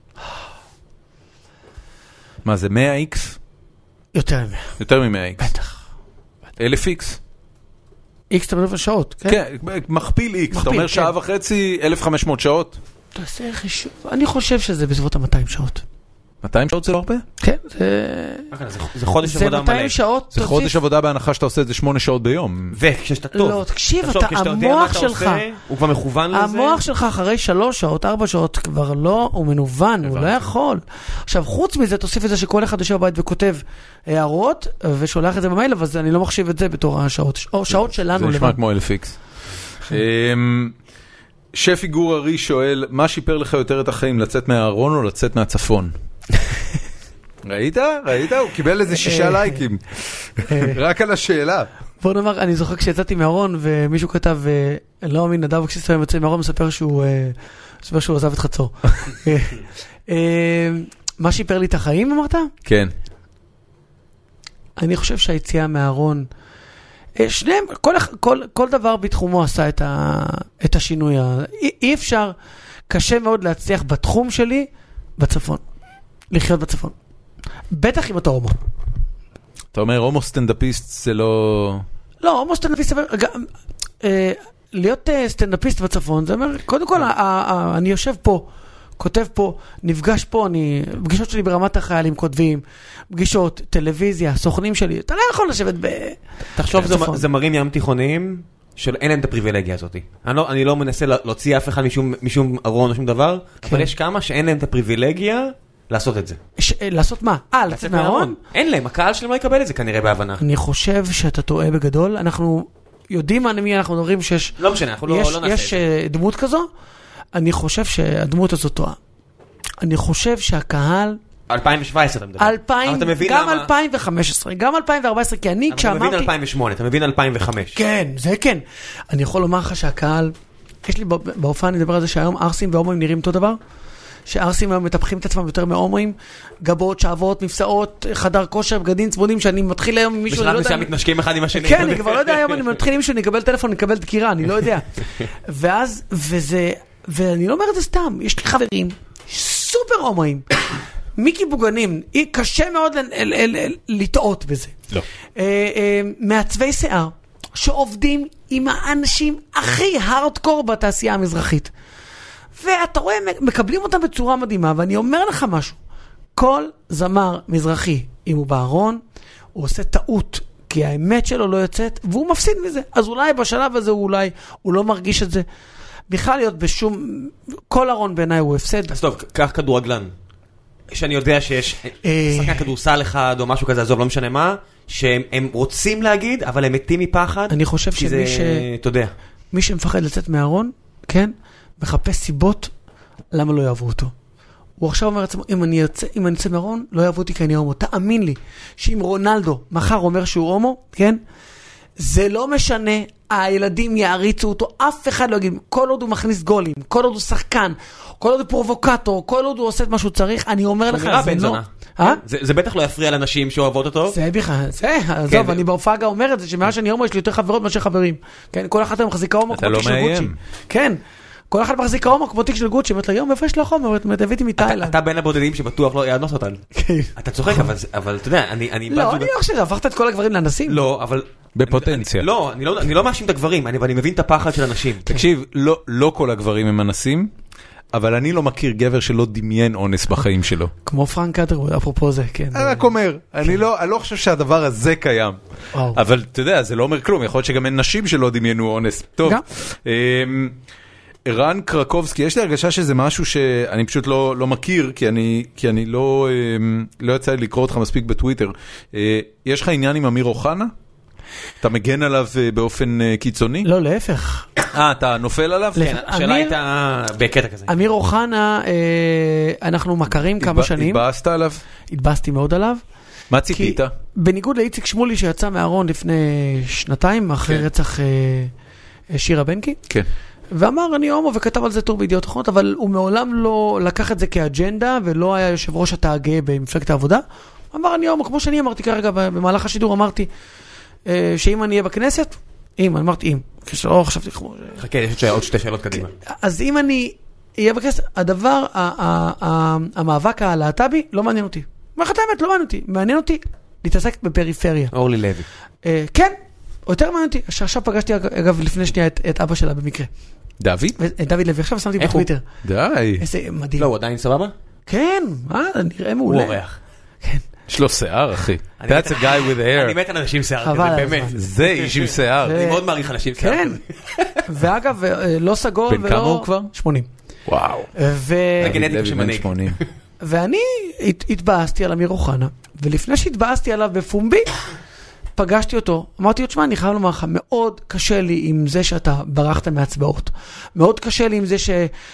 מה זה, 100x? יותר מ-100. יותר מ-100x. בטח. 1000x? x אתה מדבר שעות, כן? כן, מכפיל x. אתה אומר שעה וחצי, 1500 שעות? תעשה חישוב, אני חושב שזה בסביבות ה-200 שעות. 200 שעות זה לא הרבה? כן, זה חודש עבודה מלא. זה 200 שעות. זה חודש עבודה בהנחה שאתה עושה את זה 8 שעות ביום. וכשאתה טוב. לא, תקשיב, המוח שלך, הוא כבר מכוון לזה. המוח שלך אחרי 3 שעות, 4 שעות כבר לא, הוא מנוון, הוא לא יכול. עכשיו, חוץ מזה, תוסיף את זה שכל אחד יושב בבית וכותב הערות, ושולח את זה במייל, אבל אני לא מחשיב את זה בתור השעות, או שעות שלנו. זה נשמע כמו אלפיקס. שפי גור ארי שואל, מה שיפר לך יותר את החיים, לצאת מהארון או לצאת מהצפון? ראית? ראית? הוא קיבל איזה 6 לייקים. רק על השאלה. בוא נאמר, אני זוכר כשיצאתי מהארון ומישהו כתב, לא אמין, נדב כשסתם יוצא מהארון מספר שהוא עזב את חצור. מה שיפר לי את החיים, אמרת? כן. אני חושב שהיציאה מהארון, שניהם, כל דבר בתחומו עשה את השינוי. אי אפשר, קשה מאוד להצליח בתחום שלי, בצפון. לחיות בצפון. בטח אם אתה הומו. אתה אומר, הומו סטנדאפיסט זה לא... לא, הומו סטנדאפיסט, להיות סטנדאפיסט בצפון, זה אומר, קודם כל, אני יושב פה, כותב פה, נפגש פה, פגישות שלי ברמת החיילים כותבים, פגישות, טלוויזיה, סוכנים שלי, אתה לא יכול לשבת תחשוב, זמרים ים תיכוניים, שאין להם את הפריבילגיה הזאת. אני לא מנסה להוציא אף אחד משום ארון או שום דבר, אבל יש כמה שאין להם את הפריבילגיה לעשות את זה. לעשות מה? לצאת מהארון? אין להם, הקהל שלהם לא יקבל את זה כנראה בהבנה. אני חושב שאתה טועה בגדול, אנחנו יודעים על מי אנחנו מדברים שיש... לא משנה, אנחנו לא נעשה את זה. יש דמות כזו, אני חושב שהדמות הזאת טועה. אני חושב שהקהל... 2017 אתה מדבר. גם 2015, גם 2014, כי אני כשאמרתי... אתה מבין 2008, אתה מבין 2005. כן, זה כן. אני יכול לומר לך שהקהל... יש לי בהופעה, אני מדבר על זה שהיום ארסים והומואים נראים אותו דבר. שארסים היום מטפחים את עצמם יותר מהומואים, גבות, שעבות, מפסעות, חדר כושר, בגדים צמודים, שאני מתחיל היום עם מישהו, בשלב מסוים מתנשקים אחד עם השני. כן, אני כבר לא יודע, היום אני מתחיל עם מישהו, נקבל טלפון, נקבל דקירה, אני לא יודע. ואז, ואני לא אומר את זה סתם, יש לי חברים, סופר הומואים, מיקי בוגנים, קשה מאוד לטעות בזה. לא. מעצבי שיער, שעובדים עם האנשים הכי הארדקור בתעשייה המזרחית. ואתה רואה, מקבלים אותם בצורה מדהימה, ואני אומר לך משהו, כל זמר מזרחי, אם הוא בארון, הוא עושה טעות, כי האמת שלו לא יוצאת, והוא מפסיד מזה. אז אולי בשלב הזה הוא לא מרגיש את זה. בכלל להיות בשום, כל ארון בעיניי הוא הפסד. אז טוב, קח כדורגלן. שאני יודע שיש שחקן כדורסל אחד או משהו כזה, עזוב, לא משנה מה, שהם רוצים להגיד, אבל הם מתים מפחד. אני חושב שמי אתה יודע. מי שמפחד לצאת מהארון, כן? מחפש סיבות למה לא יאהבו אותו. הוא עכשיו אומר לעצמו, אם אני אצא מהארון, לא יאהבו אותי כי אני הומו. תאמין לי, שאם רונלדו מחר אומר שהוא הומו, כן? זה לא משנה, הילדים יעריצו אותו, אף אחד לא יגיד, כל עוד הוא מכניס גולים, כל עוד הוא שחקן, כל עוד הוא פרובוקטור, כל עוד הוא עושה את מה שהוא צריך, אני אומר לך, זה לא... זה בטח לא יפריע לאנשים שאוהבות אותו. זה בכלל, עזוב, אני בהופעה גם אומר את זה, שמאז שאני הומו יש לי יותר חברות מאשר חברים. כן, כל אחד מחזיקה הומו כמו תיק של גוצ'י. כן. כל אחד מחזיק הומו כמו תיק של גוצ'י, אומרת לה, יום, איפה יש לך הומו? הבאתי מתאילנד. אתה בין הבודדים שבטוח לא יאנוס אותן. אתה צוחק, אבל אתה יודע, אני... לא, אני לא חושב, הפכת את כל הגברים לאנסים. לא, אבל... בפוטנציה. לא, אני לא מאשים את הגברים, אני מבין את הפחד של אנשים. תקשיב, לא כל הגברים הם אנסים, אבל אני לא מכיר גבר שלא דמיין אונס בחיים שלו. כמו פרנק אדרווד, אפרופו זה, כן. אני רק אומר, אני לא חושב שהדבר הזה קיים. אבל אתה יודע, זה לא אומר כלום, יכול להיות שגם אין נשים שלא דמיינו אונס. טוב. ערן קרקובסקי, יש לי הרגשה שזה משהו שאני פשוט לא מכיר, כי אני לא יצא לי לקרוא אותך מספיק בטוויטר. יש לך עניין עם אמיר אוחנה? אתה מגן עליו באופן קיצוני? לא, להפך. אתה נופל עליו? כן, השאלה הייתה בקטע כזה. אמיר אוחנה, אנחנו מכרים כמה שנים. התבאסת עליו? התבאסתי מאוד עליו. מה ציפית? בניגוד לאיציק שמולי שיצא מהארון לפני 2 אחרי רצח שירה בנקי. כן. ואמר אני הומו וכתב על זה טור בידיעות אחרונות, אבל הוא מעולם לא לקח את זה כאג'נדה, ולא היה יושב ראש התא הגאה במפלגת העבודה. הוא אמר אני הומו, כמו שאני אמרתי כרגע במהלך השידור, אמרתי שאם אני אהיה בכנסת, אני אמרתי אם, כשלא חשבתי כמו... חכה, יש עוד 2 שאלות קדימה. אז אם אני אהיה בכנסת, הדבר, המאבק הלהט"בי לא מעניין אותי. מה חתה האמת? לא מעניין אותי. מעניין אותי להתעסק בפריפריה. אורלי לוי. כן. או יותר מעניין אותי, שעכשיו פגשתי אגב לפני שנייה את אבא שלה במקרה. דוד? דוד לוי, עכשיו שמתי בטוויטר. די. איזה מדהים. לא, הוא עדיין סבבה? כן, נראה מעולה. הוא אורח. כן. יש לו שיער, אחי. That's a guy with hair. אני מת על אנשים שיער, חבל על באמת. הזמן. זה איש עם שיער. אני מאוד מעריך אנשים שיער. כן. ואגב, לא סגול ולא... בן כמה הוא כבר? 80. וואו. הגנטיקה שמנהיג. ואני התבאסתי על אמיר אוחנה, ולפני שהתבאסתי עליו בפומבי, פגשתי אותו, אמרתי לו, תשמע, אני חייב לומר לך, מאוד קשה לי עם זה שאתה ברחת מהצבעות. מאוד קשה לי עם זה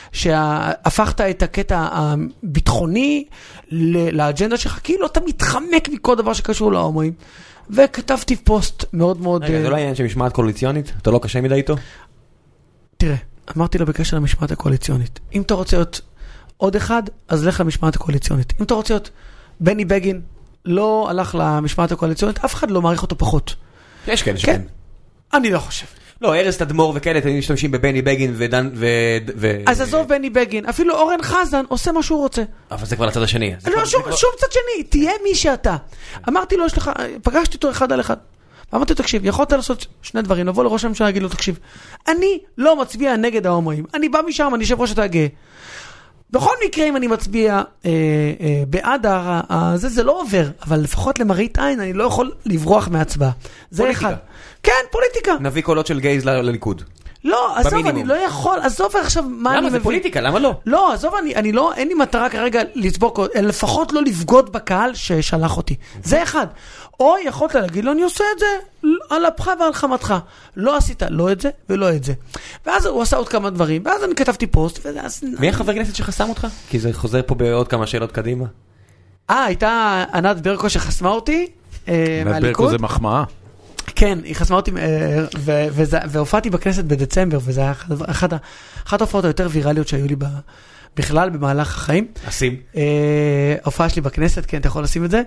שהפכת את הקטע הביטחוני לאג'נדה שלך, כאילו אתה מתחמק מכל דבר שקשור להומואים. וכתבתי פוסט מאוד מאוד... רגע, זה לא העניין של משמעת קואליציונית? אתה לא קשה מדי איתו? תראה, אמרתי לו בקשר למשמעת הקואליציונית, אם אתה רוצה להיות עוד אחד, אז לך למשמעת הקואליציונית. אם אתה רוצה להיות בני בגין, לא הלך למשמעת הקואליציונית, אף אחד לא מעריך אותו פחות. יש כאלה שכן. אני לא חושב. לא, ארז תדמור וכאלה, אתם משתמשים בבני בגין ודן אז עזוב בני בגין, אפילו אורן חזן עושה מה שהוא רוצה. אבל זה כבר לצד השני. לא, שום צד שני, תהיה מי שאתה. אמרתי לו, יש לך, פגשתי אותו אחד על אחד. אמרתי, תקשיב, יכולת לעשות שני דברים, לבוא לראש הממשלה, להגיד לו, תקשיב, אני לא מצביע נגד ההומואים, אני בא משם, אני יושב ראש אתה גאה. בכל מקרה, אם אני מצביע בעד זה לא עובר, אבל לפחות למראית עין, אני לא יכול לברוח מהצבעה. זה אחד. כן, פוליטיקה. נביא קולות של גייז לליכוד. לא, עזוב, אני לא יכול, עזוב עכשיו מה אני למה זה פוליטיקה, למה לא? לא, עזוב, אני לא, אין לי מטרה כרגע לצבור, לפחות לא לבגוד בקהל ששלח אותי. זה אחד. או יכולת להגיד לו, אני עושה את זה על אפך ועל חמתך. לא עשית לא את זה ולא את זה. ואז הוא עשה עוד כמה דברים, ואז אני כתבתי פוסט, ואז... מי החבר כנסת שחסם אותך? כי זה חוזר פה בעוד כמה שאלות קדימה. הייתה ענת ברקו שחסמה אותי מהליכוד. ענת ברקו זה מחמאה. כן, היא חסמה אותי, והופעתי בכנסת בדצמבר, וזה היה אחת ההופעות היותר ויראליות שהיו לי בכלל במהלך החיים. אשים. ההופעה שלי בכנסת, כן, אתה יכול לשים את זה.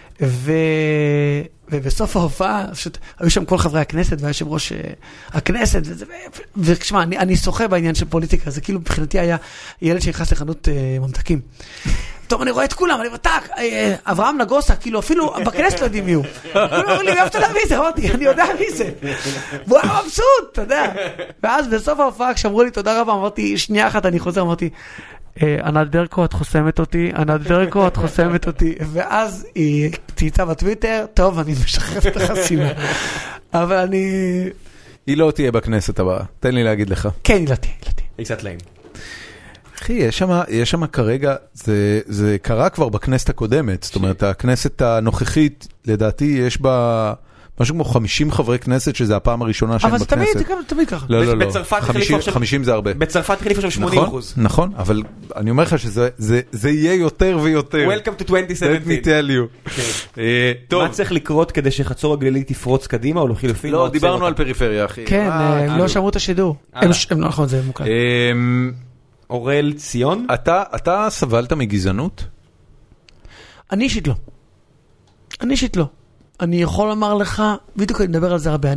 ובסוף ההופעה, פשוט, היו שם כל חברי הכנסת והיושב ראש הכנסת, ושמע, אני שוחה בעניין של פוליטיקה, זה כאילו מבחינתי היה ילד שנכנס לחנות ממתקים. טוב, אני רואה את כולם, אני מתק, אברהם נגוסה, כאילו אפילו בכנסת לא יודעים מי הוא. כולם אומרים לי, אתה יודע מי זה? אמרתי, אני יודע מי זה. והוא היה מבסוט, אתה יודע. ואז בסוף ההופעה, כשאמרו לי תודה רבה, אמרתי, שנייה אחת, אני חוזר, אמרתי, ענת ברקו, את חוסמת אותי, ענת ברקו, את חוסמת אותי. ואז היא צייצה בטוויטר, טוב, אני משחררת את החסימה. אבל אני... היא לא תהיה בכנסת הבאה, תן לי להגיד לך. כן, היא לא תהיה. היא קצת להם. אחי, יש שם כרגע, זה קרה כבר בכנסת הקודמת, זאת אומרת, הכנסת הנוכחית, לדעתי, יש בה משהו כמו 50 חברי כנסת, שזה הפעם הראשונה שהם בכנסת. אבל זה תמיד ככה. לא, 50 זה הרבה. בצרפת החליפו שם 80%. נכון, אבל אני אומר לך שזה יהיה יותר ויותר. Welcome to 2017. Let me tell you. מה צריך לקרות כדי שחצור הגלילית תפרוץ קדימה, או לחילופין? לא, דיברנו על פריפריה, אחי. כן, לא שמעו את השידור. נכון, זה מוקלט. אורל ציון? אתה סבלת מגזענות? אני אישית לא. אני יכול לומר לך, בדיוק אני מדבר על זה הרבה,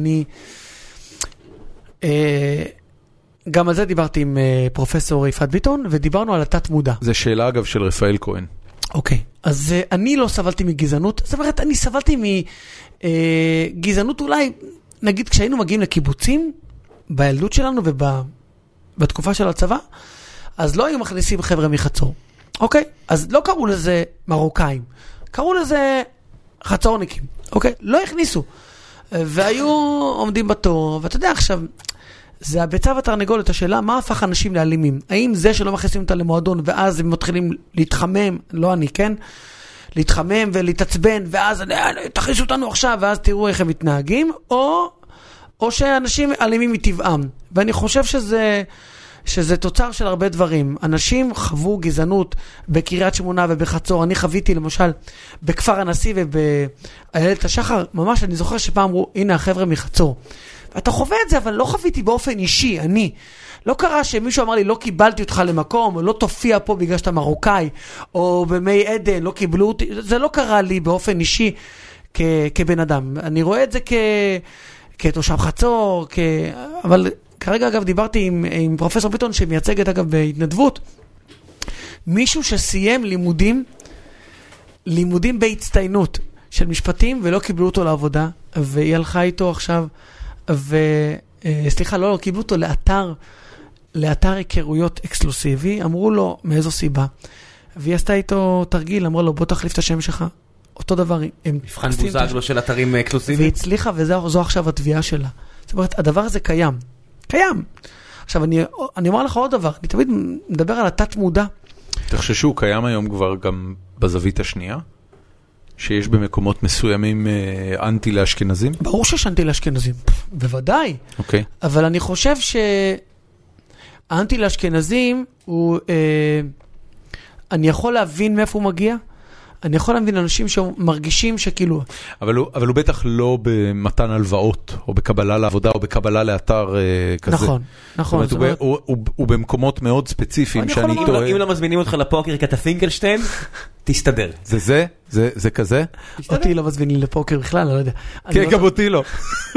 גם על זה דיברתי עם פרופסור יפעת ביטון, ודיברנו על התת מודע. זה שאלה אגב של רפאל כהן. אוקיי, אז אני לא סבלתי מגזענות, זאת אומרת, אני סבלתי מגזענות אולי, נגיד כשהיינו מגיעים לקיבוצים, בילדות שלנו ובתקופה של הצבא, אז לא היו מכניסים חבר'ה מחצור. אוקיי? אז לא קראו לזה מרוקאים. קראו לזה חצורניקים. אוקיי? לא הכניסו. והיו עומדים בתור. ואתה יודע עכשיו, זה הביצה והתרנגולת, השאלה, מה הפך אנשים לאלימים? האם זה שלא מכניסים אותה למועדון, ואז הם מתחילים להתחמם, לא אני, כן? להתחמם ולהתעצבן, ואז תכניסו אותנו עכשיו, ואז תראו איך הם מתנהגים, או שאנשים אלימים מטבעם. ואני חושב שזה תוצר של הרבה דברים. אנשים חוו גזענות בקריית שמונה ובחצור. אני חוויתי למשל בכפר הנשיא ובאיילת השחר, ממש אני זוכר שפעם אמרו, הנה החבר'ה מחצור. ואתה חווה את זה, אבל לא חוויתי באופן אישי, אני. לא קרה שמישהו אמר לי, לא קיבלתי אותך למקום, או לא תופיע פה בגלל שאתה מרוקאי, או במי עדן, לא קיבלו אותי. זה לא קרה לי באופן אישי כבן אדם. אני רואה את זה כתושב חצור, אבל כרגע אגב דיברתי עם פרופסור ביטון שמייצגת אגב בהתנדבות, מישהו שסיים לימודים בהצטיינות של משפטים ולא קיבלו אותו לעבודה, והיא הלכה איתו עכשיו, סליחה, לא קיבלו אותו לאתר לאתר היכרויות אקסקלוסיבי, אמרו לו מאיזו סיבה, והיא עשתה איתו תרגיל, אמרו לו בוא תחליף את השם שלך, אותו דבר. מבחן בוזגלו של אתרים אקסקלוסיביים. והיא הצליחה, וזו עכשיו התביעה שלה. זאת אומרת, הדבר הזה קיים. קיים. עכשיו, אני אומר לך עוד דבר, אני תמיד מדבר על התת מודע. אתה חושב שהוא קיים היום כבר גם בזווית השנייה? שיש במקומות מסוימים אנטי לאשכנזים? ברור שיש אנטי לאשכנזים, בוודאי. אוקיי. אבל אני חושב שהאנטי לאשכנזים הוא, אני יכול להבין מאיפה הוא מגיע, אני יכול להבין אנשים שמרגישים שכאילו... אבל הוא בטח לא במתן הלוואות, או בקבלה לעבודה, או בקבלה לאתר כזה. נכון, נכון. זאת אומרת, הוא במקומות מאוד ספציפיים שאני טועה. אם לא מזמינים אותך לפוקר כתה פינקלשטיין, תסתדר. זה כזה? אותי לא מזמינים לפוקר בכלל, אני לא יודע. כן, גם אותי לא.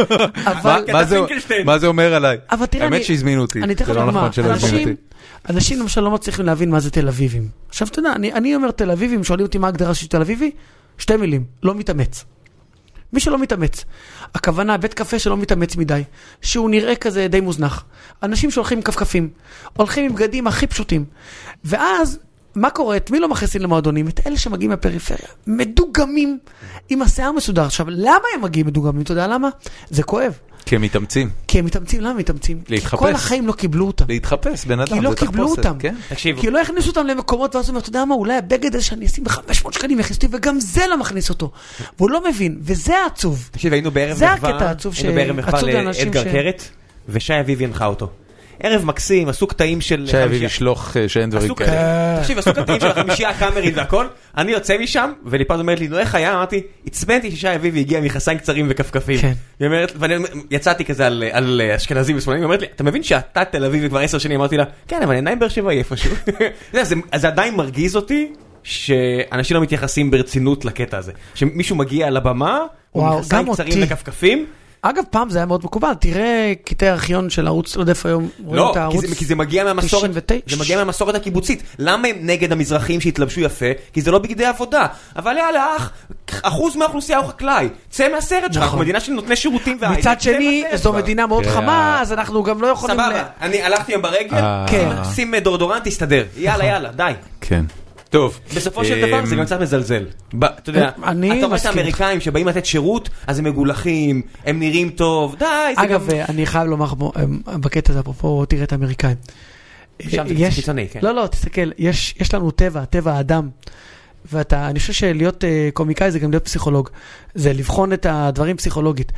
מה זה אומר עליי? האמת שהזמינו אותי. אני תכף אומר, אנשים למשל לא מצליחים להבין מה זה תל אביבים. עכשיו אתה יודע, אני אומר תל אביבים, שואלים אותי מה ההגדרה של תל אביבי? 2 מילים, לא מתאמץ. מי שלא מתאמץ. הכוונה, בית קפה שלא מתאמץ מדי, שהוא נראה כזה די מוזנח. אנשים שהולכים עם כפכפים, הולכים עם בגדים הכי פשוטים. ואז, מה קורה? את מי לא מכניסים למועדונים? את אלה שמגיעים מהפריפריה. מדוגמים עם השיער מסודר. עכשיו, למה הם מגיעים מדוגמים? אתה יודע למה? זה כואב. כי הם מתאמצים. כי הם מתאמצים, למה מתאמצים? להתחפש. כי כל החיים לא קיבלו אותם. להתחפש, בן אדם. כי לא קיבלו אותם. תקשיבו. כי לא הכניסו אותם למקומות, ואז הוא אומר, אתה יודע מה, אולי הבגד הזה שאני אשים ב500 שקלים יכניסו אותי, וגם זה לא מכניס אותו. והוא לא מבין, וזה העצוב. תקשיב, היינו בערב מחווה לאדגר קרת, ושי אביבי הנחה אותו. ערב מקסים, עשו קטעים של... שי אביבי ישלוח שאין דברים כאלה. תקשיב, עשו קטעים של 5 הקאמרית והכל, אני יוצא משם, וליפז אומרת לי, נו איך היה? אמרתי, עצבנתי ששי אביבי הגיע מחסיים קצרים וכפכפים. ואני יצאתי כזה על אשכנזים ושמאלנים, היא אומרת לי, אתה מבין שאתה תל אביבי כבר 10 שנים? אמרתי לה, כן, אבל עיניים באר שבע איפשהו. זה עדיין מרגיז אותי, שאנשים לא מתייחסים ברצינות לקטע הזה. שמישהו מגיע לבמה, הוא מחסיים קצרים וכפכפים, אגב, פעם זה היה מאוד מקובל, תראה קטעי ארכיון של ערוץ, לא יודע איפה היום רואים את הערוץ 99. כי זה מגיע מהמסורת, זה מגיע מהמסורת הקיבוצית. למה הם נגד המזרחים שהתלבשו יפה? כי זה לא בגדי עבודה. אבל יאללה, אחוז מהאוכלוסייה הוא חקלאי. צא מהסרט שלך, אנחנו מדינה של נותני שירותים והייטק. מצד שני, זו מדינה מאוד חמה, אז אנחנו גם לא יכולים... סבבה, אני הלכתי היום ברגל, שים דורדורנט, תסתדר. יאללה, די. כן. טוב. בסופו של דבר זה גם קצת מזלזל. אתה יודע, אתה רואה את האמריקאים שבאים לתת שירות, אז הם מגולחים, הם נראים טוב, די. אגב, אני חייב לומר בקטע הזה, אפרופו, תראה את האמריקאים. שם זה חיצוני, כן. לא, תסתכל, יש לנו טבע האדם, ואני חושב שלהיות קומיקאי זה גם להיות פסיכולוג, זה לבחון את הדברים פסיכולוגית.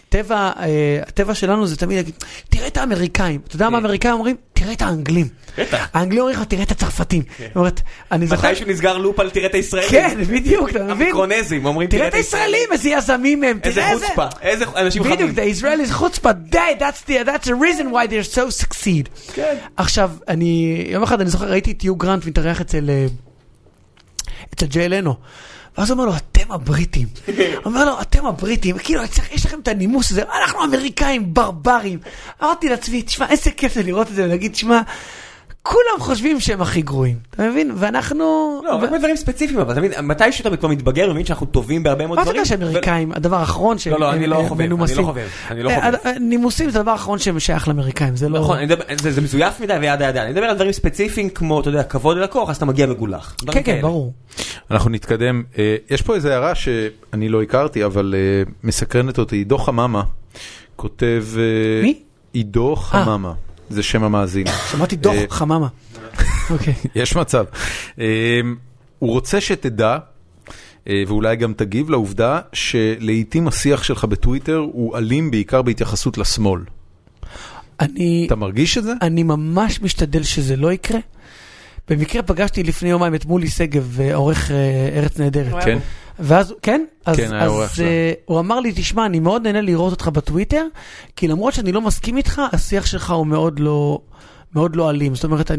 הטבע שלנו זה תמיד להגיד, תראה את האמריקאים. אתה יודע מה האמריקאים אומרים? תראה את האנגלים. האנגלים אומרים לך, תראה את הצרפתים. מתי שנסגר לופ על תראה את הישראלים? כן, בדיוק, אתה מבין? המיקרונזים אומרים תראה את הישראלים, איזה יזמים הם. איזה חוצפה, איזה אנשים חמים. בדיוק, the Israelis חוצפה, that's the reason why they're so succeed. עכשיו, יום אחד אני זוכר, ראיתי את יו גרנט מתארח אצל ג'יי לנו. ואז הוא אומר לו, אתם הבריטים. אומר לו, אתם הבריטים. כאילו, יש לכם את הנימוס הזה. אנחנו אמריקאים, ברברים. אמרתי לעצמי, תשמע, איזה כיף זה לראות את זה ולהגיד, תשמע, כולם חושבים שהם הכי גרועים. אתה מבין? ואנחנו... לא, רק בדברים ספציפיים, אבל אתה מבין, מתי שאתה כבר מתבגר, ומבין שאנחנו טובים בהרבה מאוד דברים. מה אתה יודע שאמריקאים, הדבר האחרון שהם מנומסים. לא, אני לא חובב. נימוסים זה הדבר האחרון שהם שייך לאמריקאים, זה לא... נכון, זה מזויף מדי וידה. אני מדבר על דברים ספציפיים כמו, אתה יודע, כבוד ללקוח, אז אתה מגיע מגולח. כן, ברור. אנחנו נתקדם. יש פה איזו הערה שאני לא הכרתי, אבל מסקרנת אותי. עידו חממה כותב... מי? עידו חממה. זה שם המאזין. שמעתי דוח חממה. יש מצב. הוא רוצה שתדע, ואולי גם תגיב לעובדה, שלעיתים השיח שלך בטוויטר הוא אלים בעיקר בהתייחסות לשמאל. אתה מרגיש את זה? אני ממש משתדל שזה לא יקרה. במקרה פגשתי לפני יומיים את מולי סגב, עורך ארץ נהדרת. כן. ואז, כן? אז הוא אמר לי, תשמע, אני מאוד נהנה לראות אותך בטוויטר, כי למרות שאני לא מסכים איתך, השיח שלך הוא מאוד לא אלים. זאת אומרת,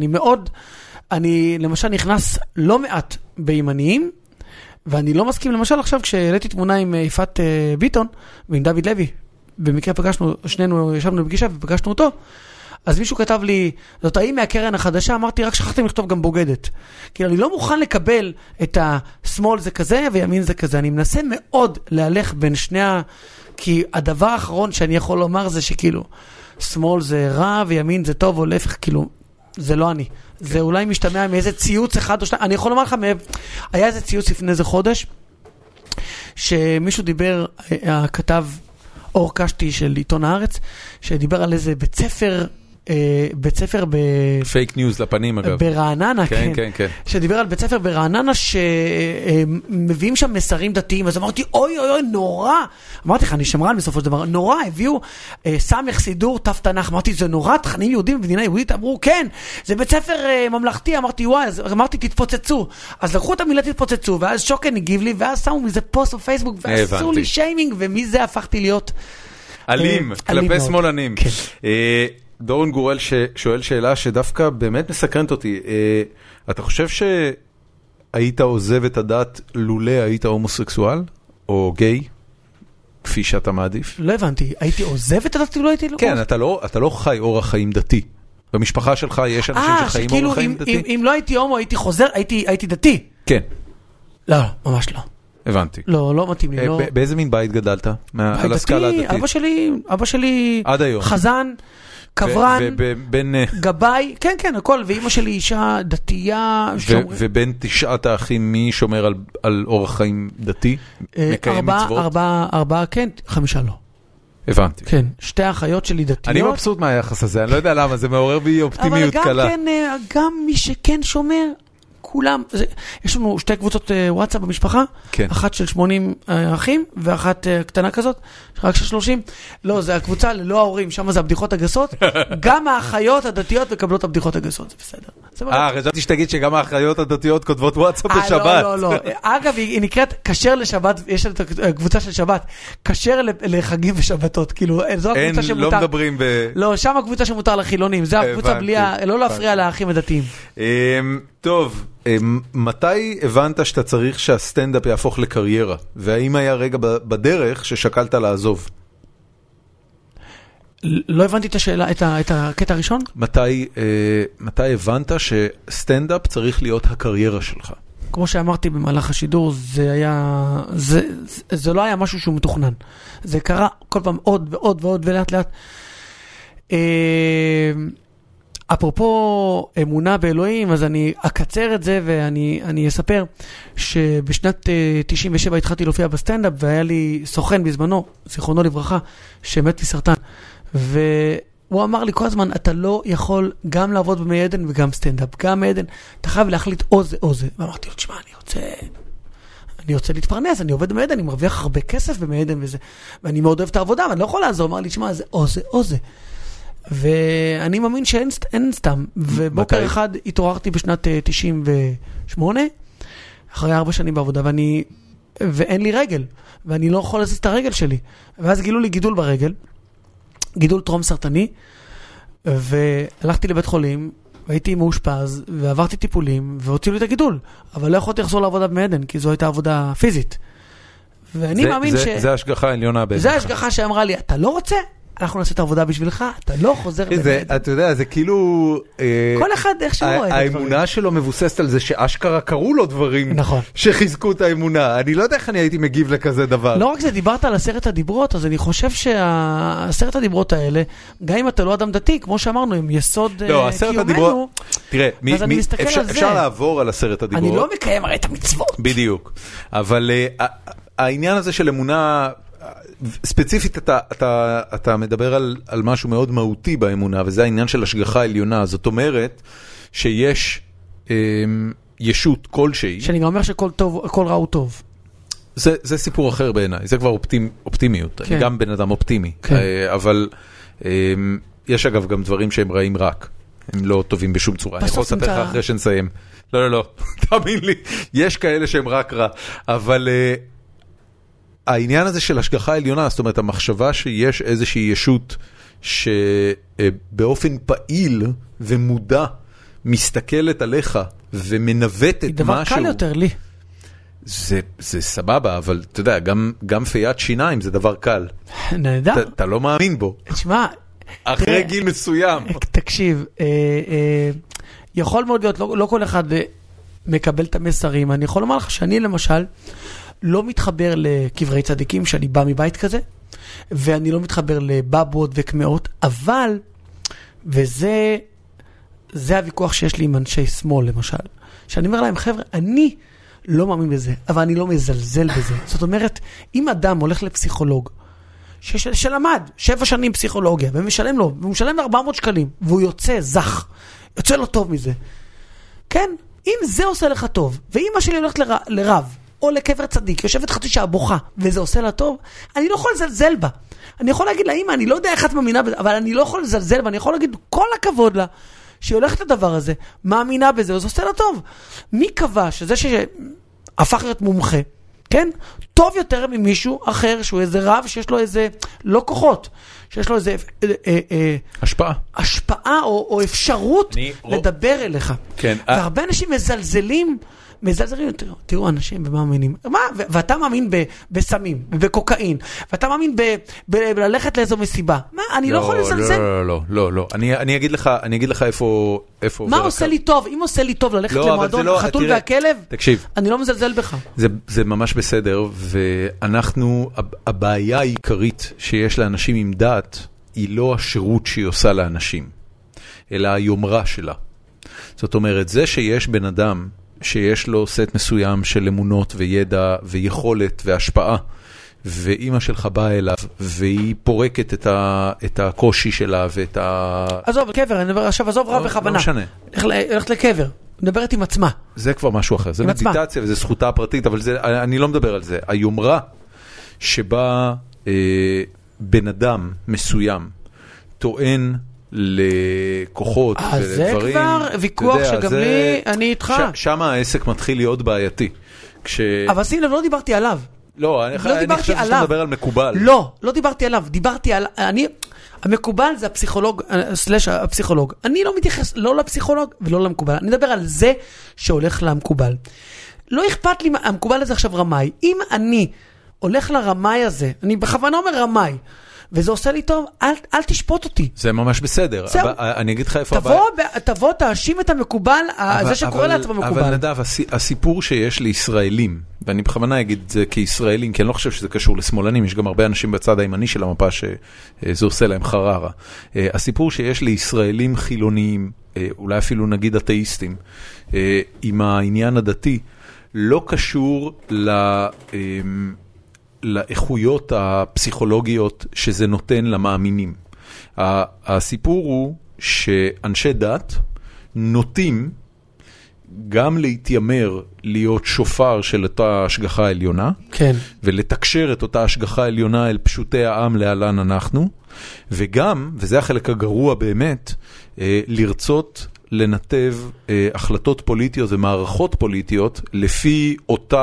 אני למשל נכנס לא מעט בימניים, ואני לא מסכים, למשל עכשיו כשהעליתי תמונה עם יפעת ביטון, ועם דוד לוי, במקרה פגשנו, שנינו ישבנו בפגישה ופגשנו אותו, אז מישהו כתב לי, זאת האם מהקרן החדשה, אמרתי, רק שכחתם לכתוב גם בוגדת. כי אני לא מוכן לקבל את השמאל זה כזה וימין זה כזה. אני מנסה מאוד להלך בין שני כי הדבר האחרון שאני יכול לומר זה שכאילו, שמאל זה רע וימין זה טוב או להפך, כאילו, זה לא אני. זה אולי משתמע מאיזה ציוץ אחד או שניים. אני יכול לומר לך, היה איזה ציוץ לפני איזה חודש, שמישהו דיבר, הכתב אור קשתי של עיתון הארץ, שדיבר על איזה בית ספר פייק ניוז לפנים אגב. ברעננה, כן. שדיבר על בית ספר ברעננה שמביאים שם מסרים דתיים, אז אמרתי, אוי, נורא. אמרתי לך, אני שמרן בסופו של דבר, נורא, הביאו סמך סידור תף תנ"ך, אמרתי, זה נורא, תכנים יהודים במדינה יהודית, אמרו, כן, זה בית ספר ממלכתי, אמרתי, וואי, אמרתי, תתפוצצו. אז לקחו את המילה תתפוצצו, ואז שוקן הגיב לי, ואז שמו מזה פוסט בפייסבוק, ועשו לי שיימינג, ומזה הפכתי להיות אלים, כלפי שמאלנים. דורון גורל שואל שאלה שדווקא באמת מסקרנת אותי. אתה חושב שהיית עוזב את הדת לולא היית הומוסקסואל? או גיי? כפי שאתה מעדיף? לא הבנתי. הייתי עוזב את הדת לולא הייתי? כן, אתה לא חי אורח חיים דתי. במשפחה שלך יש אנשים שחיים אורח חיים דתי? אם לא הייתי הומו, הייתי חוזר, הייתי דתי. כן. לא, ממש לא. הבנתי. לא מתאים לי. באיזה מין בית גדלת? על הסקאלה הדתית? אבא שלי חזן, קברן, גבאי, כן, הכל, ואמא שלי אישה דתייה. ובין 9 האחים מי שומר על אורח חיים דתי? מקיים מצוות? 4, כן, 5 לא. הבנתי. כן, 2 האחיות שלי דתיות. אני מבסוט מהיחס הזה, אני לא יודע למה, זה מעורר בי אופטימיות קלה. אבל גם מי שכן שומר, כולם, יש לנו 2 קבוצות וואטסאפ במשפחה, אחת של 80 אחים, ואחת קטנה כזאת, רק של 30. לא, זה הקבוצה ללא ההורים, שם זה הבדיחות הגסות. גם האחיות הדתיות מקבלות הבדיחות הגסות, זה בסדר. חשבתי שתגיד שגם האחיות הדתיות כותבות וואטסאפ בשבת. לא. אגב, היא נקראת כשר לשבת, יש את הקבוצה של שבת, כשר לחגים ושבתות, כאילו, זו הקבוצה שמותר. לא מדברים לא, שם הקבוצה שמותר לחילונים, זו הקבוצה בלי, לא להפריע לאחים הדתיים. טוב, מתי הבנת שאתה צריך שהסטנדאפ יהפוך לקריירה? והאם היה רגע בדרך ששקלת לעזוב? לא הבנתי את השאלה, את הקטע הראשון? מתי הבנת שסטנדאפ צריך להיות הקריירה שלך? כמו שאמרתי במהלך השידור, זה לא היה משהו שהוא מתוכנן. זה קרה כל פעם עוד ועוד ועוד ולאט לאט. אפרופו אמונה באלוהים, אז אני אקצר את זה ואני אספר שבשנת 97 התחלתי להופיע בסטנדאפ, והיה לי סוכן בזמנו, זיכרונו לברכה, שמת מסרטן. והוא אמר לי כל הזמן, אתה לא יכול גם לעבוד במי עדן וגם סטנדאפ. גם מי עדן, אתה חייב להחליט או זה או זה. ואמרתי לו, תשמע, אני רוצה להתפרנס, אני עובד במי עדן, אני מרוויח הרבה כסף במי עדן וזה. ואני מאוד אוהב את העבודה, ואני לא יכול לעזור. אמר לי, תשמע, זה או זה או זה. ואני מאמין שאין סתם. ובוקר אחד התעוררתי בשנת 98, אחרי 4 שנים בעבודה, ואין לי רגל, ואני לא יכול להזיז את הרגל שלי. ואז גילו לי גידול ברגל, גידול טרום סרטני, והלכתי לבית חולים, והייתי מאושפז, ועברתי טיפולים, והוציאו לי את הגידול. אבל לא יכולתי לחזור לעבודה במעדן, כי זו הייתה עבודה פיזית. ואני מאמין זה השגחה העליונה בעצמך. זה השגחה שאמרה לי, אתה לא רוצה? אנחנו נעשה את העבודה בשבילך, אתה לא חוזר למעדן. אתה יודע, זה כאילו... כל אחד איך שהוא רואה. האמונה שלו מבוססת על זה שאשכרה קראו לו דברים שחיזקו את האמונה. אני לא יודע איך אני הייתי מגיב לכזה דבר. לא רק זה, דיברת על 10 הדיברות, אז אני חושב ש10 הדיברות האלה, גם אם אתה לא אדם דתי, כמו שאמרנו, עם יסוד קיומנו, תראה, אפשר לעבור על 10 הדיברות. אני לא מקיים הרי את המצוות. בדיוק. אבל העניין הזה של אמונה... ספציפית אתה מדבר על משהו מאוד מהותי באמונה, וזה העניין של השגחה עליונה. זאת אומרת שיש ישות כלשהי. שאני גם אומר שכל רע הוא טוב. זה סיפור אחר בעיניי, זה כבר אופטימיות. אני גם בן אדם אופטימי. אבל יש אגב גם דברים שהם רעים רק. הם לא טובים בשום צורה. אני יכול לספר לך אחרי שנסיים. לא, תאמין לי, יש כאלה שהם רק רע. אבל... העניין הזה של השגחה עליונה, זאת אומרת, המחשבה שיש איזושהי ישות שבאופן פעיל ומודע מסתכלת עליך ומנווטת משהו. היא דבר קל יותר לי. זה סבבה, אבל אתה יודע, גם פיית שיניים זה דבר קל. נהדר. אתה לא מאמין בו. תשמע. אחרי גיל מסוים. תקשיב, יכול מאוד להיות, לא כל אחד מקבל את המסרים. אני יכול לומר לך שאני למשל, לא מתחבר לקברי צדיקים, שאני בא מבית כזה, ואני לא מתחבר לבבות וכמאות, אבל, וזה הוויכוח שיש לי עם אנשי שמאל, למשל, שאני אומר להם, חבר'ה, אני לא מאמין בזה, אבל אני לא מזלזל בזה. זאת אומרת, אם אדם הולך לפסיכולוג, שלמד 7 שנים פסיכולוגיה, ומשלם לו, והוא משלם 400 שקלים, והוא יוצא זך, יוצא לו טוב מזה. כן? אם זה עושה לך טוב, ואמא שלי הולכת לרב, או לקבר צדיק, יושבת חצי שעה בוכה, וזה עושה לה טוב, אני לא יכול לזלזל בה. אני יכול להגיד לה, אמא, אני לא יודע איך את מאמינה בזה, אבל אני לא יכול לזלזל בה, אני יכול להגיד כל הכבוד לה, שהיא הולכת לדבר הזה, מאמינה בזה, אז עושה לה טוב. מי קבע שזה שהפך להיות מומחה, כן? טוב יותר ממישהו אחר, שהוא איזה רב, שיש לו איזה, לא כוחות, שיש לו איזה השפעה או אפשרות לדבר אליך. כן. והרבה אנשים מזלזלים, תראו אנשים ומאמינים, ואתה מאמין בסמים, בקוקאין, ואתה מאמין בללכת לאיזו מסיבה. מה? אני לא יכול לזלזל. לא. אני אגיד לך איפה... מה עושה לי טוב? אם עושה לי טוב ללכת למועדון החתול והכלב, אני לא מזלזל בך. זה ממש בסדר, ואנחנו, הבעיה העיקרית שיש לאנשים עם דת, היא לא השירות שהיא עושה לאנשים, אלא היומרה שלה. זאת אומרת, זה שיש בן אדם, שיש לו סט מסוים של אמונות וידע ויכולת והשפעה, ואימא שלך באה אליו, והיא פורקת את הקושי שלה ואת עזוב, קבר, אני מדבר עכשיו, עזוב רב בכוונה. לא משנה. הולכת לקבר, מדברת עם עצמה. זה כבר משהו אחר, זה מדיטציה וזה זכותה הפרטית, אבל אני לא מדבר על זה. היומרה שבה בן אדם מסוים טוען לכוחות ולדברים. זה כבר ויכוח שגם לי, אני איתך. שם העסק מתחיל להיות בעייתי. אבל שים לב, לא דיברתי עליו. לא, אני חושב שאתה מדבר על מקובל. לא דיברתי עליו, דיברתי על... המקובל זה הפסיכולוג. אני לא מתייחס לא לפסיכולוג ולא למקובל. אני מדבר על זה שהולך למקובל. לא אכפת לי, המקובל הזה עכשיו רמאי. אם אני הולך לרמאי הזה, אני בכוונה אומר רמאי, וזה עושה לי טוב, אל תשפוט אותי. זה ממש בסדר. אני אגיד לך איפה תבוא, תאשים את המקובל, זה שקורא לעצמו מקובל. אבל נדב, הסיפור שיש לישראלים, ואני בכוונה אגיד זה כישראלים, כי אני לא חושב שזה קשור לשמאלנים, יש גם הרבה אנשים בצד הימני של המפה שזה עושה להם חררה. הסיפור שיש לישראלים חילוניים, אולי אפילו נגיד אתאיסטים, עם העניין הדתי, לא קשור לאיכויות הפסיכולוגיות שזה נותן למאמינים. הסיפור הוא שאנשי דת נוטים גם להתיימר להיות שופר של אותה השגחה העליונה, כן. ולתקשר את אותה השגחה העליונה אל פשוטי העם להלן אנחנו, וגם, וזה החלק הגרוע באמת, לרצות לנתב החלטות פוליטיות ומערכות פוליטיות לפי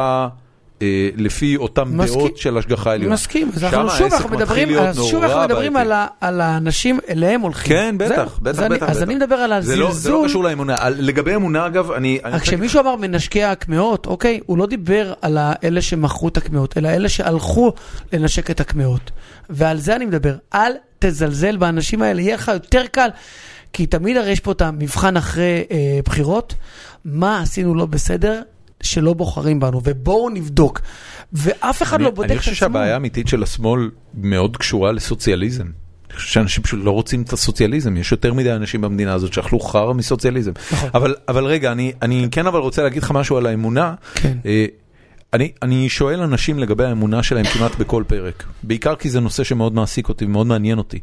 אותם דעות של השגחה העליונה. מסכים. שוב אנחנו מדברים על האנשים אליהם הולכים. כן, בטח. אז אני מדבר על הזלזול. זה לא קשור לאמונה. לגבי אמונה, אגב, כשמישהו אמר מנשקי הקמאות, אוקיי, הוא לא דיבר על אלה שמכרו את הקמאות, אלא אלה שהלכו לנשק את הקמאות. ועל זה אני מדבר. אל תזלזל באנשים האלה. יהיה לך יותר קל, כי תמיד הרי יש פה את המבחן אחרי בחירות. מה עשינו לא בסדר? שלא בוחרים בנו, ובואו נבדוק. ואף אחד לא בודק את עצמו. אני חושב שהבעיה האמיתית של השמאל מאוד קשורה לסוציאליזם. אני חושב שאנשים פשוט לא רוצים את הסוציאליזם. יש יותר מדי אנשים במדינה הזאת שאכלו חרא מסוציאליזם. אבל רגע, אני כן אבל רוצה להגיד לך משהו על האמונה. אני שואל אנשים לגבי האמונה שלהם כמעט בכל פרק. בעיקר כי זה נושא שמאוד מעסיק אותי ומאוד מעניין אותי.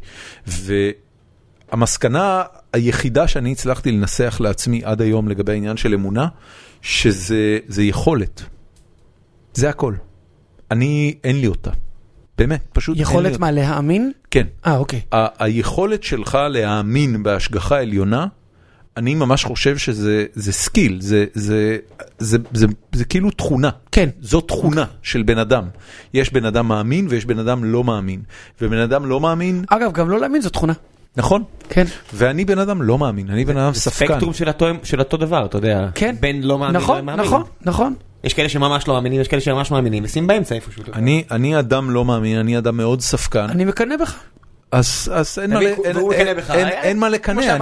והמסקנה היחידה שאני הצלחתי לנסח לעצמי עד היום לגבי העניין של אמונה, שזה יכולת. זה הכל. אין לי אותה. באמת, פשוט אין לי אותה. יכולת מה, להאמין? כן. אוקיי. היכולת שלך להאמין בהשגחה העליונה, אני ממש חושב שזה סקיל, זה כאילו תכונה. כן. זו תכונה של בן אדם. יש בן אדם מאמין ויש בן אדם לא מאמין. ובן אדם לא מאמין... אגב, גם לא להאמין זו תכונה. נכון? כן. ואני בן אדם לא מאמין, אני בן אדם ספקן. זה ספקטרום של אותו דבר, אתה יודע. כן. בין לא מאמין נכון, לא מאמין. נכון. יש כאלה שממש לא מאמינים, יש כאלה שממש מאמינים, ושים באמצע איפשהו. אני אדם לא מאמין, אני אדם מאוד ספקן. אני מקנא בך. אז אין מה לקנא.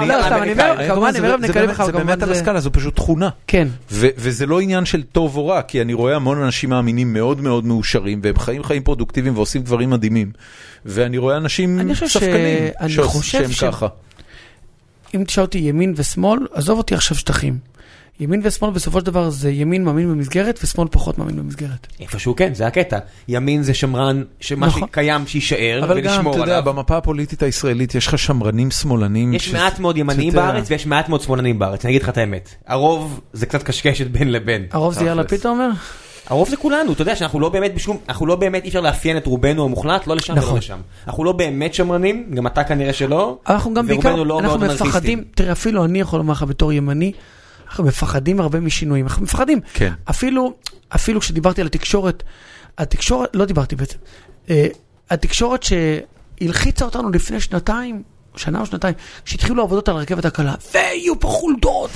זה באמת על הסקאלה, זו פשוט תכונה. כן. וזה לא עניין של טוב או רע, כי אני רואה המון אנשים מאמינים מאוד מאוד מאושרים, והם חיים פרודוקטיביים ועושים דברים מדהימים. ואני רואה אנשים ספקנים שהם ככה. אם תשאל אותי ימין ושמאל, עזוב אותי עכשיו שטחים. ימין ושמאל בסופו של דבר זה ימין מאמין במסגרת ושמאל פחות מאמין במסגרת. איפשהו כן, זה הקטע. ימין זה שמרן, שמה שקיים שישאר ולשמור עליו. אבל גם, אתה יודע, במפה הפוליטית הישראלית יש לך שמרנים שמאלנים. יש מעט מאוד ימניים בארץ ויש מעט מאוד שמאלנים בארץ. אני אגיד לך את האמת. הרוב זה קצת קשקשת בין לבין. הרוב זה יאיר לפיד, אתה אומר? הרוב זה כולנו, אתה יודע שאנחנו לא באמת אנחנו לא באמת אי אפשר לאפיין את רובנו המוחלט, לא לשם ולא לשם. אנחנו לא באמת שמרנים, גם אתה כנראה שלא. אנחנו גם בעיקר, אנחנו מפחדים, תראה, אפילו אני יכול לומר לך בתור ימני, אנחנו מפחדים הרבה משינויים, אנחנו מפחדים. כן. אפילו כשדיברתי על התקשורת, לא דיברתי בעצם, התקשורת שהלחיצה אותנו לפני שנה או שנתיים, כשהתחילו העבודות על הרכבת הקלה, ויהיו פה חולדות,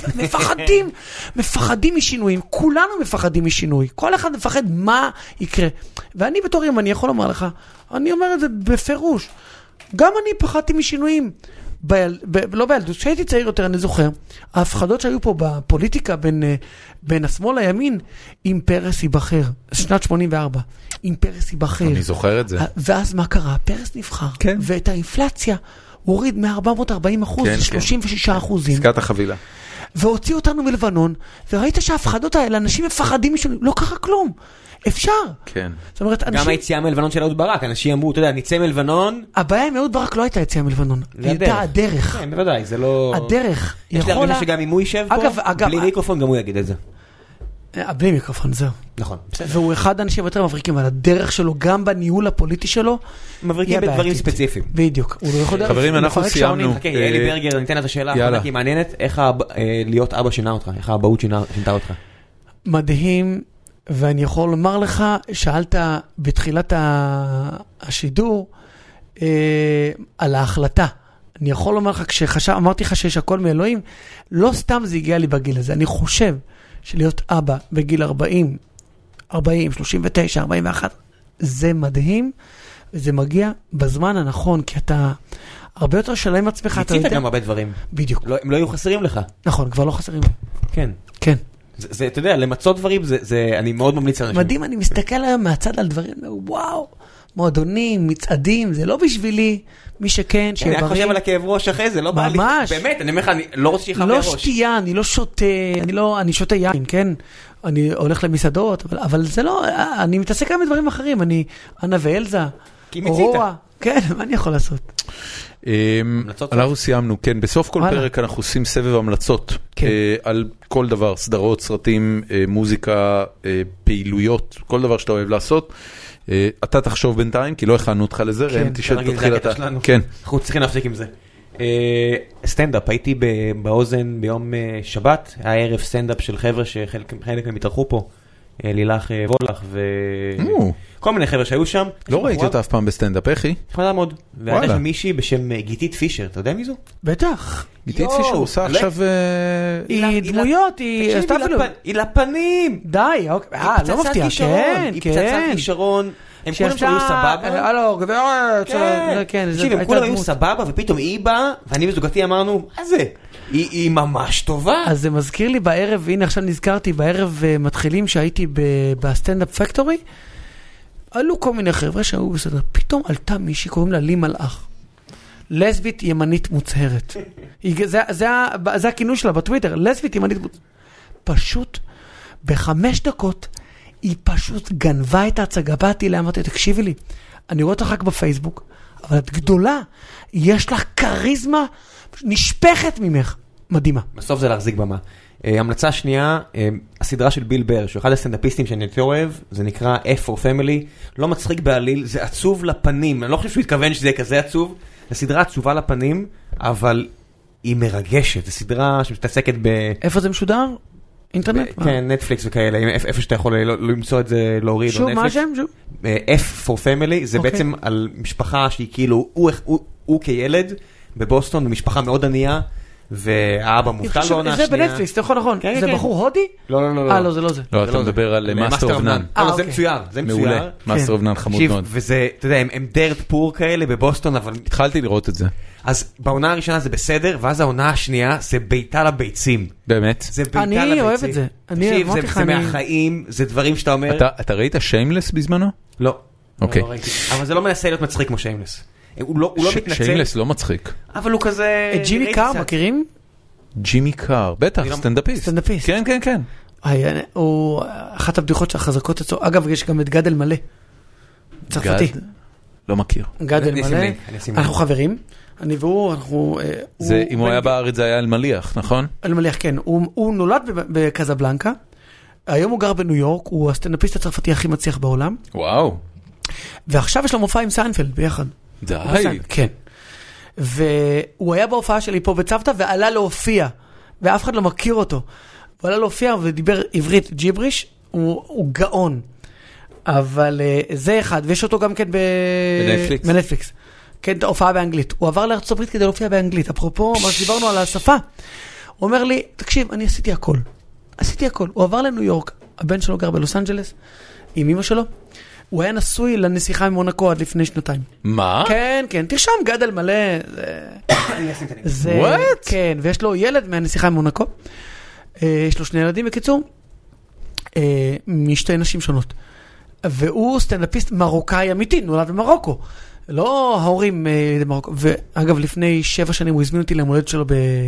מפחדים משינויים, כולנו מפחדים משינוי, כל אחד מפחד מה יקרה. ואני בתור ימני יכול לומר לך, אני אומר את זה בפירוש, גם אני פחדתי משינויים, לא בילדות, כשהייתי צעיר יותר אני זוכר, ההפחדות שהיו פה בפוליטיקה בין השמאל לימין, אם פרס ייבחר, שנת 84, אם פרס ייבחר. אני זוכר את זה. ואז מה קרה? פרס נבחר. כן. ואת האינפלציה הוריד מ-440% ל-36%. עסקת החבילה. והוציא אותנו מלבנון, וראית שההפחדות האלה, אנשים מפחדים משהו, לא קרה כלום. אפשר. כן. זאת אומרת, גם היציאה מלבנון של אהוד ברק, אנשים אמרו, אתה יודע, נצא מלבנון. הבעיה עם אהוד ברק לא הייתה יציאה מלבנון, היא הייתה הדרך. כן, בוודאי, זה לא... הדרך. יש לי הרגשה שגם אם הוא יישב פה, בלי מיקרופון גם הוא יגיד את זה. בלי מיקרופון, זהו. נכון. והוא אחד האנשים יותר מבריקים, אבל הדרך שלו, גם בניהול הפוליטי שלו, מבריקים בדברים ספציפיים. בדיוק. חברים, אנחנו סיימנו. אלי ברגר, אני אתן את השאלה, כי מעניינת, איך להיות אבא שינה אותך, איך האבהות שינתה אותך. מדהים. ואני יכול לומר לך, שאלת בתחילת השידור על ההחלטה. אני יכול לומר לך, אמרתי לך שיש הכל מאלוהים, לא סתם זה הגיע לי בגיל הזה. אני חושב שלהיות אבא בגיל 40, 39, 41, זה מדהים, וזה מגיע בזמן הנכון, כי אתה הרבה יותר שלם עם עצמך. ניצית גם הרבה דברים. בדיוק. הם לא יהיו חסרים לך. נכון, כבר לא חסרים. כן. כן. זה, אתה יודע, למצוא דברים, אני מאוד ממליץ לאנשים. מדהים, אני מסתכל היום מהצד על דברים, וואו, מועדונים, מצעדים, זה לא בשבילי, מי שכן, אני רק חושב על הכאב ראש אחרי זה, לא בא לי. ממש. באמת, אני אומר לך, אני לא רוצה שיחב לי הראש. לא שתייה, אני לא שותה, אני שותה יין, כן? אני הולך למסעדות, אבל זה לא, אני מתעסק גם בדברים אחרים, אני אנה ואלזה, אורורה, כן, מה אני יכול לעשות? אנחנו סיימנו, כן, בסוף כל פרק אנחנו עושים סבב המלצות על כל דבר, סדרות, סרטים, מוזיקה, פעילויות, כל דבר שאתה אוהב לעשות. אתה תחשוב בינתיים, כי לא הכנו אותך לזה, ראם תתחיל אתה. כן. אנחנו צריכים להפסיק עם זה. סטנדאפ, הייתי באוזן ביום שבת, היה ערב סטנדאפ של חבר'ה שחלק מהם התארחו פה, לילך וולך וכל מיני חבר'ה שהיו שם. לא ראיתי אותה אף פעם בסטנדאפ, איך היא? נחמדה מאוד. והייתה שם מישהי בשם גיתית פישר, אתה יודע מי זו? בטח. גיתית פישר עושה עכשיו... היא דמויות, היא... היא לפנים. די, לא מפתיע. היא פצצת כישרון. הם כולם שהיו סבבה. הלו, גברת. כן. הם כולם היו סבבה, ופתאום היא באה, ואני וזוגתי אמרנו, מה זה? היא ממש טובה. אז זה מזכיר לי בערב, הנה עכשיו נזכרתי, בערב מתחילים שהייתי בסטנדאפ פקטורי, עלו כל מיני חבר'ה שהיו בסדר, פתאום עלתה מישהי, קוראים לה לי מלאך. לסבית ימנית מוצהרת. זה הכינוי שלה בטוויטר, לסבית ימנית מוצהרת. פשוט, ב5 דקות, היא פשוט גנבה את ההצגה, באתי לה, אמרתי, תקשיבי לי, אני רואה אותך רק בפייסבוק, אבל את גדולה, יש לך קריזמה נשפכת ממך, מדהימה. בסוף זה להחזיק במה. המלצה שנייה, הסדרה של ביל בר, שהוא אחד הסטנדאפיסטים שאני יותר אוהב, זה נקרא F for Family, לא מצחיק בעליל, זה עצוב לפנים, אני לא חושב שהוא התכוון שזה יהיה כזה עצוב, זה סדרה עצובה לפנים, אבל היא מרגשת, זו סדרה שמתעסקת איפה זה משודר? אינטרנט? כן, נטפליקס וכאלה, איפה שאתה יכול למצוא את זה, להוריד. שוב, מה השם? F for Family, זה בעצם על משפחה שהיא כאילו, הוא כילד בבוסטון, במשפחה מאוד ענייה, והאבא מובטל בעונה זה השנייה. בנטפליקס, נכון. זה בחור הודי? לא. לא, זה לא זה. לא, אתה מדבר על מאסטר אוף נאן. זה מצויר, זה מעולה, מצויר. מאסטר אוף נאן חמוד מאוד. וזה, אתה יודע, הם דרד פור כאלה בבוסטון, אבל... התחלתי לראות את זה. אז בעונה הראשונה זה בסדר, ואז העונה השנייה זה ביתה לביצים. באמת? זה ביתה לביצים. אני אוהב את זה. תקשיב, זה מהחיים, זה דברים שאתה אומר... אתה ראית שיימלס בזמנו? לא. אוקיי. אבל זה לא מנסה להיות מצחיק כמו שיימלס. הוא לא מתנצל. שיימלס לא מצחיק. אבל הוא כזה... את ג'ימי קאר מכירים? ג'ימי קאר, בטח, סטנדאפיסט. סטנדאפיסט. כן. הוא אחת הבדיחות החזקות אצלו. אגב, יש גם את גדל מלא. צרפתי. לא מכיר. גדל מלא. אנחנו חברים. אני והוא, אם הוא היה בארץ זה היה אלמליח, נכון? אלמליח, כן. הוא נולד בקזבלנקה. היום הוא גר בניו יורק. הוא הסטנדאפיסט הצרפתי הכי מצליח בעולם. וואו. ועכשיו יש לו מופע עם סיינפלד ביחד. די. כן. והוא היה בהופעה שלי פה בצוותא ועלה להופיע, ואף אחד לא מכיר אותו. הוא עלה להופיע ודיבר עברית ג'יבריש, הוא גאון. אבל זה אחד, ויש אותו גם כן בנטפליקס. כן, הופעה באנגלית. הוא עבר לארצות הברית כדי להופיע באנגלית. אפרופו, מה שדיברנו על השפה. הוא אומר לי, תקשיב, אני עשיתי הכל. הוא עבר לניו יורק, הבן שלו גר בלוס אנג'לס, עם אמא שלו. הוא היה נשוי לנסיכה ממונקו עד לפני 2 מה? כן, תרשם גדל מלא. זה... What? כן, ויש לו ילד מהנסיכה ממונקו. יש לו 2 ילדים, בקיצור, משתי נשים שונות. והוא סטנדאפיסט מרוקאי אמיתי, נולד במרוקו. לא ההורים במרוקו. ואגב, לפני 7 שנים הוא הזמין אותי למולדת שלו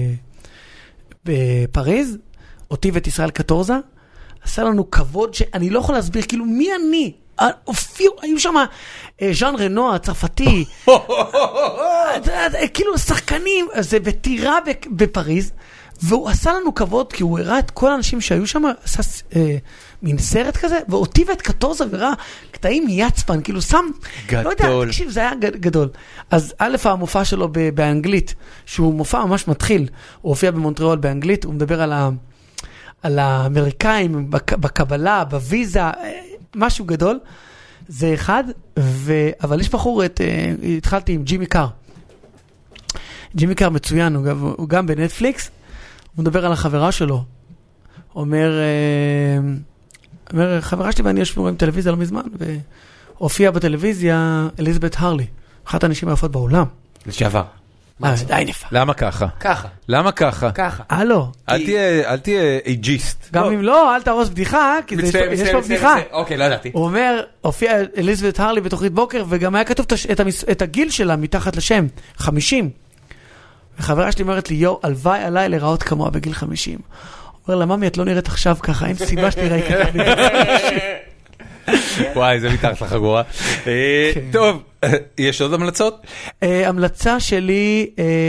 בפריז, אותי ואת ישראל קטורזה. עשה לנו כבוד שאני לא יכול להסביר, כאילו, מי אני? היו שם ז'אן רנו הצרפתי, כאילו שחקנים, זה בטירה בפריז, והוא עשה לנו כבוד, כי הוא הראה את כל האנשים שהיו שם, עשה מין סרט כזה, ואותי ואת קטורזה וראה קטעים מיצפן, כאילו שם, לא יודע, תקשיב, זה היה גדול. אז א' המופע שלו באנגלית, שהוא מופע ממש מתחיל, הוא הופיע במונטריאול באנגלית, הוא מדבר על האמריקאים, בקבלה, בוויזה, משהו גדול, זה אחד, אבל יש בחור, התחלתי עם ג'ימי קאר. ג'ימי קאר מצוין, הוא גם בנטפליקס, הוא מדבר על החברה שלו. אומר, חברה שלי ואני יושבים עם טלוויזיה לא מזמן, והופיע בטלוויזיה אליזבת הרלי, אחת האנשים היפות בעולם. לשעבר. זה די נפה. למה ככה? ככה. למה ככה? ככה. הלו. אל תהיה אייג'יסט. גם אם לא, אל תרוס בדיחה, כי יש פה בדיחה. אוקיי, לא ידעתי. הוא אומר, הופיע אליזבת הרלי בתוכנית בוקר, וגם היה כתוב את הגיל שלה מתחת לשם, 50. וחברה שלי אומרת לי, יו, הלוואי עליי לראות כמוה בגיל 50. הוא אומר לה, ממי, את לא נראית עכשיו ככה, אין סיבה שתראי ככה בגיל 50. וואי, זה מתחת לחגורה. טוב, יש עוד המלצות? המלצה שלי,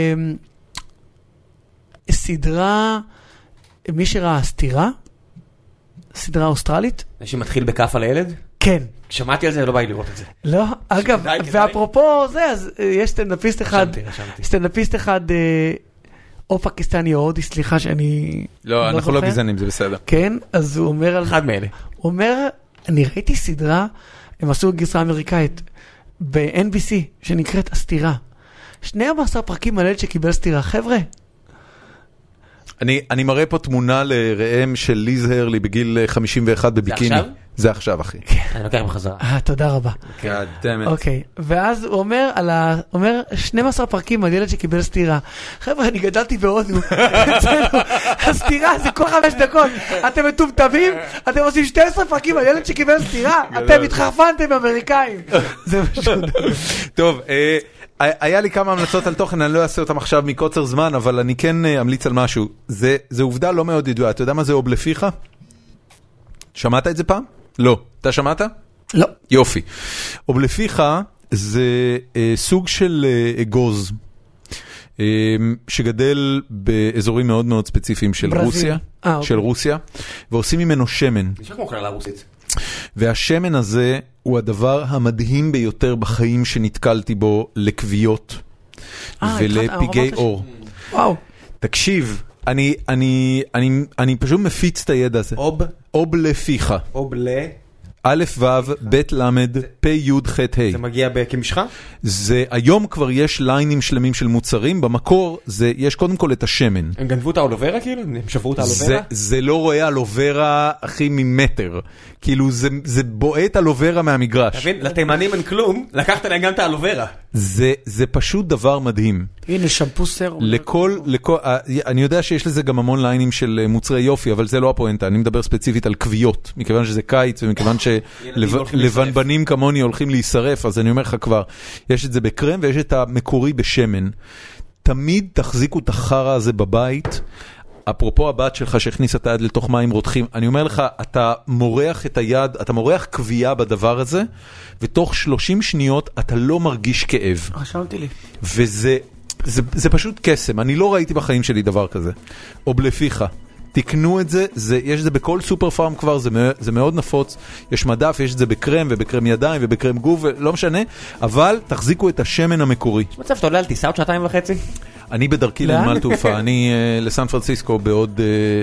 סדרה, מי שראה סתירה, סדרה אוסטרלית. שמתחיל בכף על הילד? כן. שמעתי על זה, לא בא לי לראות את זה. לא, אגב, ואפרופו זה, אז יש סטנדאפיסט אחד, או פקיסטני או הודי, סליחה שאני לא, אנחנו לא גזענים, זה בסדר. כן, אז הוא אומר על... אחד מאלה. הוא אומר, אני ראיתי סדרה, הם עשו גרסה אמריקאית, ב-NBC, שנקראת הסתירה. 12 פרקים על ילד שקיבל סתירה. חבר'ה. אני מראה פה תמונה לראם של ליז הרלי בגיל 51 בביקיני. זה עכשיו? זה עכשיו, אחי. אני לוקח בחזרה. תודה רבה. God damn it. אוקיי, ואז הוא אומר 12 פרקים על ילד שקיבל סתירה. חבר'ה, אני גדלתי בהודו. הסתירה זה כל 5 דקות. אתם מטומטמים? אתם עושים 12 פרקים על ילד שקיבל סתירה? אתם התחרפנתם אמריקאים. זה פשוט. טוב, היה לי כמה המלצות על תוכן, אני לא אעשה אותם עכשיו מקוצר זמן, אבל אני כן אמליץ על משהו. זה עובדה לא מאוד ידועה. אתה יודע מה זה אוב לפיך? שמעת את זה פעם? לא. אתה שמעת? לא. יופי. אוב לפיך זה סוג של אגוז, שגדל באזורים מאוד מאוד ספציפיים של רוסיה. של רוסיה. ועושים ממנו שמן. נשמע כמו כללה רוסית. והשמן הזה הוא הדבר המדהים ביותר בחיים שנתקלתי בו לכוויות ולפיגי אור. וואו. תקשיב, אני פשוט מפיץ את הידע הזה. אוב לפיך. אוב ל... א' ו' ב' למד פ' י' ח' ה'. זה מגיע כמשחה? זה, היום כבר יש ליינים שלמים של מוצרים, במקור יש קודם כל את השמן. הם גנבו את האלוברה כאילו? הם שברו את האלוברה? זה לא רואה אלוברה הכי ממטר. כאילו זה בועט אלוברה מהמגרש. תבין, לתימנים אין כלום, לקחת להם גם את האלוברה. זה פשוט דבר מדהים. הנה, שמפו סרום. אני יודע שיש לזה גם המון ליינים של מוצרי יופי, אבל זה לא הפואנטה. אני מדבר ספציפית על כוויות, מכיוון שזה קיץ ומכיוון שלבנבנים כמוני הולכים להישרף, אז אני אומר לך כבר, יש את זה בקרם ויש את המקורי בשמן. תמיד תחזיקו את החרא הזה בבית. אפרופו הבת שלך שהכניסה את היד לתוך מים רותחים, אני אומר לך, אתה מורח את היד, אתה מורח כוויה בדבר הזה, ותוך 30 שניות אתה לא מרגיש כאב. חשבתי לי. וזה פשוט קסם, אני לא ראיתי בחיים שלי דבר כזה. או בלפיך. תקנו את זה, יש את זה בכל סופר פארם כבר, זה מאוד נפוץ, יש מדף, יש את זה בקרם ובקרם ידיים ובקרם גוף, לא משנה, אבל תחזיקו את השמן המקורי. מצב שאתה עולה על טיסה עוד 2.5? אני בדרכי לנמל תעופה, אני לסן פרנסיסקו בעוד,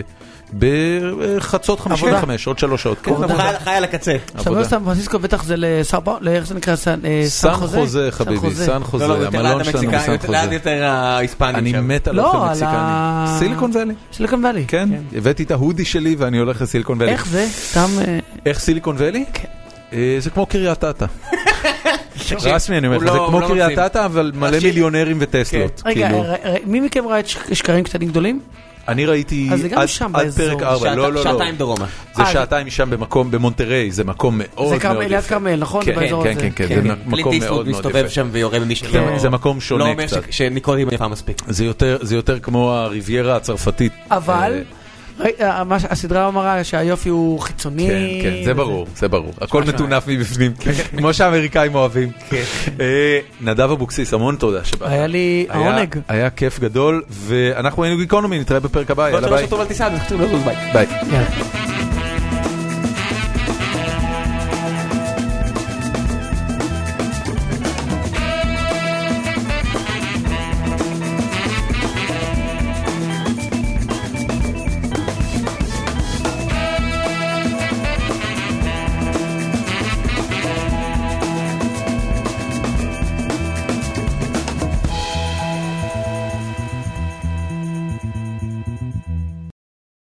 בחצות 55, עוד 3 שעות. חי על הקצה. עכשיו לא סן פרנסיסקו, בטח זה איך זה נקרא? סן חוזה, חביבי, סן חוזה, המלון שלנו בסן חוזה. לאט יותר ההיספנים אני מת על אוכל מקסיקני. סיליקון ואלי. סיליקון ואלי. כן, הבאתי את ההודי שלי ואני הולך לסיליקון ואלי. איך זה? איך סיליקון ואלי? כן. זה כמו קריית אתא. רסמי, אני אומר לך, זה כמו קריית אתא, אבל מלא מיליונרים וטסלות. רגע, מי מכם ראה את שקרים קטנים גדולים? אני ראיתי עד פרק 4, לא. שעתיים דרומה. זה שעתיים משם במקום, במונטריי, זה מקום מאוד מאוד יפה. זה ליד כרמל, נכון? כן, זה מקום מאוד מאוד יפה. מסתובב שם ויורה במישהו. זה מקום שונה קצת. לא אומר שניקולים יפה מספיק. זה יותר כמו הריביירה הצרפתית. אבל... הסדרה אמרה שהיופי הוא חיצוני. כן, זה ברור. הכל מטונף מבפנים, כמו שהאמריקאים אוהבים. נדב אבוקסיס, המון תודה שבאת. היה לי העונג. היה כיף גדול, ואנחנו היינו גיקונומי, נתראה בפרק הבא, יאללה ביי. ביי.